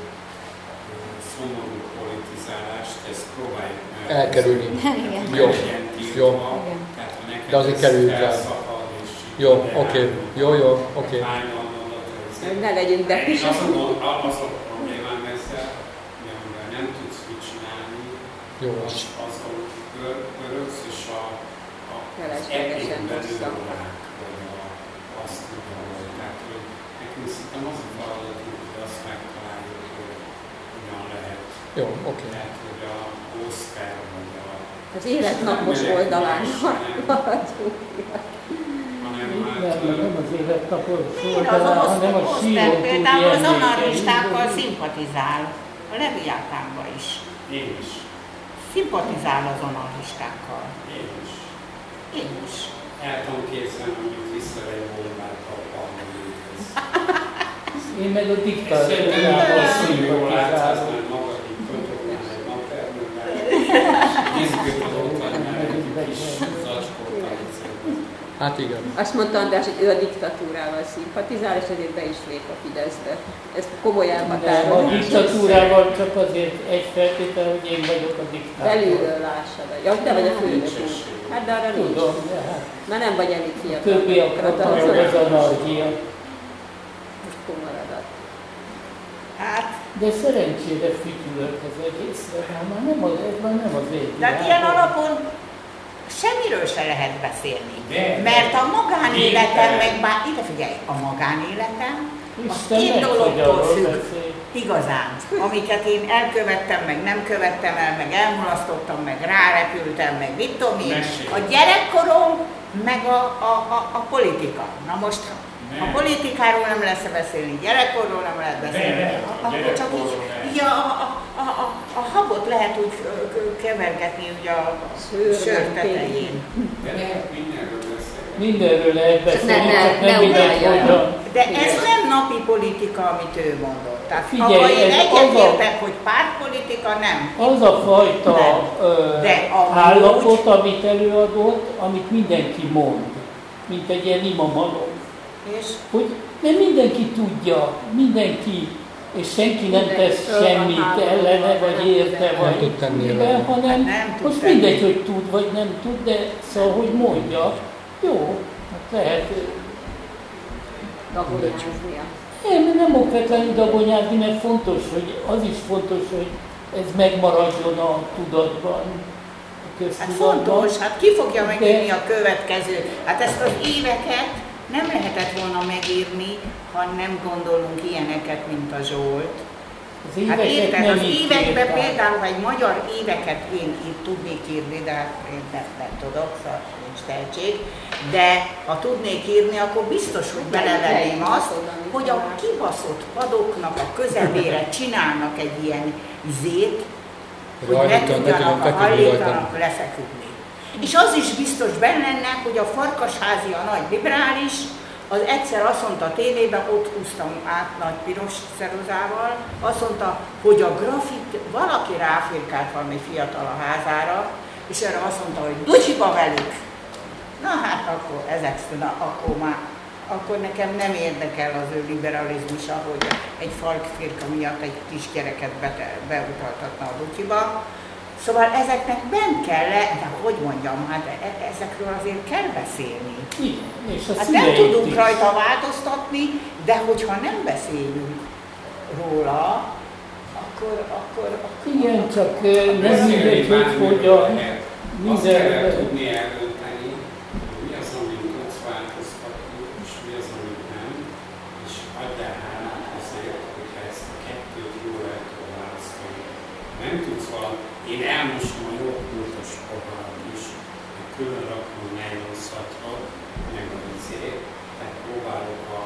szomorú politizálást, ezt próbáljuk meg elkerülni. Jó, jó. De azért kerüljük el. Jó, oké, okay. jó, jó, oké. Okay. Ne legyünk defisek. Az a problémám ezzel, amivel nem tudsz mit csinálni, jó. az, az a pöröksz, és a, a az egyébben órák, vagy a, azt tudja, hogy Jó, oké. Tehát, hogy a Oscar vagy a... Az életnapos oldalán maradjunk. Nem, nem az életnapos Én az oldalán, hanem a Oszter síron túli például az emlékeim. anarchistákkal szimpatizál. A Leviáthánban is. Én is. Szimpatizál az anarchistákkal. Én is. Én is. El tudom képzelni, hogy visszavegy bombát a parlamenthez. Én meg a diktatúrával Jól látsz, az szimpatizálok. már magad itt kötöknál egy naptermővel. Nézzük, hogy ott vagy már egy kis zacskót, amit szeretnél. Hát igen. Azt mondta András, hogy ő a diktatúrával szimpatizál, és ezért be is lép a Fideszbe. Ez komoly Nem, a elhatározás. diktatúrával csak azért egy feltétel, hogy én vagyok a diktátor. Belülről lássa be. Ja, te vagy a főnök. Hát de arra nincs. Tudom, de hát Már nem vagy elég fiatal. többi akartam, hogy az anarchia. Most komaradat. Hát, De szerencsére fütyülök az egészre, hát már nem az, ez már nem az ég. de hát ilyen alapon semmiről se lehet beszélni. De. Mert a magánéletem, Isten. meg bár, ide figyelj, a magánéletem, az Isten két meg, hogy dologtól arról függ. beszél. Igazán. Amiket én elkövettem, meg nem követtem el, meg elmulasztottam, meg rárepültem, meg mit tudom én. Mesélj. A gyerekkorom, meg a, a, a, a politika. Na most, Nem. a politikáról nem lesz beszélni, gyerekkorról nem lehet beszélni. De, de, a Akkor csak így, gyerekkorról lehet. így a, a, a, a, a habot lehet úgy ö, ö, kevergetni ugye a Szőr sör mentén. tetején. De lehet mindenről beszélni. Mindenről lehet beszélni, ne- csak ne nem mindegy, ugráljon. hogyan. De ez nem napi politika, amit ő mondott. Tehát Figyelj, abban én ez egyetértek, hogy pártpolitika nem. Az a fajta Nem. ö, De amúgy- állapot, amit előadott, amit mindenki mond, mint egy ilyen imamalom. És Hogy nem mindenki tudja, mindenki, és senki nem Mindenki tesz föl van semmit háborúban, ellene, nem vagy tud érte, ellene. vagy Nem tud tenni mivel, ellene. hanem Nem tud most tenni. mindegy, hogy tud, vagy nem tud, de szóval, hogy mondja, jó, hát lehet, Dagonyáznia. én nem okvetlenül dagonyázni, mert fontos, hogy az is fontos, hogy ez megmaradjon a tudatban, a hát köztudatban. fontos, hát ki fogja megírni De- a következő? Hát ezt az éveket nem lehetett volna megírni, ha nem gondolunk ilyeneket, mint a Zsolt. Az Hát éveket érted, nem az így években írták. például, ha egy magyar éveket én itt tudnék írni, de hát én nem, nem tudok, szóval nincs tehetség, de ha tudnék írni, akkor biztos, hogy belevenném azt, hogy a kibaszott padoknak a közepére csinálnak egy ilyen izét, hogy ne Hajlítan, ne tudjanak tudom a feküdni hajléktalanok rajta. lefeküdni. És az is biztos benne lenne, hogy a Farkasházi, a nagy liberális, az egyszer azt mondta a tévében, ott húztam át nagy piros ceruzával, azt mondta, hogy a grafit, valaki ráfirkált valami fiatal a házára, és erre azt mondta, hogy ducsiba velük. Na hát akkor ezek, na, akkor már, akkor nekem nem érdekel az ő liberalizmusa, hogy egy falkfirka miatt egy kisgyereket bete, beutaltatna a ducsiba. Szóval ezeknek bent kell le, de hogy mondjam, hát e- ezekről azért kell beszélni. Igen, és a Hát nem szüleit tudunk is. rajta változtatni, de hogyha nem beszélünk róla, akkor, akkor, akkor Igen, csak eh, nem mindegy, hogy hogyan, Azt kell minden... tudni eldönteni, hogy mi az, amit tudsz változtatni, és mi az, amit nem, és adjál hálát azért, hogyha ezt a kettőt jól el tudod választani. Nem tudsz valami, én elmosom a jogkultos poharat is, meg külön rakom a nejlonszatra, meg a vizét, tehát próbálok a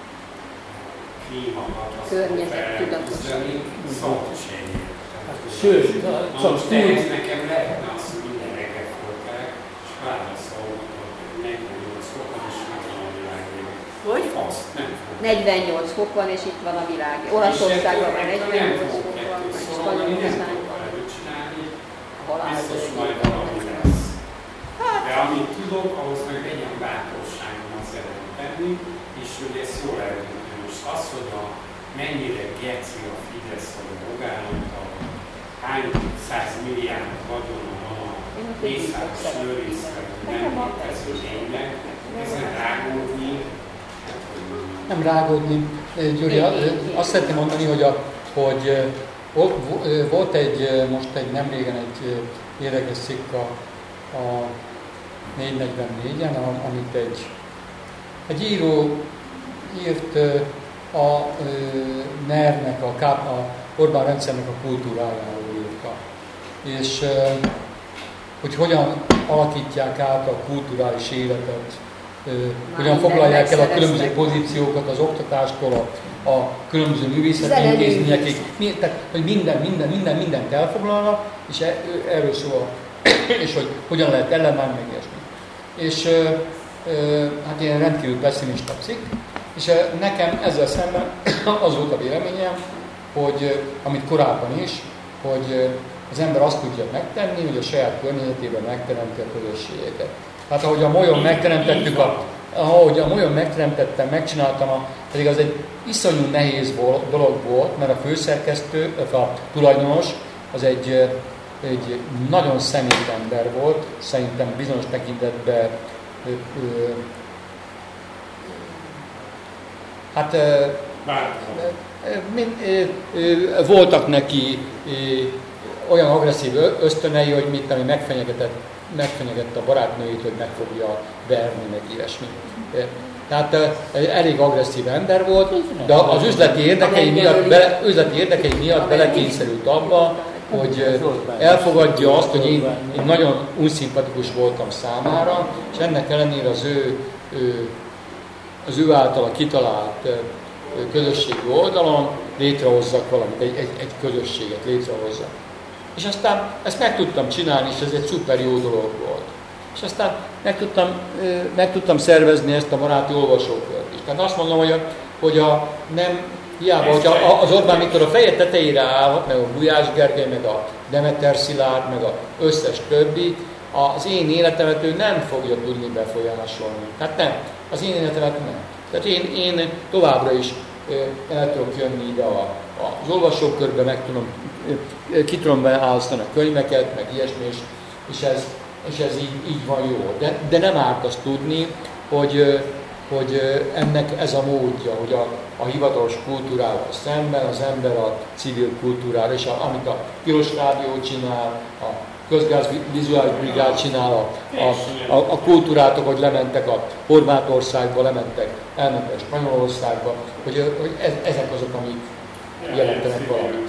klímakatasztrófára felküzdeni, szóval is ennyi. Sőt, Na csak most túl, ehhez nekem lehetne az, hogy minden reggel fölkelek, és válaszolok, hogy negyvennyolc fokon, és itt van a világélet. hogy? Azt nem fog. negyvennyolc fok van, és itt van a világ. Olaszországban van negyvennyolc fok van, meg Spanyolországban, előcsinálni, a halál. biztos majd valami lesz. De amit tudok, ahhoz meg legyen bátorságom azt szeretném tenni, és hogy ezt jól eldönteni. Most az, hogy a mennyire geci a Fidesz vagy a jogállamtal, hány száz milliárd vagyona van a mészáros lőrészre, nem létező lénynek, ezen rágódni, hát hogy mondjam. Nem rágódni. Gyuri, azt szeretném mondani, hogy, a, hogy volt, volt egy, most egy nem régen egy érdekes cikk a, a négyszáznegyvennégyen, amit egy, egy író írt a NER-nek, a, a Orbán rendszernek a kultúrájáról írta. És hogy hogyan alakítják át a kulturális életet, hogyan foglalják el a különböző pozíciókat az oktatástól, a, a különböző művészeti intézményekig, tehát hogy minden, minden, minden, mindent elfoglalnak, és erről szól, és hogy hogyan lehet ellenállni, meg ilyesmi. És hát ilyen rendkívül pessimista cikk, és nekem ezzel szemben az volt a véleményem, hogy amit korábban is, hogy az ember azt tudja megtenni, hogy a saját környezetében megteremti a közösségeket. Hát ahogy a molyon megteremtettük, a, ahogy a molyon megteremtettem, megcsináltam, a, pedig az egy iszonyú nehéz dolog volt, mert a főszerkesztő, a tulajdonos, az egy, egy nagyon szemét ember volt, szerintem bizonyos tekintetben ö, ö, hát ö, ö, ö, voltak neki ö, olyan agresszív ösztönei, hogy mit ami megfenyegetett, megfenyegette a barátnőjét, hogy meg fogja verni, meg ilyesmi. Tehát elég agresszív ember volt, de az üzleti érdekei miatt, bele, üzleti érdekei miatt belekényszerült abba, hogy elfogadja azt, hogy én, én nagyon unszimpatikus voltam számára, és ennek ellenére az ő, ő, az ő általa kitalált közösségi oldalon létrehozzak valamit, egy, egy, egy közösséget létrehozzak. És aztán ezt meg tudtam csinálni, és ez egy szuper jó dolog volt. És aztán meg tudtam, meg tudtam szervezni ezt a baráti olvasókört is. Tehát azt mondom, hogy a, hogy a nem hiába, hogy a, az Orbán Viktor a feje tetejére állhat, meg a Gulyás Gergely, meg a Demeter Szilárd, meg az összes többi, az én életemet ő nem fogja tudni befolyásolni. Tehát nem, az én életemet nem. Tehát én, én továbbra is el tudok jönni ide a, az olvasókörbe, meg tudom, ki tudom beállítani a könyveket, meg ilyesmi, és, és ez, és ez így, így van jó. De, de nem árt azt tudni, hogy, hogy ennek ez a módja, hogy a, a hivatalos kultúrával szemben az ember a civil kultúrára, és a, amit a Piros Rádió csinál, a Közgáz Vizuális Brigád csinál, a, a, a, a kultúrátok, hogy lementek a Horvátországba, lementek, elmentek Spanyolországba, hogy, hogy ez, ezek azok, amik jelentenek valamit.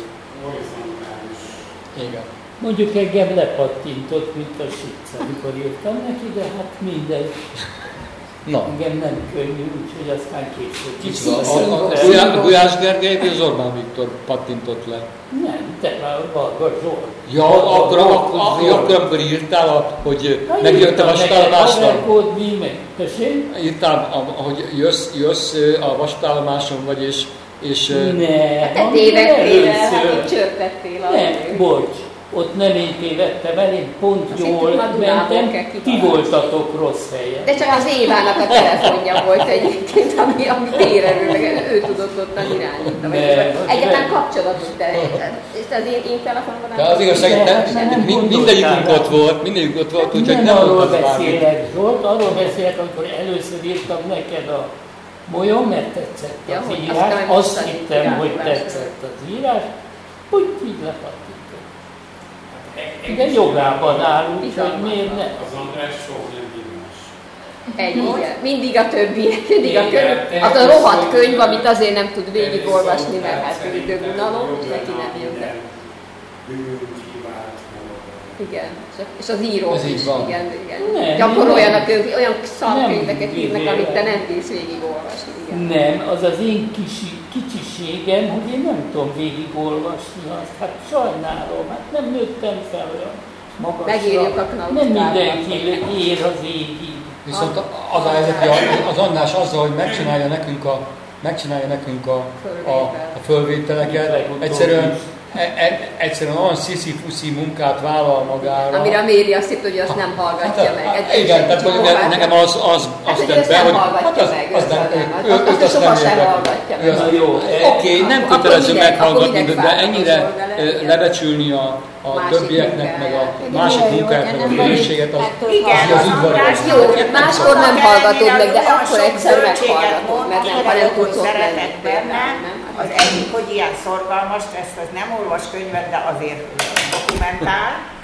Igen. Mondjuk engem lepattintott, mint a Sic, amikor írtam neki, de hát mindegy. Na. Engem nem könnyű, úgyhogy aztán később. Kicsit a, a, a Gulyás Gergely vagy az Orbán Viktor pattintott le? Nem, te a Varga Zsolt. Ja, akkor, akkor, akkor, akkor írtál, hogy na, megjöttem a vasútállomáson. Írtál, hogy jössz, jössz a vasútállomáson vagy, és... és ne, te tévedtél, hát csörtettél. Ne, bocs. Ott nem én tévedtem el, én pont azt jól mentem, ti voltatok rossz helyen. De csak az Évának a telefonja volt egyébként, ami, ami térerő, meg ő tudott ottan irányítani. Egyáltalán kapcsolatot teremtett. És az én, én telefonomban nem... De az igazság, mindegyikünk ott volt, mindegyikünk ott volt, úgyhogy nem arról beszélek, Zsolt, arról beszélek, amikor először írtam neked a molyon, mert tetszett az ja, írás, azt hittem, hogy tetszett az írás, úgy így lepattam. De jogában állunk, hogy miért ne? Az András sok nem hívás. Egy, igen. Mindig a többi. Mindig a könyv. Az a rohadt könyv, amit azért nem tud végigolvasni, mert hát időbunalom, neki nem jön be. Igen. És az író is, igen, igen. Gyakoroljanak ők, olyan szarkönyveket írnak, amit te nem bírsz végigolvasni. Igen. Nem, az az én kisi, kicsiségem, hogy én nem tudom végigolvasni azt. Hát sajnálom, hát nem nőttem fel olyan magasra. Megírjuk a knautkát. Nem mindenki ér az égig. Viszont az a helyzet, hogy az András azzal, hogy megcsinálja nekünk a, megcsinálja nekünk a, a, a fölvételeket, egyszerűen E, e, egyszerűen olyan sziszi-fuszi munkát vállal magára. Amire a Méri azt hitt, hogy azt nem hallgatja hát, meg. Hát, igen, tehát hogy ne, nekem az, az, hát, azt tett be, hogy hát az, meg, az nem, ő, azt, azt, azt sohasem hallgatja meg. Oké, okay, nem kötelező meghallgatni, de ennyire lebecsülni a, a többieknek, meg a másik munkáknak a minőséget, az az udvarias. Jó, máskor nem hallgatod meg, de akkor egyszer meghallgatod, mert nem, ha nem tudsz ott lenni. Az egyik, hogy ilyen szorgalmas, ezt az nem olvas könyvet, de azért dokumentál,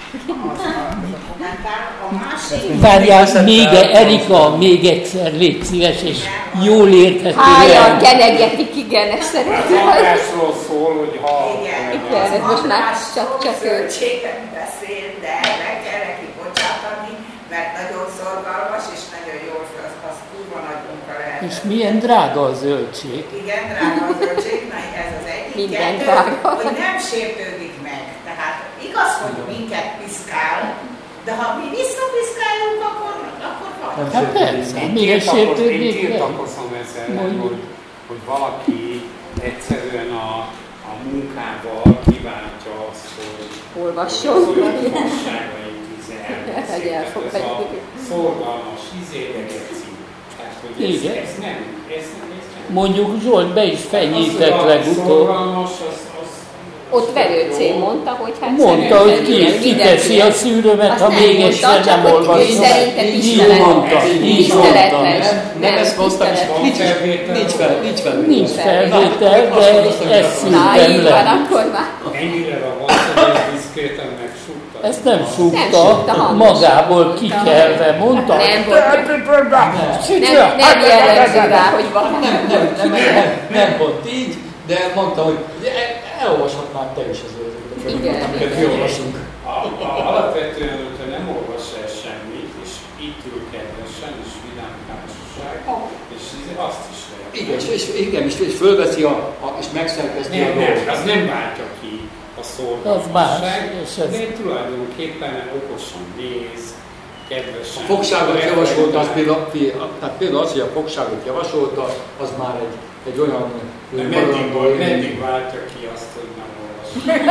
Várjál, még Erika, még egyszer légy szíves, és jól érthetően. Hája, genegetik, igen, ezt szeretném. Hallásról szól, hogy ha... Igen, ez most már csak, csak ő. Zöldséget beszél, de meg kell neki bocsátani, mert nagyon szorgalmas, és nagyon jól az, az kurva nagy munka lehet. És milyen drága a zöldség. Igen, drága a zöldség, na ez az egyik. Minden kettő, drága. hogy nem sértődik meg. Tehát igaz, hogy minket piszkál, de ha mi visszapiszkáljuk, akkor, akkor van. Hát persze, mire sértődik Én meg? tiltakozom ezzel, hogy, hogy valaki egyszerűen a, a munkával kiváltja azt, hogy olvasson. Az olyan fasságait elveszik. Ez a szorgalmas izédegeci. Tehát, hogy ez, igen. ez nem, ez nem, ez nem. Mondjuk Zsolt be is fenyített legutóbb. Szorgalmas, az, az Ott Verőcé mondta, hogy hát mondta, hogy ki, kiteszi a szűrőmet, ha még egyszer nem olvasom. Szerintem így mondta, így mondta. Nem ezt mondtam, és nincs felvétel. Nincs felvétel. Nincs felvétel, de ezt szűrtem le. akkor már. Ennyire ravasz, hogy diszkréten megsúgta. Ezt nem súgta, magából kikelve mondta. Nem volt. Nem, nem jellemző rá, hogy van. Nem, nem, nem, nem, nem volt így, de mondta, hogy elolvashatnál te is az őzőket, amiket mi olvasunk. Alapvetően, hogyha nem olvas el semmit, és itt ül kedvesen, és vidám társaság, és azt is lehet. Igen, és, és, igen, és, és fölveszi a, a és megszerkeszti a dolgot. Nem, az nem váltja ki a szorgalmasság, de tulajdonképpen okosan néz, kedvesen. A fogságot javasolta, az például, tehát például az, hogy a fogságot javasolta, az már egy, egy olyan... Meddig, meddig váltja ki azt, hogy nem olvas.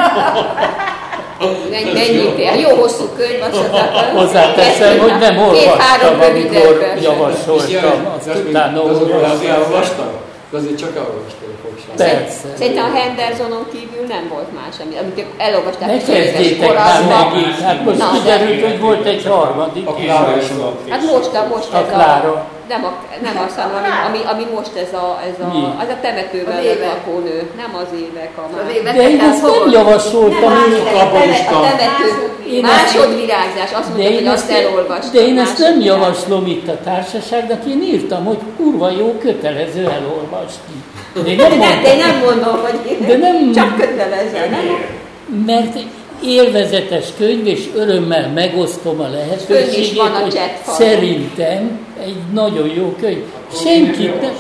Mennyit? Jó hosszú könyv, azt hozzáteszem, hogy nem olvastam, amikor javasoltam, azt utána olvastam. De azért csak elolvastam a fogságot. Persze. Szerintem a Hendersonon kívül nem volt más, amit elolvasták. Ne kezdjétek már megint, hát most kiderült, hogy volt egy harmadik. A Klára is volt. Hát most a, most a ez Klára. a... Nem, a, nem azt hanem, ami, ami most ez a, ez a, az a temetőben lakó nő, nem az évek a már. De én ezt nem javasoltam. A temető, másodvirágzás, azt mondta, hogy azt elolvastam. De én ezt nem javaslom itt a társaságnak, én írtam, hogy kurva jó, kötelező elolvasni. De én nem, de nem, de én nem mondom, hogy de nem, csak kötelező, nem? Mert élvezetes könyv, és örömmel megosztom a lehetőségét, hogy szerintem egy nagyon jó könyv. Senkit nem...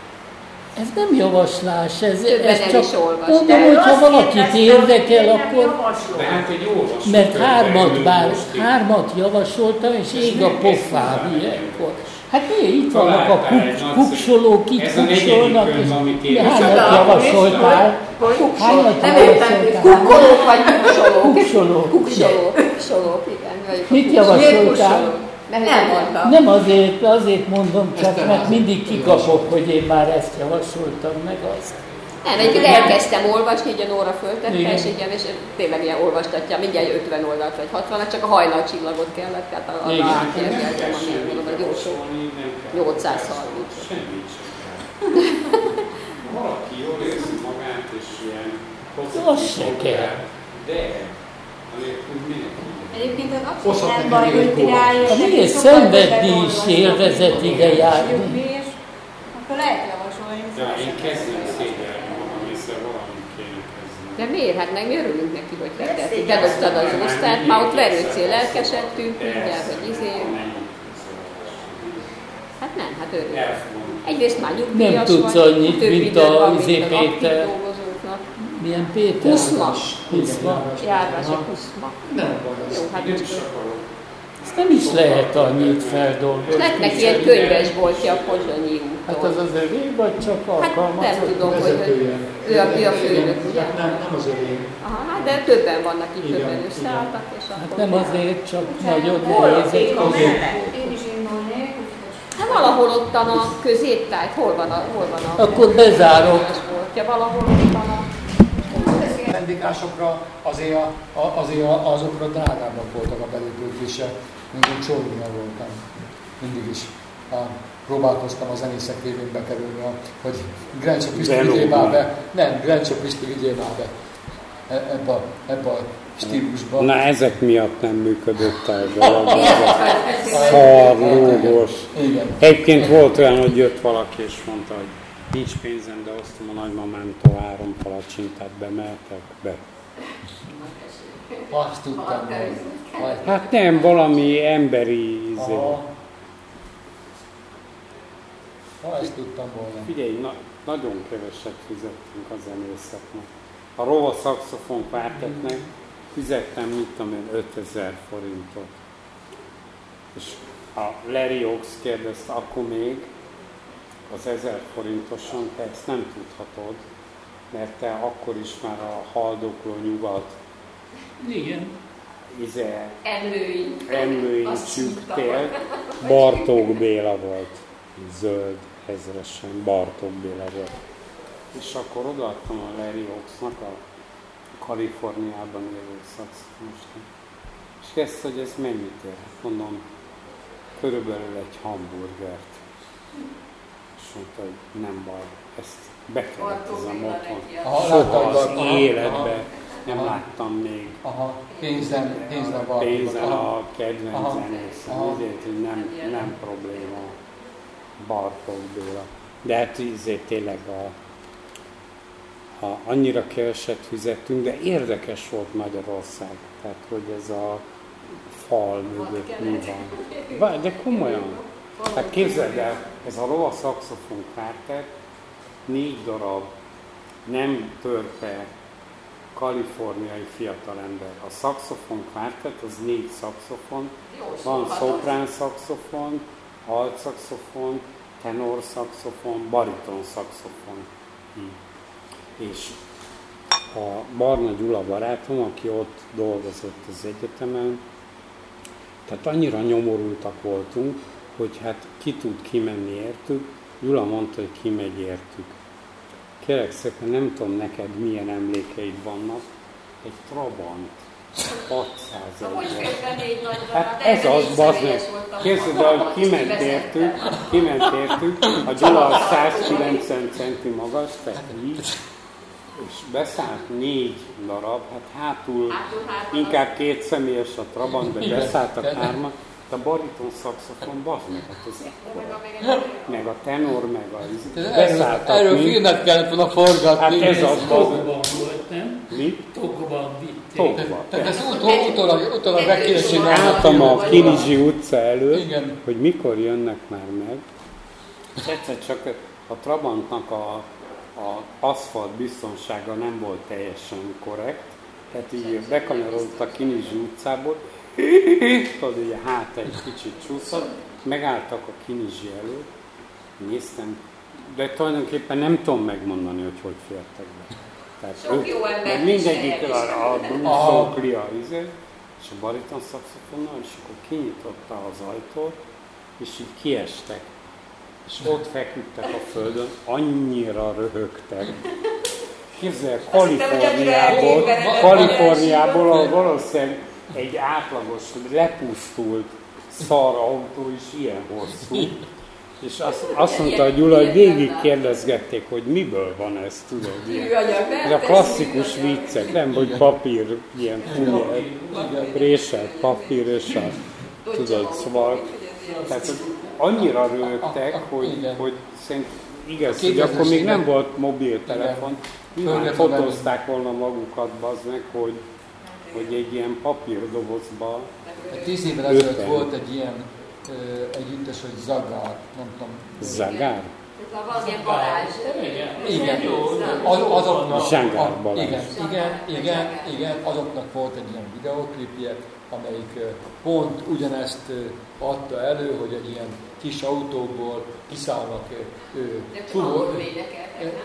Ez nem javaslás, ez, ez csak... Mondom, hogyha valakit érdekel, akkor... Mert hármat, bár, hármat javasoltam, és ég a pofám ilyenkor. Hát mi, itt vannak a kuk, kuksolók, itt kuksolnak, és hármat javasoltál. Hármat javasoltál. Kukkolók vagy kuksolók? Kuksolók. Kuksolók, kuksolók, igen. Mit javasoltál? Nem, nem mondtam. Nem azért, azért mondom csak, mert mindig kikapok, hogy én már ezt javasoltam, meg azt. Nem, egyébként elkezdtem olvasni, így a Nóra föltette, és igen, és tényleg ilyen olvastatja, mindjárt ötven oldalt vagy hatvanat, csak a hajnalcsillagot kellett, tehát arra átérgeltem, ami mondom, hogy jó sok, nyolcszázharminc. Semmit sem kell. Valaki jól érzi magát, és ilyen pozitív kell. De azért úgy mindenki. Egyébként az abszolút nem baj, hogy királyos. Miért szenvedni is élvezet ide járni? Akkor lehet javasolni. Ja, én kezdem szégyelni magam, hiszen valamit kéne kezdeni. De miért? Hát meg mi örülünk neki, hogy kezdett. Bedobtad az osztályt, már ott Verőcé lelkesedtünk, mindjárt, hogy izé. Hát nem, hát örülünk. Egyrészt már nyugdíjas nem tudsz annyit, mint a izé Péter. Milyen Péter? Huszma. Huszma. Járvás a Huszma. Nem jó, hát most ezt nem is lehet annyit feldolgozni. Lehetnek ilyen könyves boltja a Pozsonyi úton. Hát az az övé, vagy csak alkalmazott? Hát nem tudom, hogy ő a, ő a főnök, ugye? Hát nem, nem az övé. Aha, hát de többen vannak itt, igen, többen összeálltak, és hát akkor... nem azért, csak nagyon nehéz egy között. Én is indulnék. Hát valahol ottan a középtájt, hol van a... Hol van a akkor bezárok. Ja, valahol ottan a... Vendégásokra azért, a, a, azért a, azokra drágábbak voltak a belépőzések, mint én Csórumon voltam. Mindig is. A, próbálkoztam a zenészek révén bekerülni, a, hogy Grencse Pisti vigyél már be. Nem, Grencse Pisti vigyél már be. E, ebbe, ebbe a stílusban. Na, ezek miatt nem működött el dolog, ezek szar, lógos. Egyébként volt olyan, hogy jött valaki és mondta, hogy nincs pénzem, de osztom a nagymamámtól három palacsintát, bemeltek be. Azt tudtam volna. Hát nem, valami emberi izé. Ha, ezt tudtam volna. Figyelj, na, nagyon keveset fizettünk a zenészeknek. A Rova szaxofon kvártetnek fizettem, mit tudom én, ötezer forintot. És a Larry Oaks kérdezte, akkor még az ezer forintoson te ezt nem tudhatod, mert te akkor is már a haldokló nyugat igen. Ize, Emlői. Emlői csükktél, Bartók Béla volt, zöld ezresen, Bartók Béla volt. És akkor odaadtam a Larry Oaksnak, a Kaliforniában élő szaxofonostnak. És kezdte, hogy ez mennyit ér? Mondom, körülbelül egy hamburgert. És mondta, hogy nem baj, ezt bekeretezem otthon. Soha az életben nem aha. láttam még. Aha, pénzen, pénzen a, pénzen a kedvenc zenészem, ezért, hogy nem, nem probléma Bartók Béla. De hát ezért tényleg a, a, annyira keveset fizettünk, de érdekes volt Magyarország. Tehát, hogy ez a fal mögött mi van. De komolyan. Hát képzeld el, ez a Rova szaxofon kvártett, négy darab nem törpe kaliforniai fiatalember. A szaxofon kvártett, az négy szaxofon, van szoprán szaxofon, alt szaxofon, tenor szaxofon, bariton szaxofon. És a Barna Gyula barátom, aki ott dolgozott az egyetemen, tehát annyira nyomorultak voltunk, hogy hát ki tud kimenni értük. Gyula mondta, hogy kimegy értük. Kérlek szépen, nem tudom neked milyen emlékeid vannak, egy Trabant, hatszázezer. Hát ez az, bazd meg. Képzeld el, hogy kiment értük, kiment értük, a Gyula százkilencven centi magas, tehát így, és beszállt négy darab, hát hátul, inkább két személyes a Trabant, de beszálltak hárman. A bariton szaxofon, bazd meg, hát ez ekkora. Meg a tenor, meg a beszálltak. Erről filmet kellett volna forgatni. Hát ez az, Tokban volt, nem? Mi? Tokban vitték. Tokban. Tehát ez utólag, utólag meg kéne csinálni. Álltam a Kinizsi utca előtt, igen, hogy mikor jönnek már meg. És egyszer csak a Trabantnak a, a aszfalt biztonsága nem volt teljesen korrekt. Tehát így bekanyarodott a Kinizsi utcából, tudod, ugye hát egy kicsit csúszott, megálltak a Kinizsi előtt, néztem, de tulajdonképpen nem tudom megmondani, hogy hogy fértek be. Tehát sok jó ember mindegyik a, a bluesokli a izé, és a bariton szaxofonnal, és akkor kinyitotta az ajtót, és így kiestek. És ott feküdtek a földön, annyira röhögtek. Képzelj, Kaliforniából, Kaliforniából valószínűleg egy átlagos, lepusztult szar autó is ilyen hosszú. És azt, azt mondta a Gyula, hogy végig kérdezgették, hogy miből van ez, tudod, ilyen. Ez a klasszikus viccek, nem, hogy papír, ilyen punyel, préselt papír, és a, tudod, szóval, tehát annyira rögtek, hogy, hogy szerintem igaz, hogy akkor még nem volt mobiltelefon, nyilván fotózták volna magukat, bazd meg, hogy hogy egy ilyen papírdobozba. Tíz évvel ezelőtt volt egy ilyen ö, együttes, hogy Zagár, nem tudom. Zagár? Ez a valamilyen Balázs. Igen, az, azoknak, Zsangár Balázs. Igen, igen, igen, igen, azoknak volt egy ilyen videóklipje, amelyik pont ugyanezt adta elő, hogy egy ilyen kis autóból kiszállnak. De csomagból énekeltek, nem?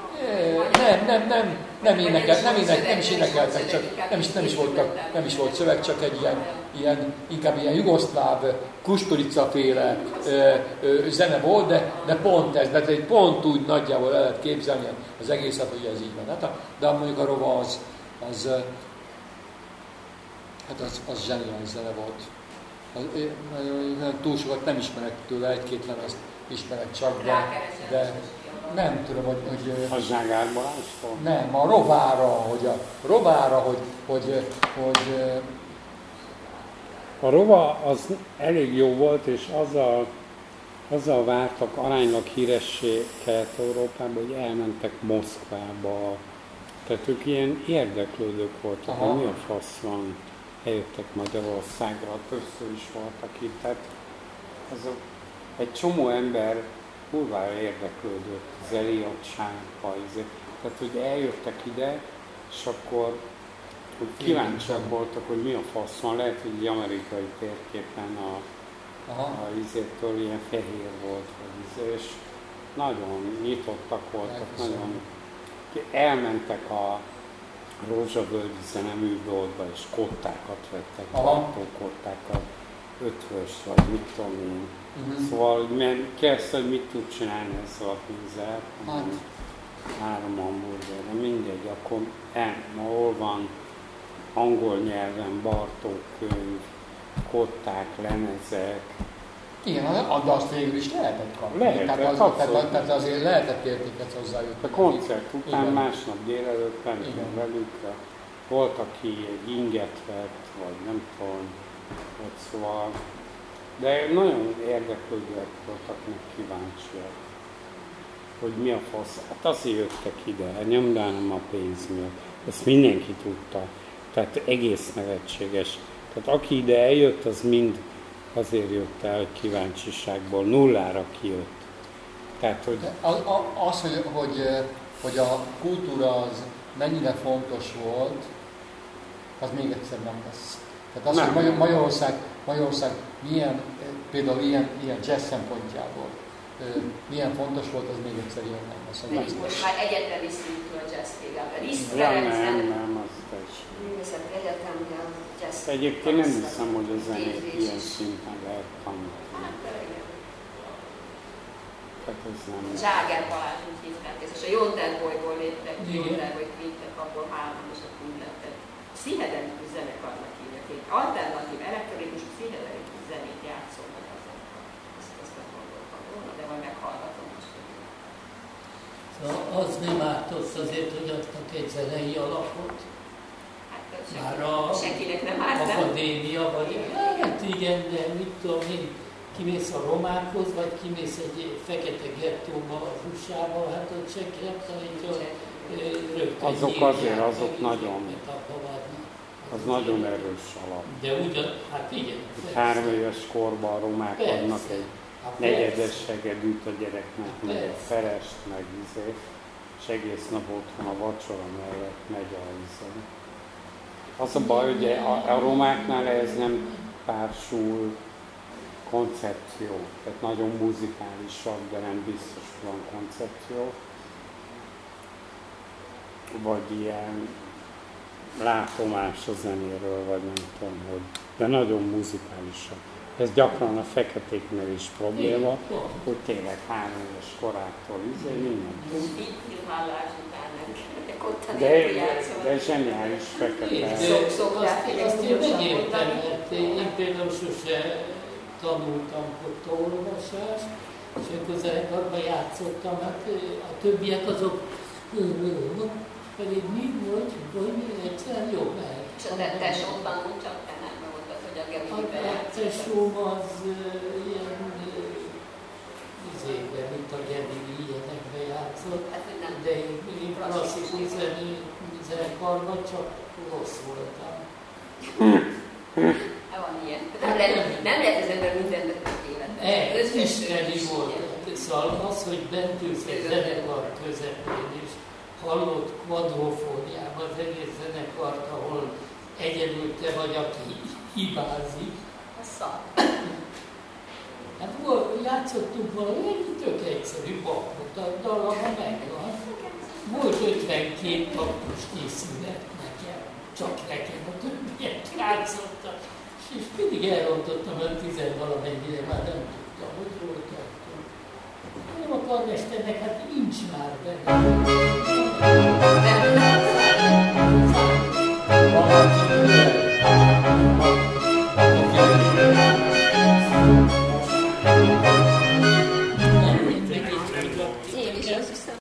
Nem, nem, nem, nem énekel, nem, ének, nem is énekeltek, csak nem is, nem is, voltak, nem is volt szöveg, csak egy ilyen, ilyen inkább ilyen jugoszláv, Kusturica-féle ö, ö, zene volt, de, de pont ez, de egy pont úgy nagyjából el lehet képzelni az egészet, hogy ez így van. Hát, de mondjuk a Rova az, az, hát az, az zseniális zene volt. Az, túl sokat nem ismerek tőle, egy-két lemezt ismerek csak, de, de nem tudom, hogy... hogy a zságárbalástól? Nem, a rovára, hogy a rovára, hogy... hogy, hogy a rova az elég jó volt, és azzal, azzal vártak aránylag híressé Kelet-Európában, hogy elmentek Moszkvába. Tehát ők ilyen érdeklődők voltak, hogy mi a fasz van. Eljöttek Magyarországra, többször is voltak itt. Tehát azok, egy csomó ember kurvára érdeklődött az Eliott-ságba. Tehát, hogy eljöttek ide, és akkor hogy kíváncsiak voltak, hogy mi a fasz van. Lehet, hogy egy amerikai térképen a, a izétől ilyen fehér volt, vagy izé, és nagyon nyitottak voltak, nagyon elmentek a Rózsavölgyi zeneműboltba, és kottákat vettek, tartókottákat, ötvöst, vagy mit tudom én. Uh-huh. Szóval kérdezte, hogy mit tud csinálni ezzel a pénzzel. Hát. Három hamburgerre, mindegy, akkor el, hol van angol nyelven, Bartók könyv, kották, lemezek. Igen, de azt végül is lehetett kapni. Lehetett, tehát, az, tehát, tehát azért lehetett értéket hozzájutni. A koncert után igen. Másnap délelőtt mentünk velük, volt, aki egy inget vett, vagy nem tudom, vagy szóval. De nagyon érdeklődőek voltak, meg kíváncsiak, hogy mi a fasz. Hát azért jöttek ide, hát nyomdálom a pénz miatt. Ezt mindenki tudta. Tehát egész nevetséges. Tehát aki ide eljött, az mind azért jött el kíváncsiságból, nullára kijött. Tehát, hogy... Az, az hogy, hogy, hogy a kultúra az mennyire fontos volt, az még egyszer nem lesz. Tehát az, nem. hogy Magyarország, Magyarország milyen, például ilyen, ilyen jazz szempontjából, milyen fontos volt, az még egyszer ilyen nem lesz. Most már egyetemi szintű a jazz például. Ja, nem, nem, az teljesen. Művészeti Egyetemben a jazz. Egyébként nem hiszem, hogy a zenét ilyen szinten lehet tanítani. Tehát ez nem... Zságer Balázs úgy hívták ezt, és a Jonter bolyból léptek, Jonter vagy Quintet, abból három, és akkor úgy lettek. Pszichedelikus zenekarnak hívják, egy alternatív elektronikus pszichedelikus zenét játszolnak azért. Ezt, ezt nem gondoltam volna, de majd meghallgatom most. Szóval az nem ártott azért, hogy adtak egy zenei alapot. Hát már a senkinek nem árt, nem? akadémia, vagy hát igen, de mit tudom én, kimész a romákhoz, vagy kimész egy fekete gettóba, a Fusába, hát ott senki nem tanítja, rögtön azok azért, azok nagyon, az nagyon erős alap. De ugyan, hát igen. Három éves korban a romák persze. Adnak egy negyedes segedűt a gyereknek, meg egy ferest, meg izé, és egész nap otthon a vacsora mellett megy a izé. Az a baj, hogy a, a romáknál ez nem társul koncepció, tehát nagyon muzikálisak, de nem biztos, hogy van koncepció. Vagy ilyen látomás a zenéről, vagy nem tudom, hogy, de nagyon muzikálisak. Ez gyakran a feketéknél is probléma, hogy tényleg három éves korától izé, minden. De, de zseniális fekete. Azt én megértem, mert én például sose tanultam kottaolvasást, és amikor zenekarban játszottam, hát a többiek azok pedig mi volt, hogy mi egyszer jobb lehet. És a te tesóm tanult, csak te nem mondtad, hogy a Geminibe játszott. A tesóm az ilyen izékben, mint a Gemini, ilyenekben játszott, de én klasszikus zenekarban csak rossz voltam. Van ilyen. Nem lehet, nem lehet az ember mindennek tökéletes. Ez isteni volt. Szóval az, hogy bent ülsz egy zenekar közepén, és hallott kvadrofóniában az egész zenekart, ahol egyedül te vagy, aki hibázik. A szar. Hát játszottunk valami egy tök egyszerű bakot, a dalama megvan. Volt ötvenkét taktusnyi szünet nekem, csak nekem a többiek játszottak. És mindig elrontottam, mert tizenvalamennyire már nem tudtam, hogy hol tartom. Nem a karmesternek, hát nincs már benne. Én is azt hiszem.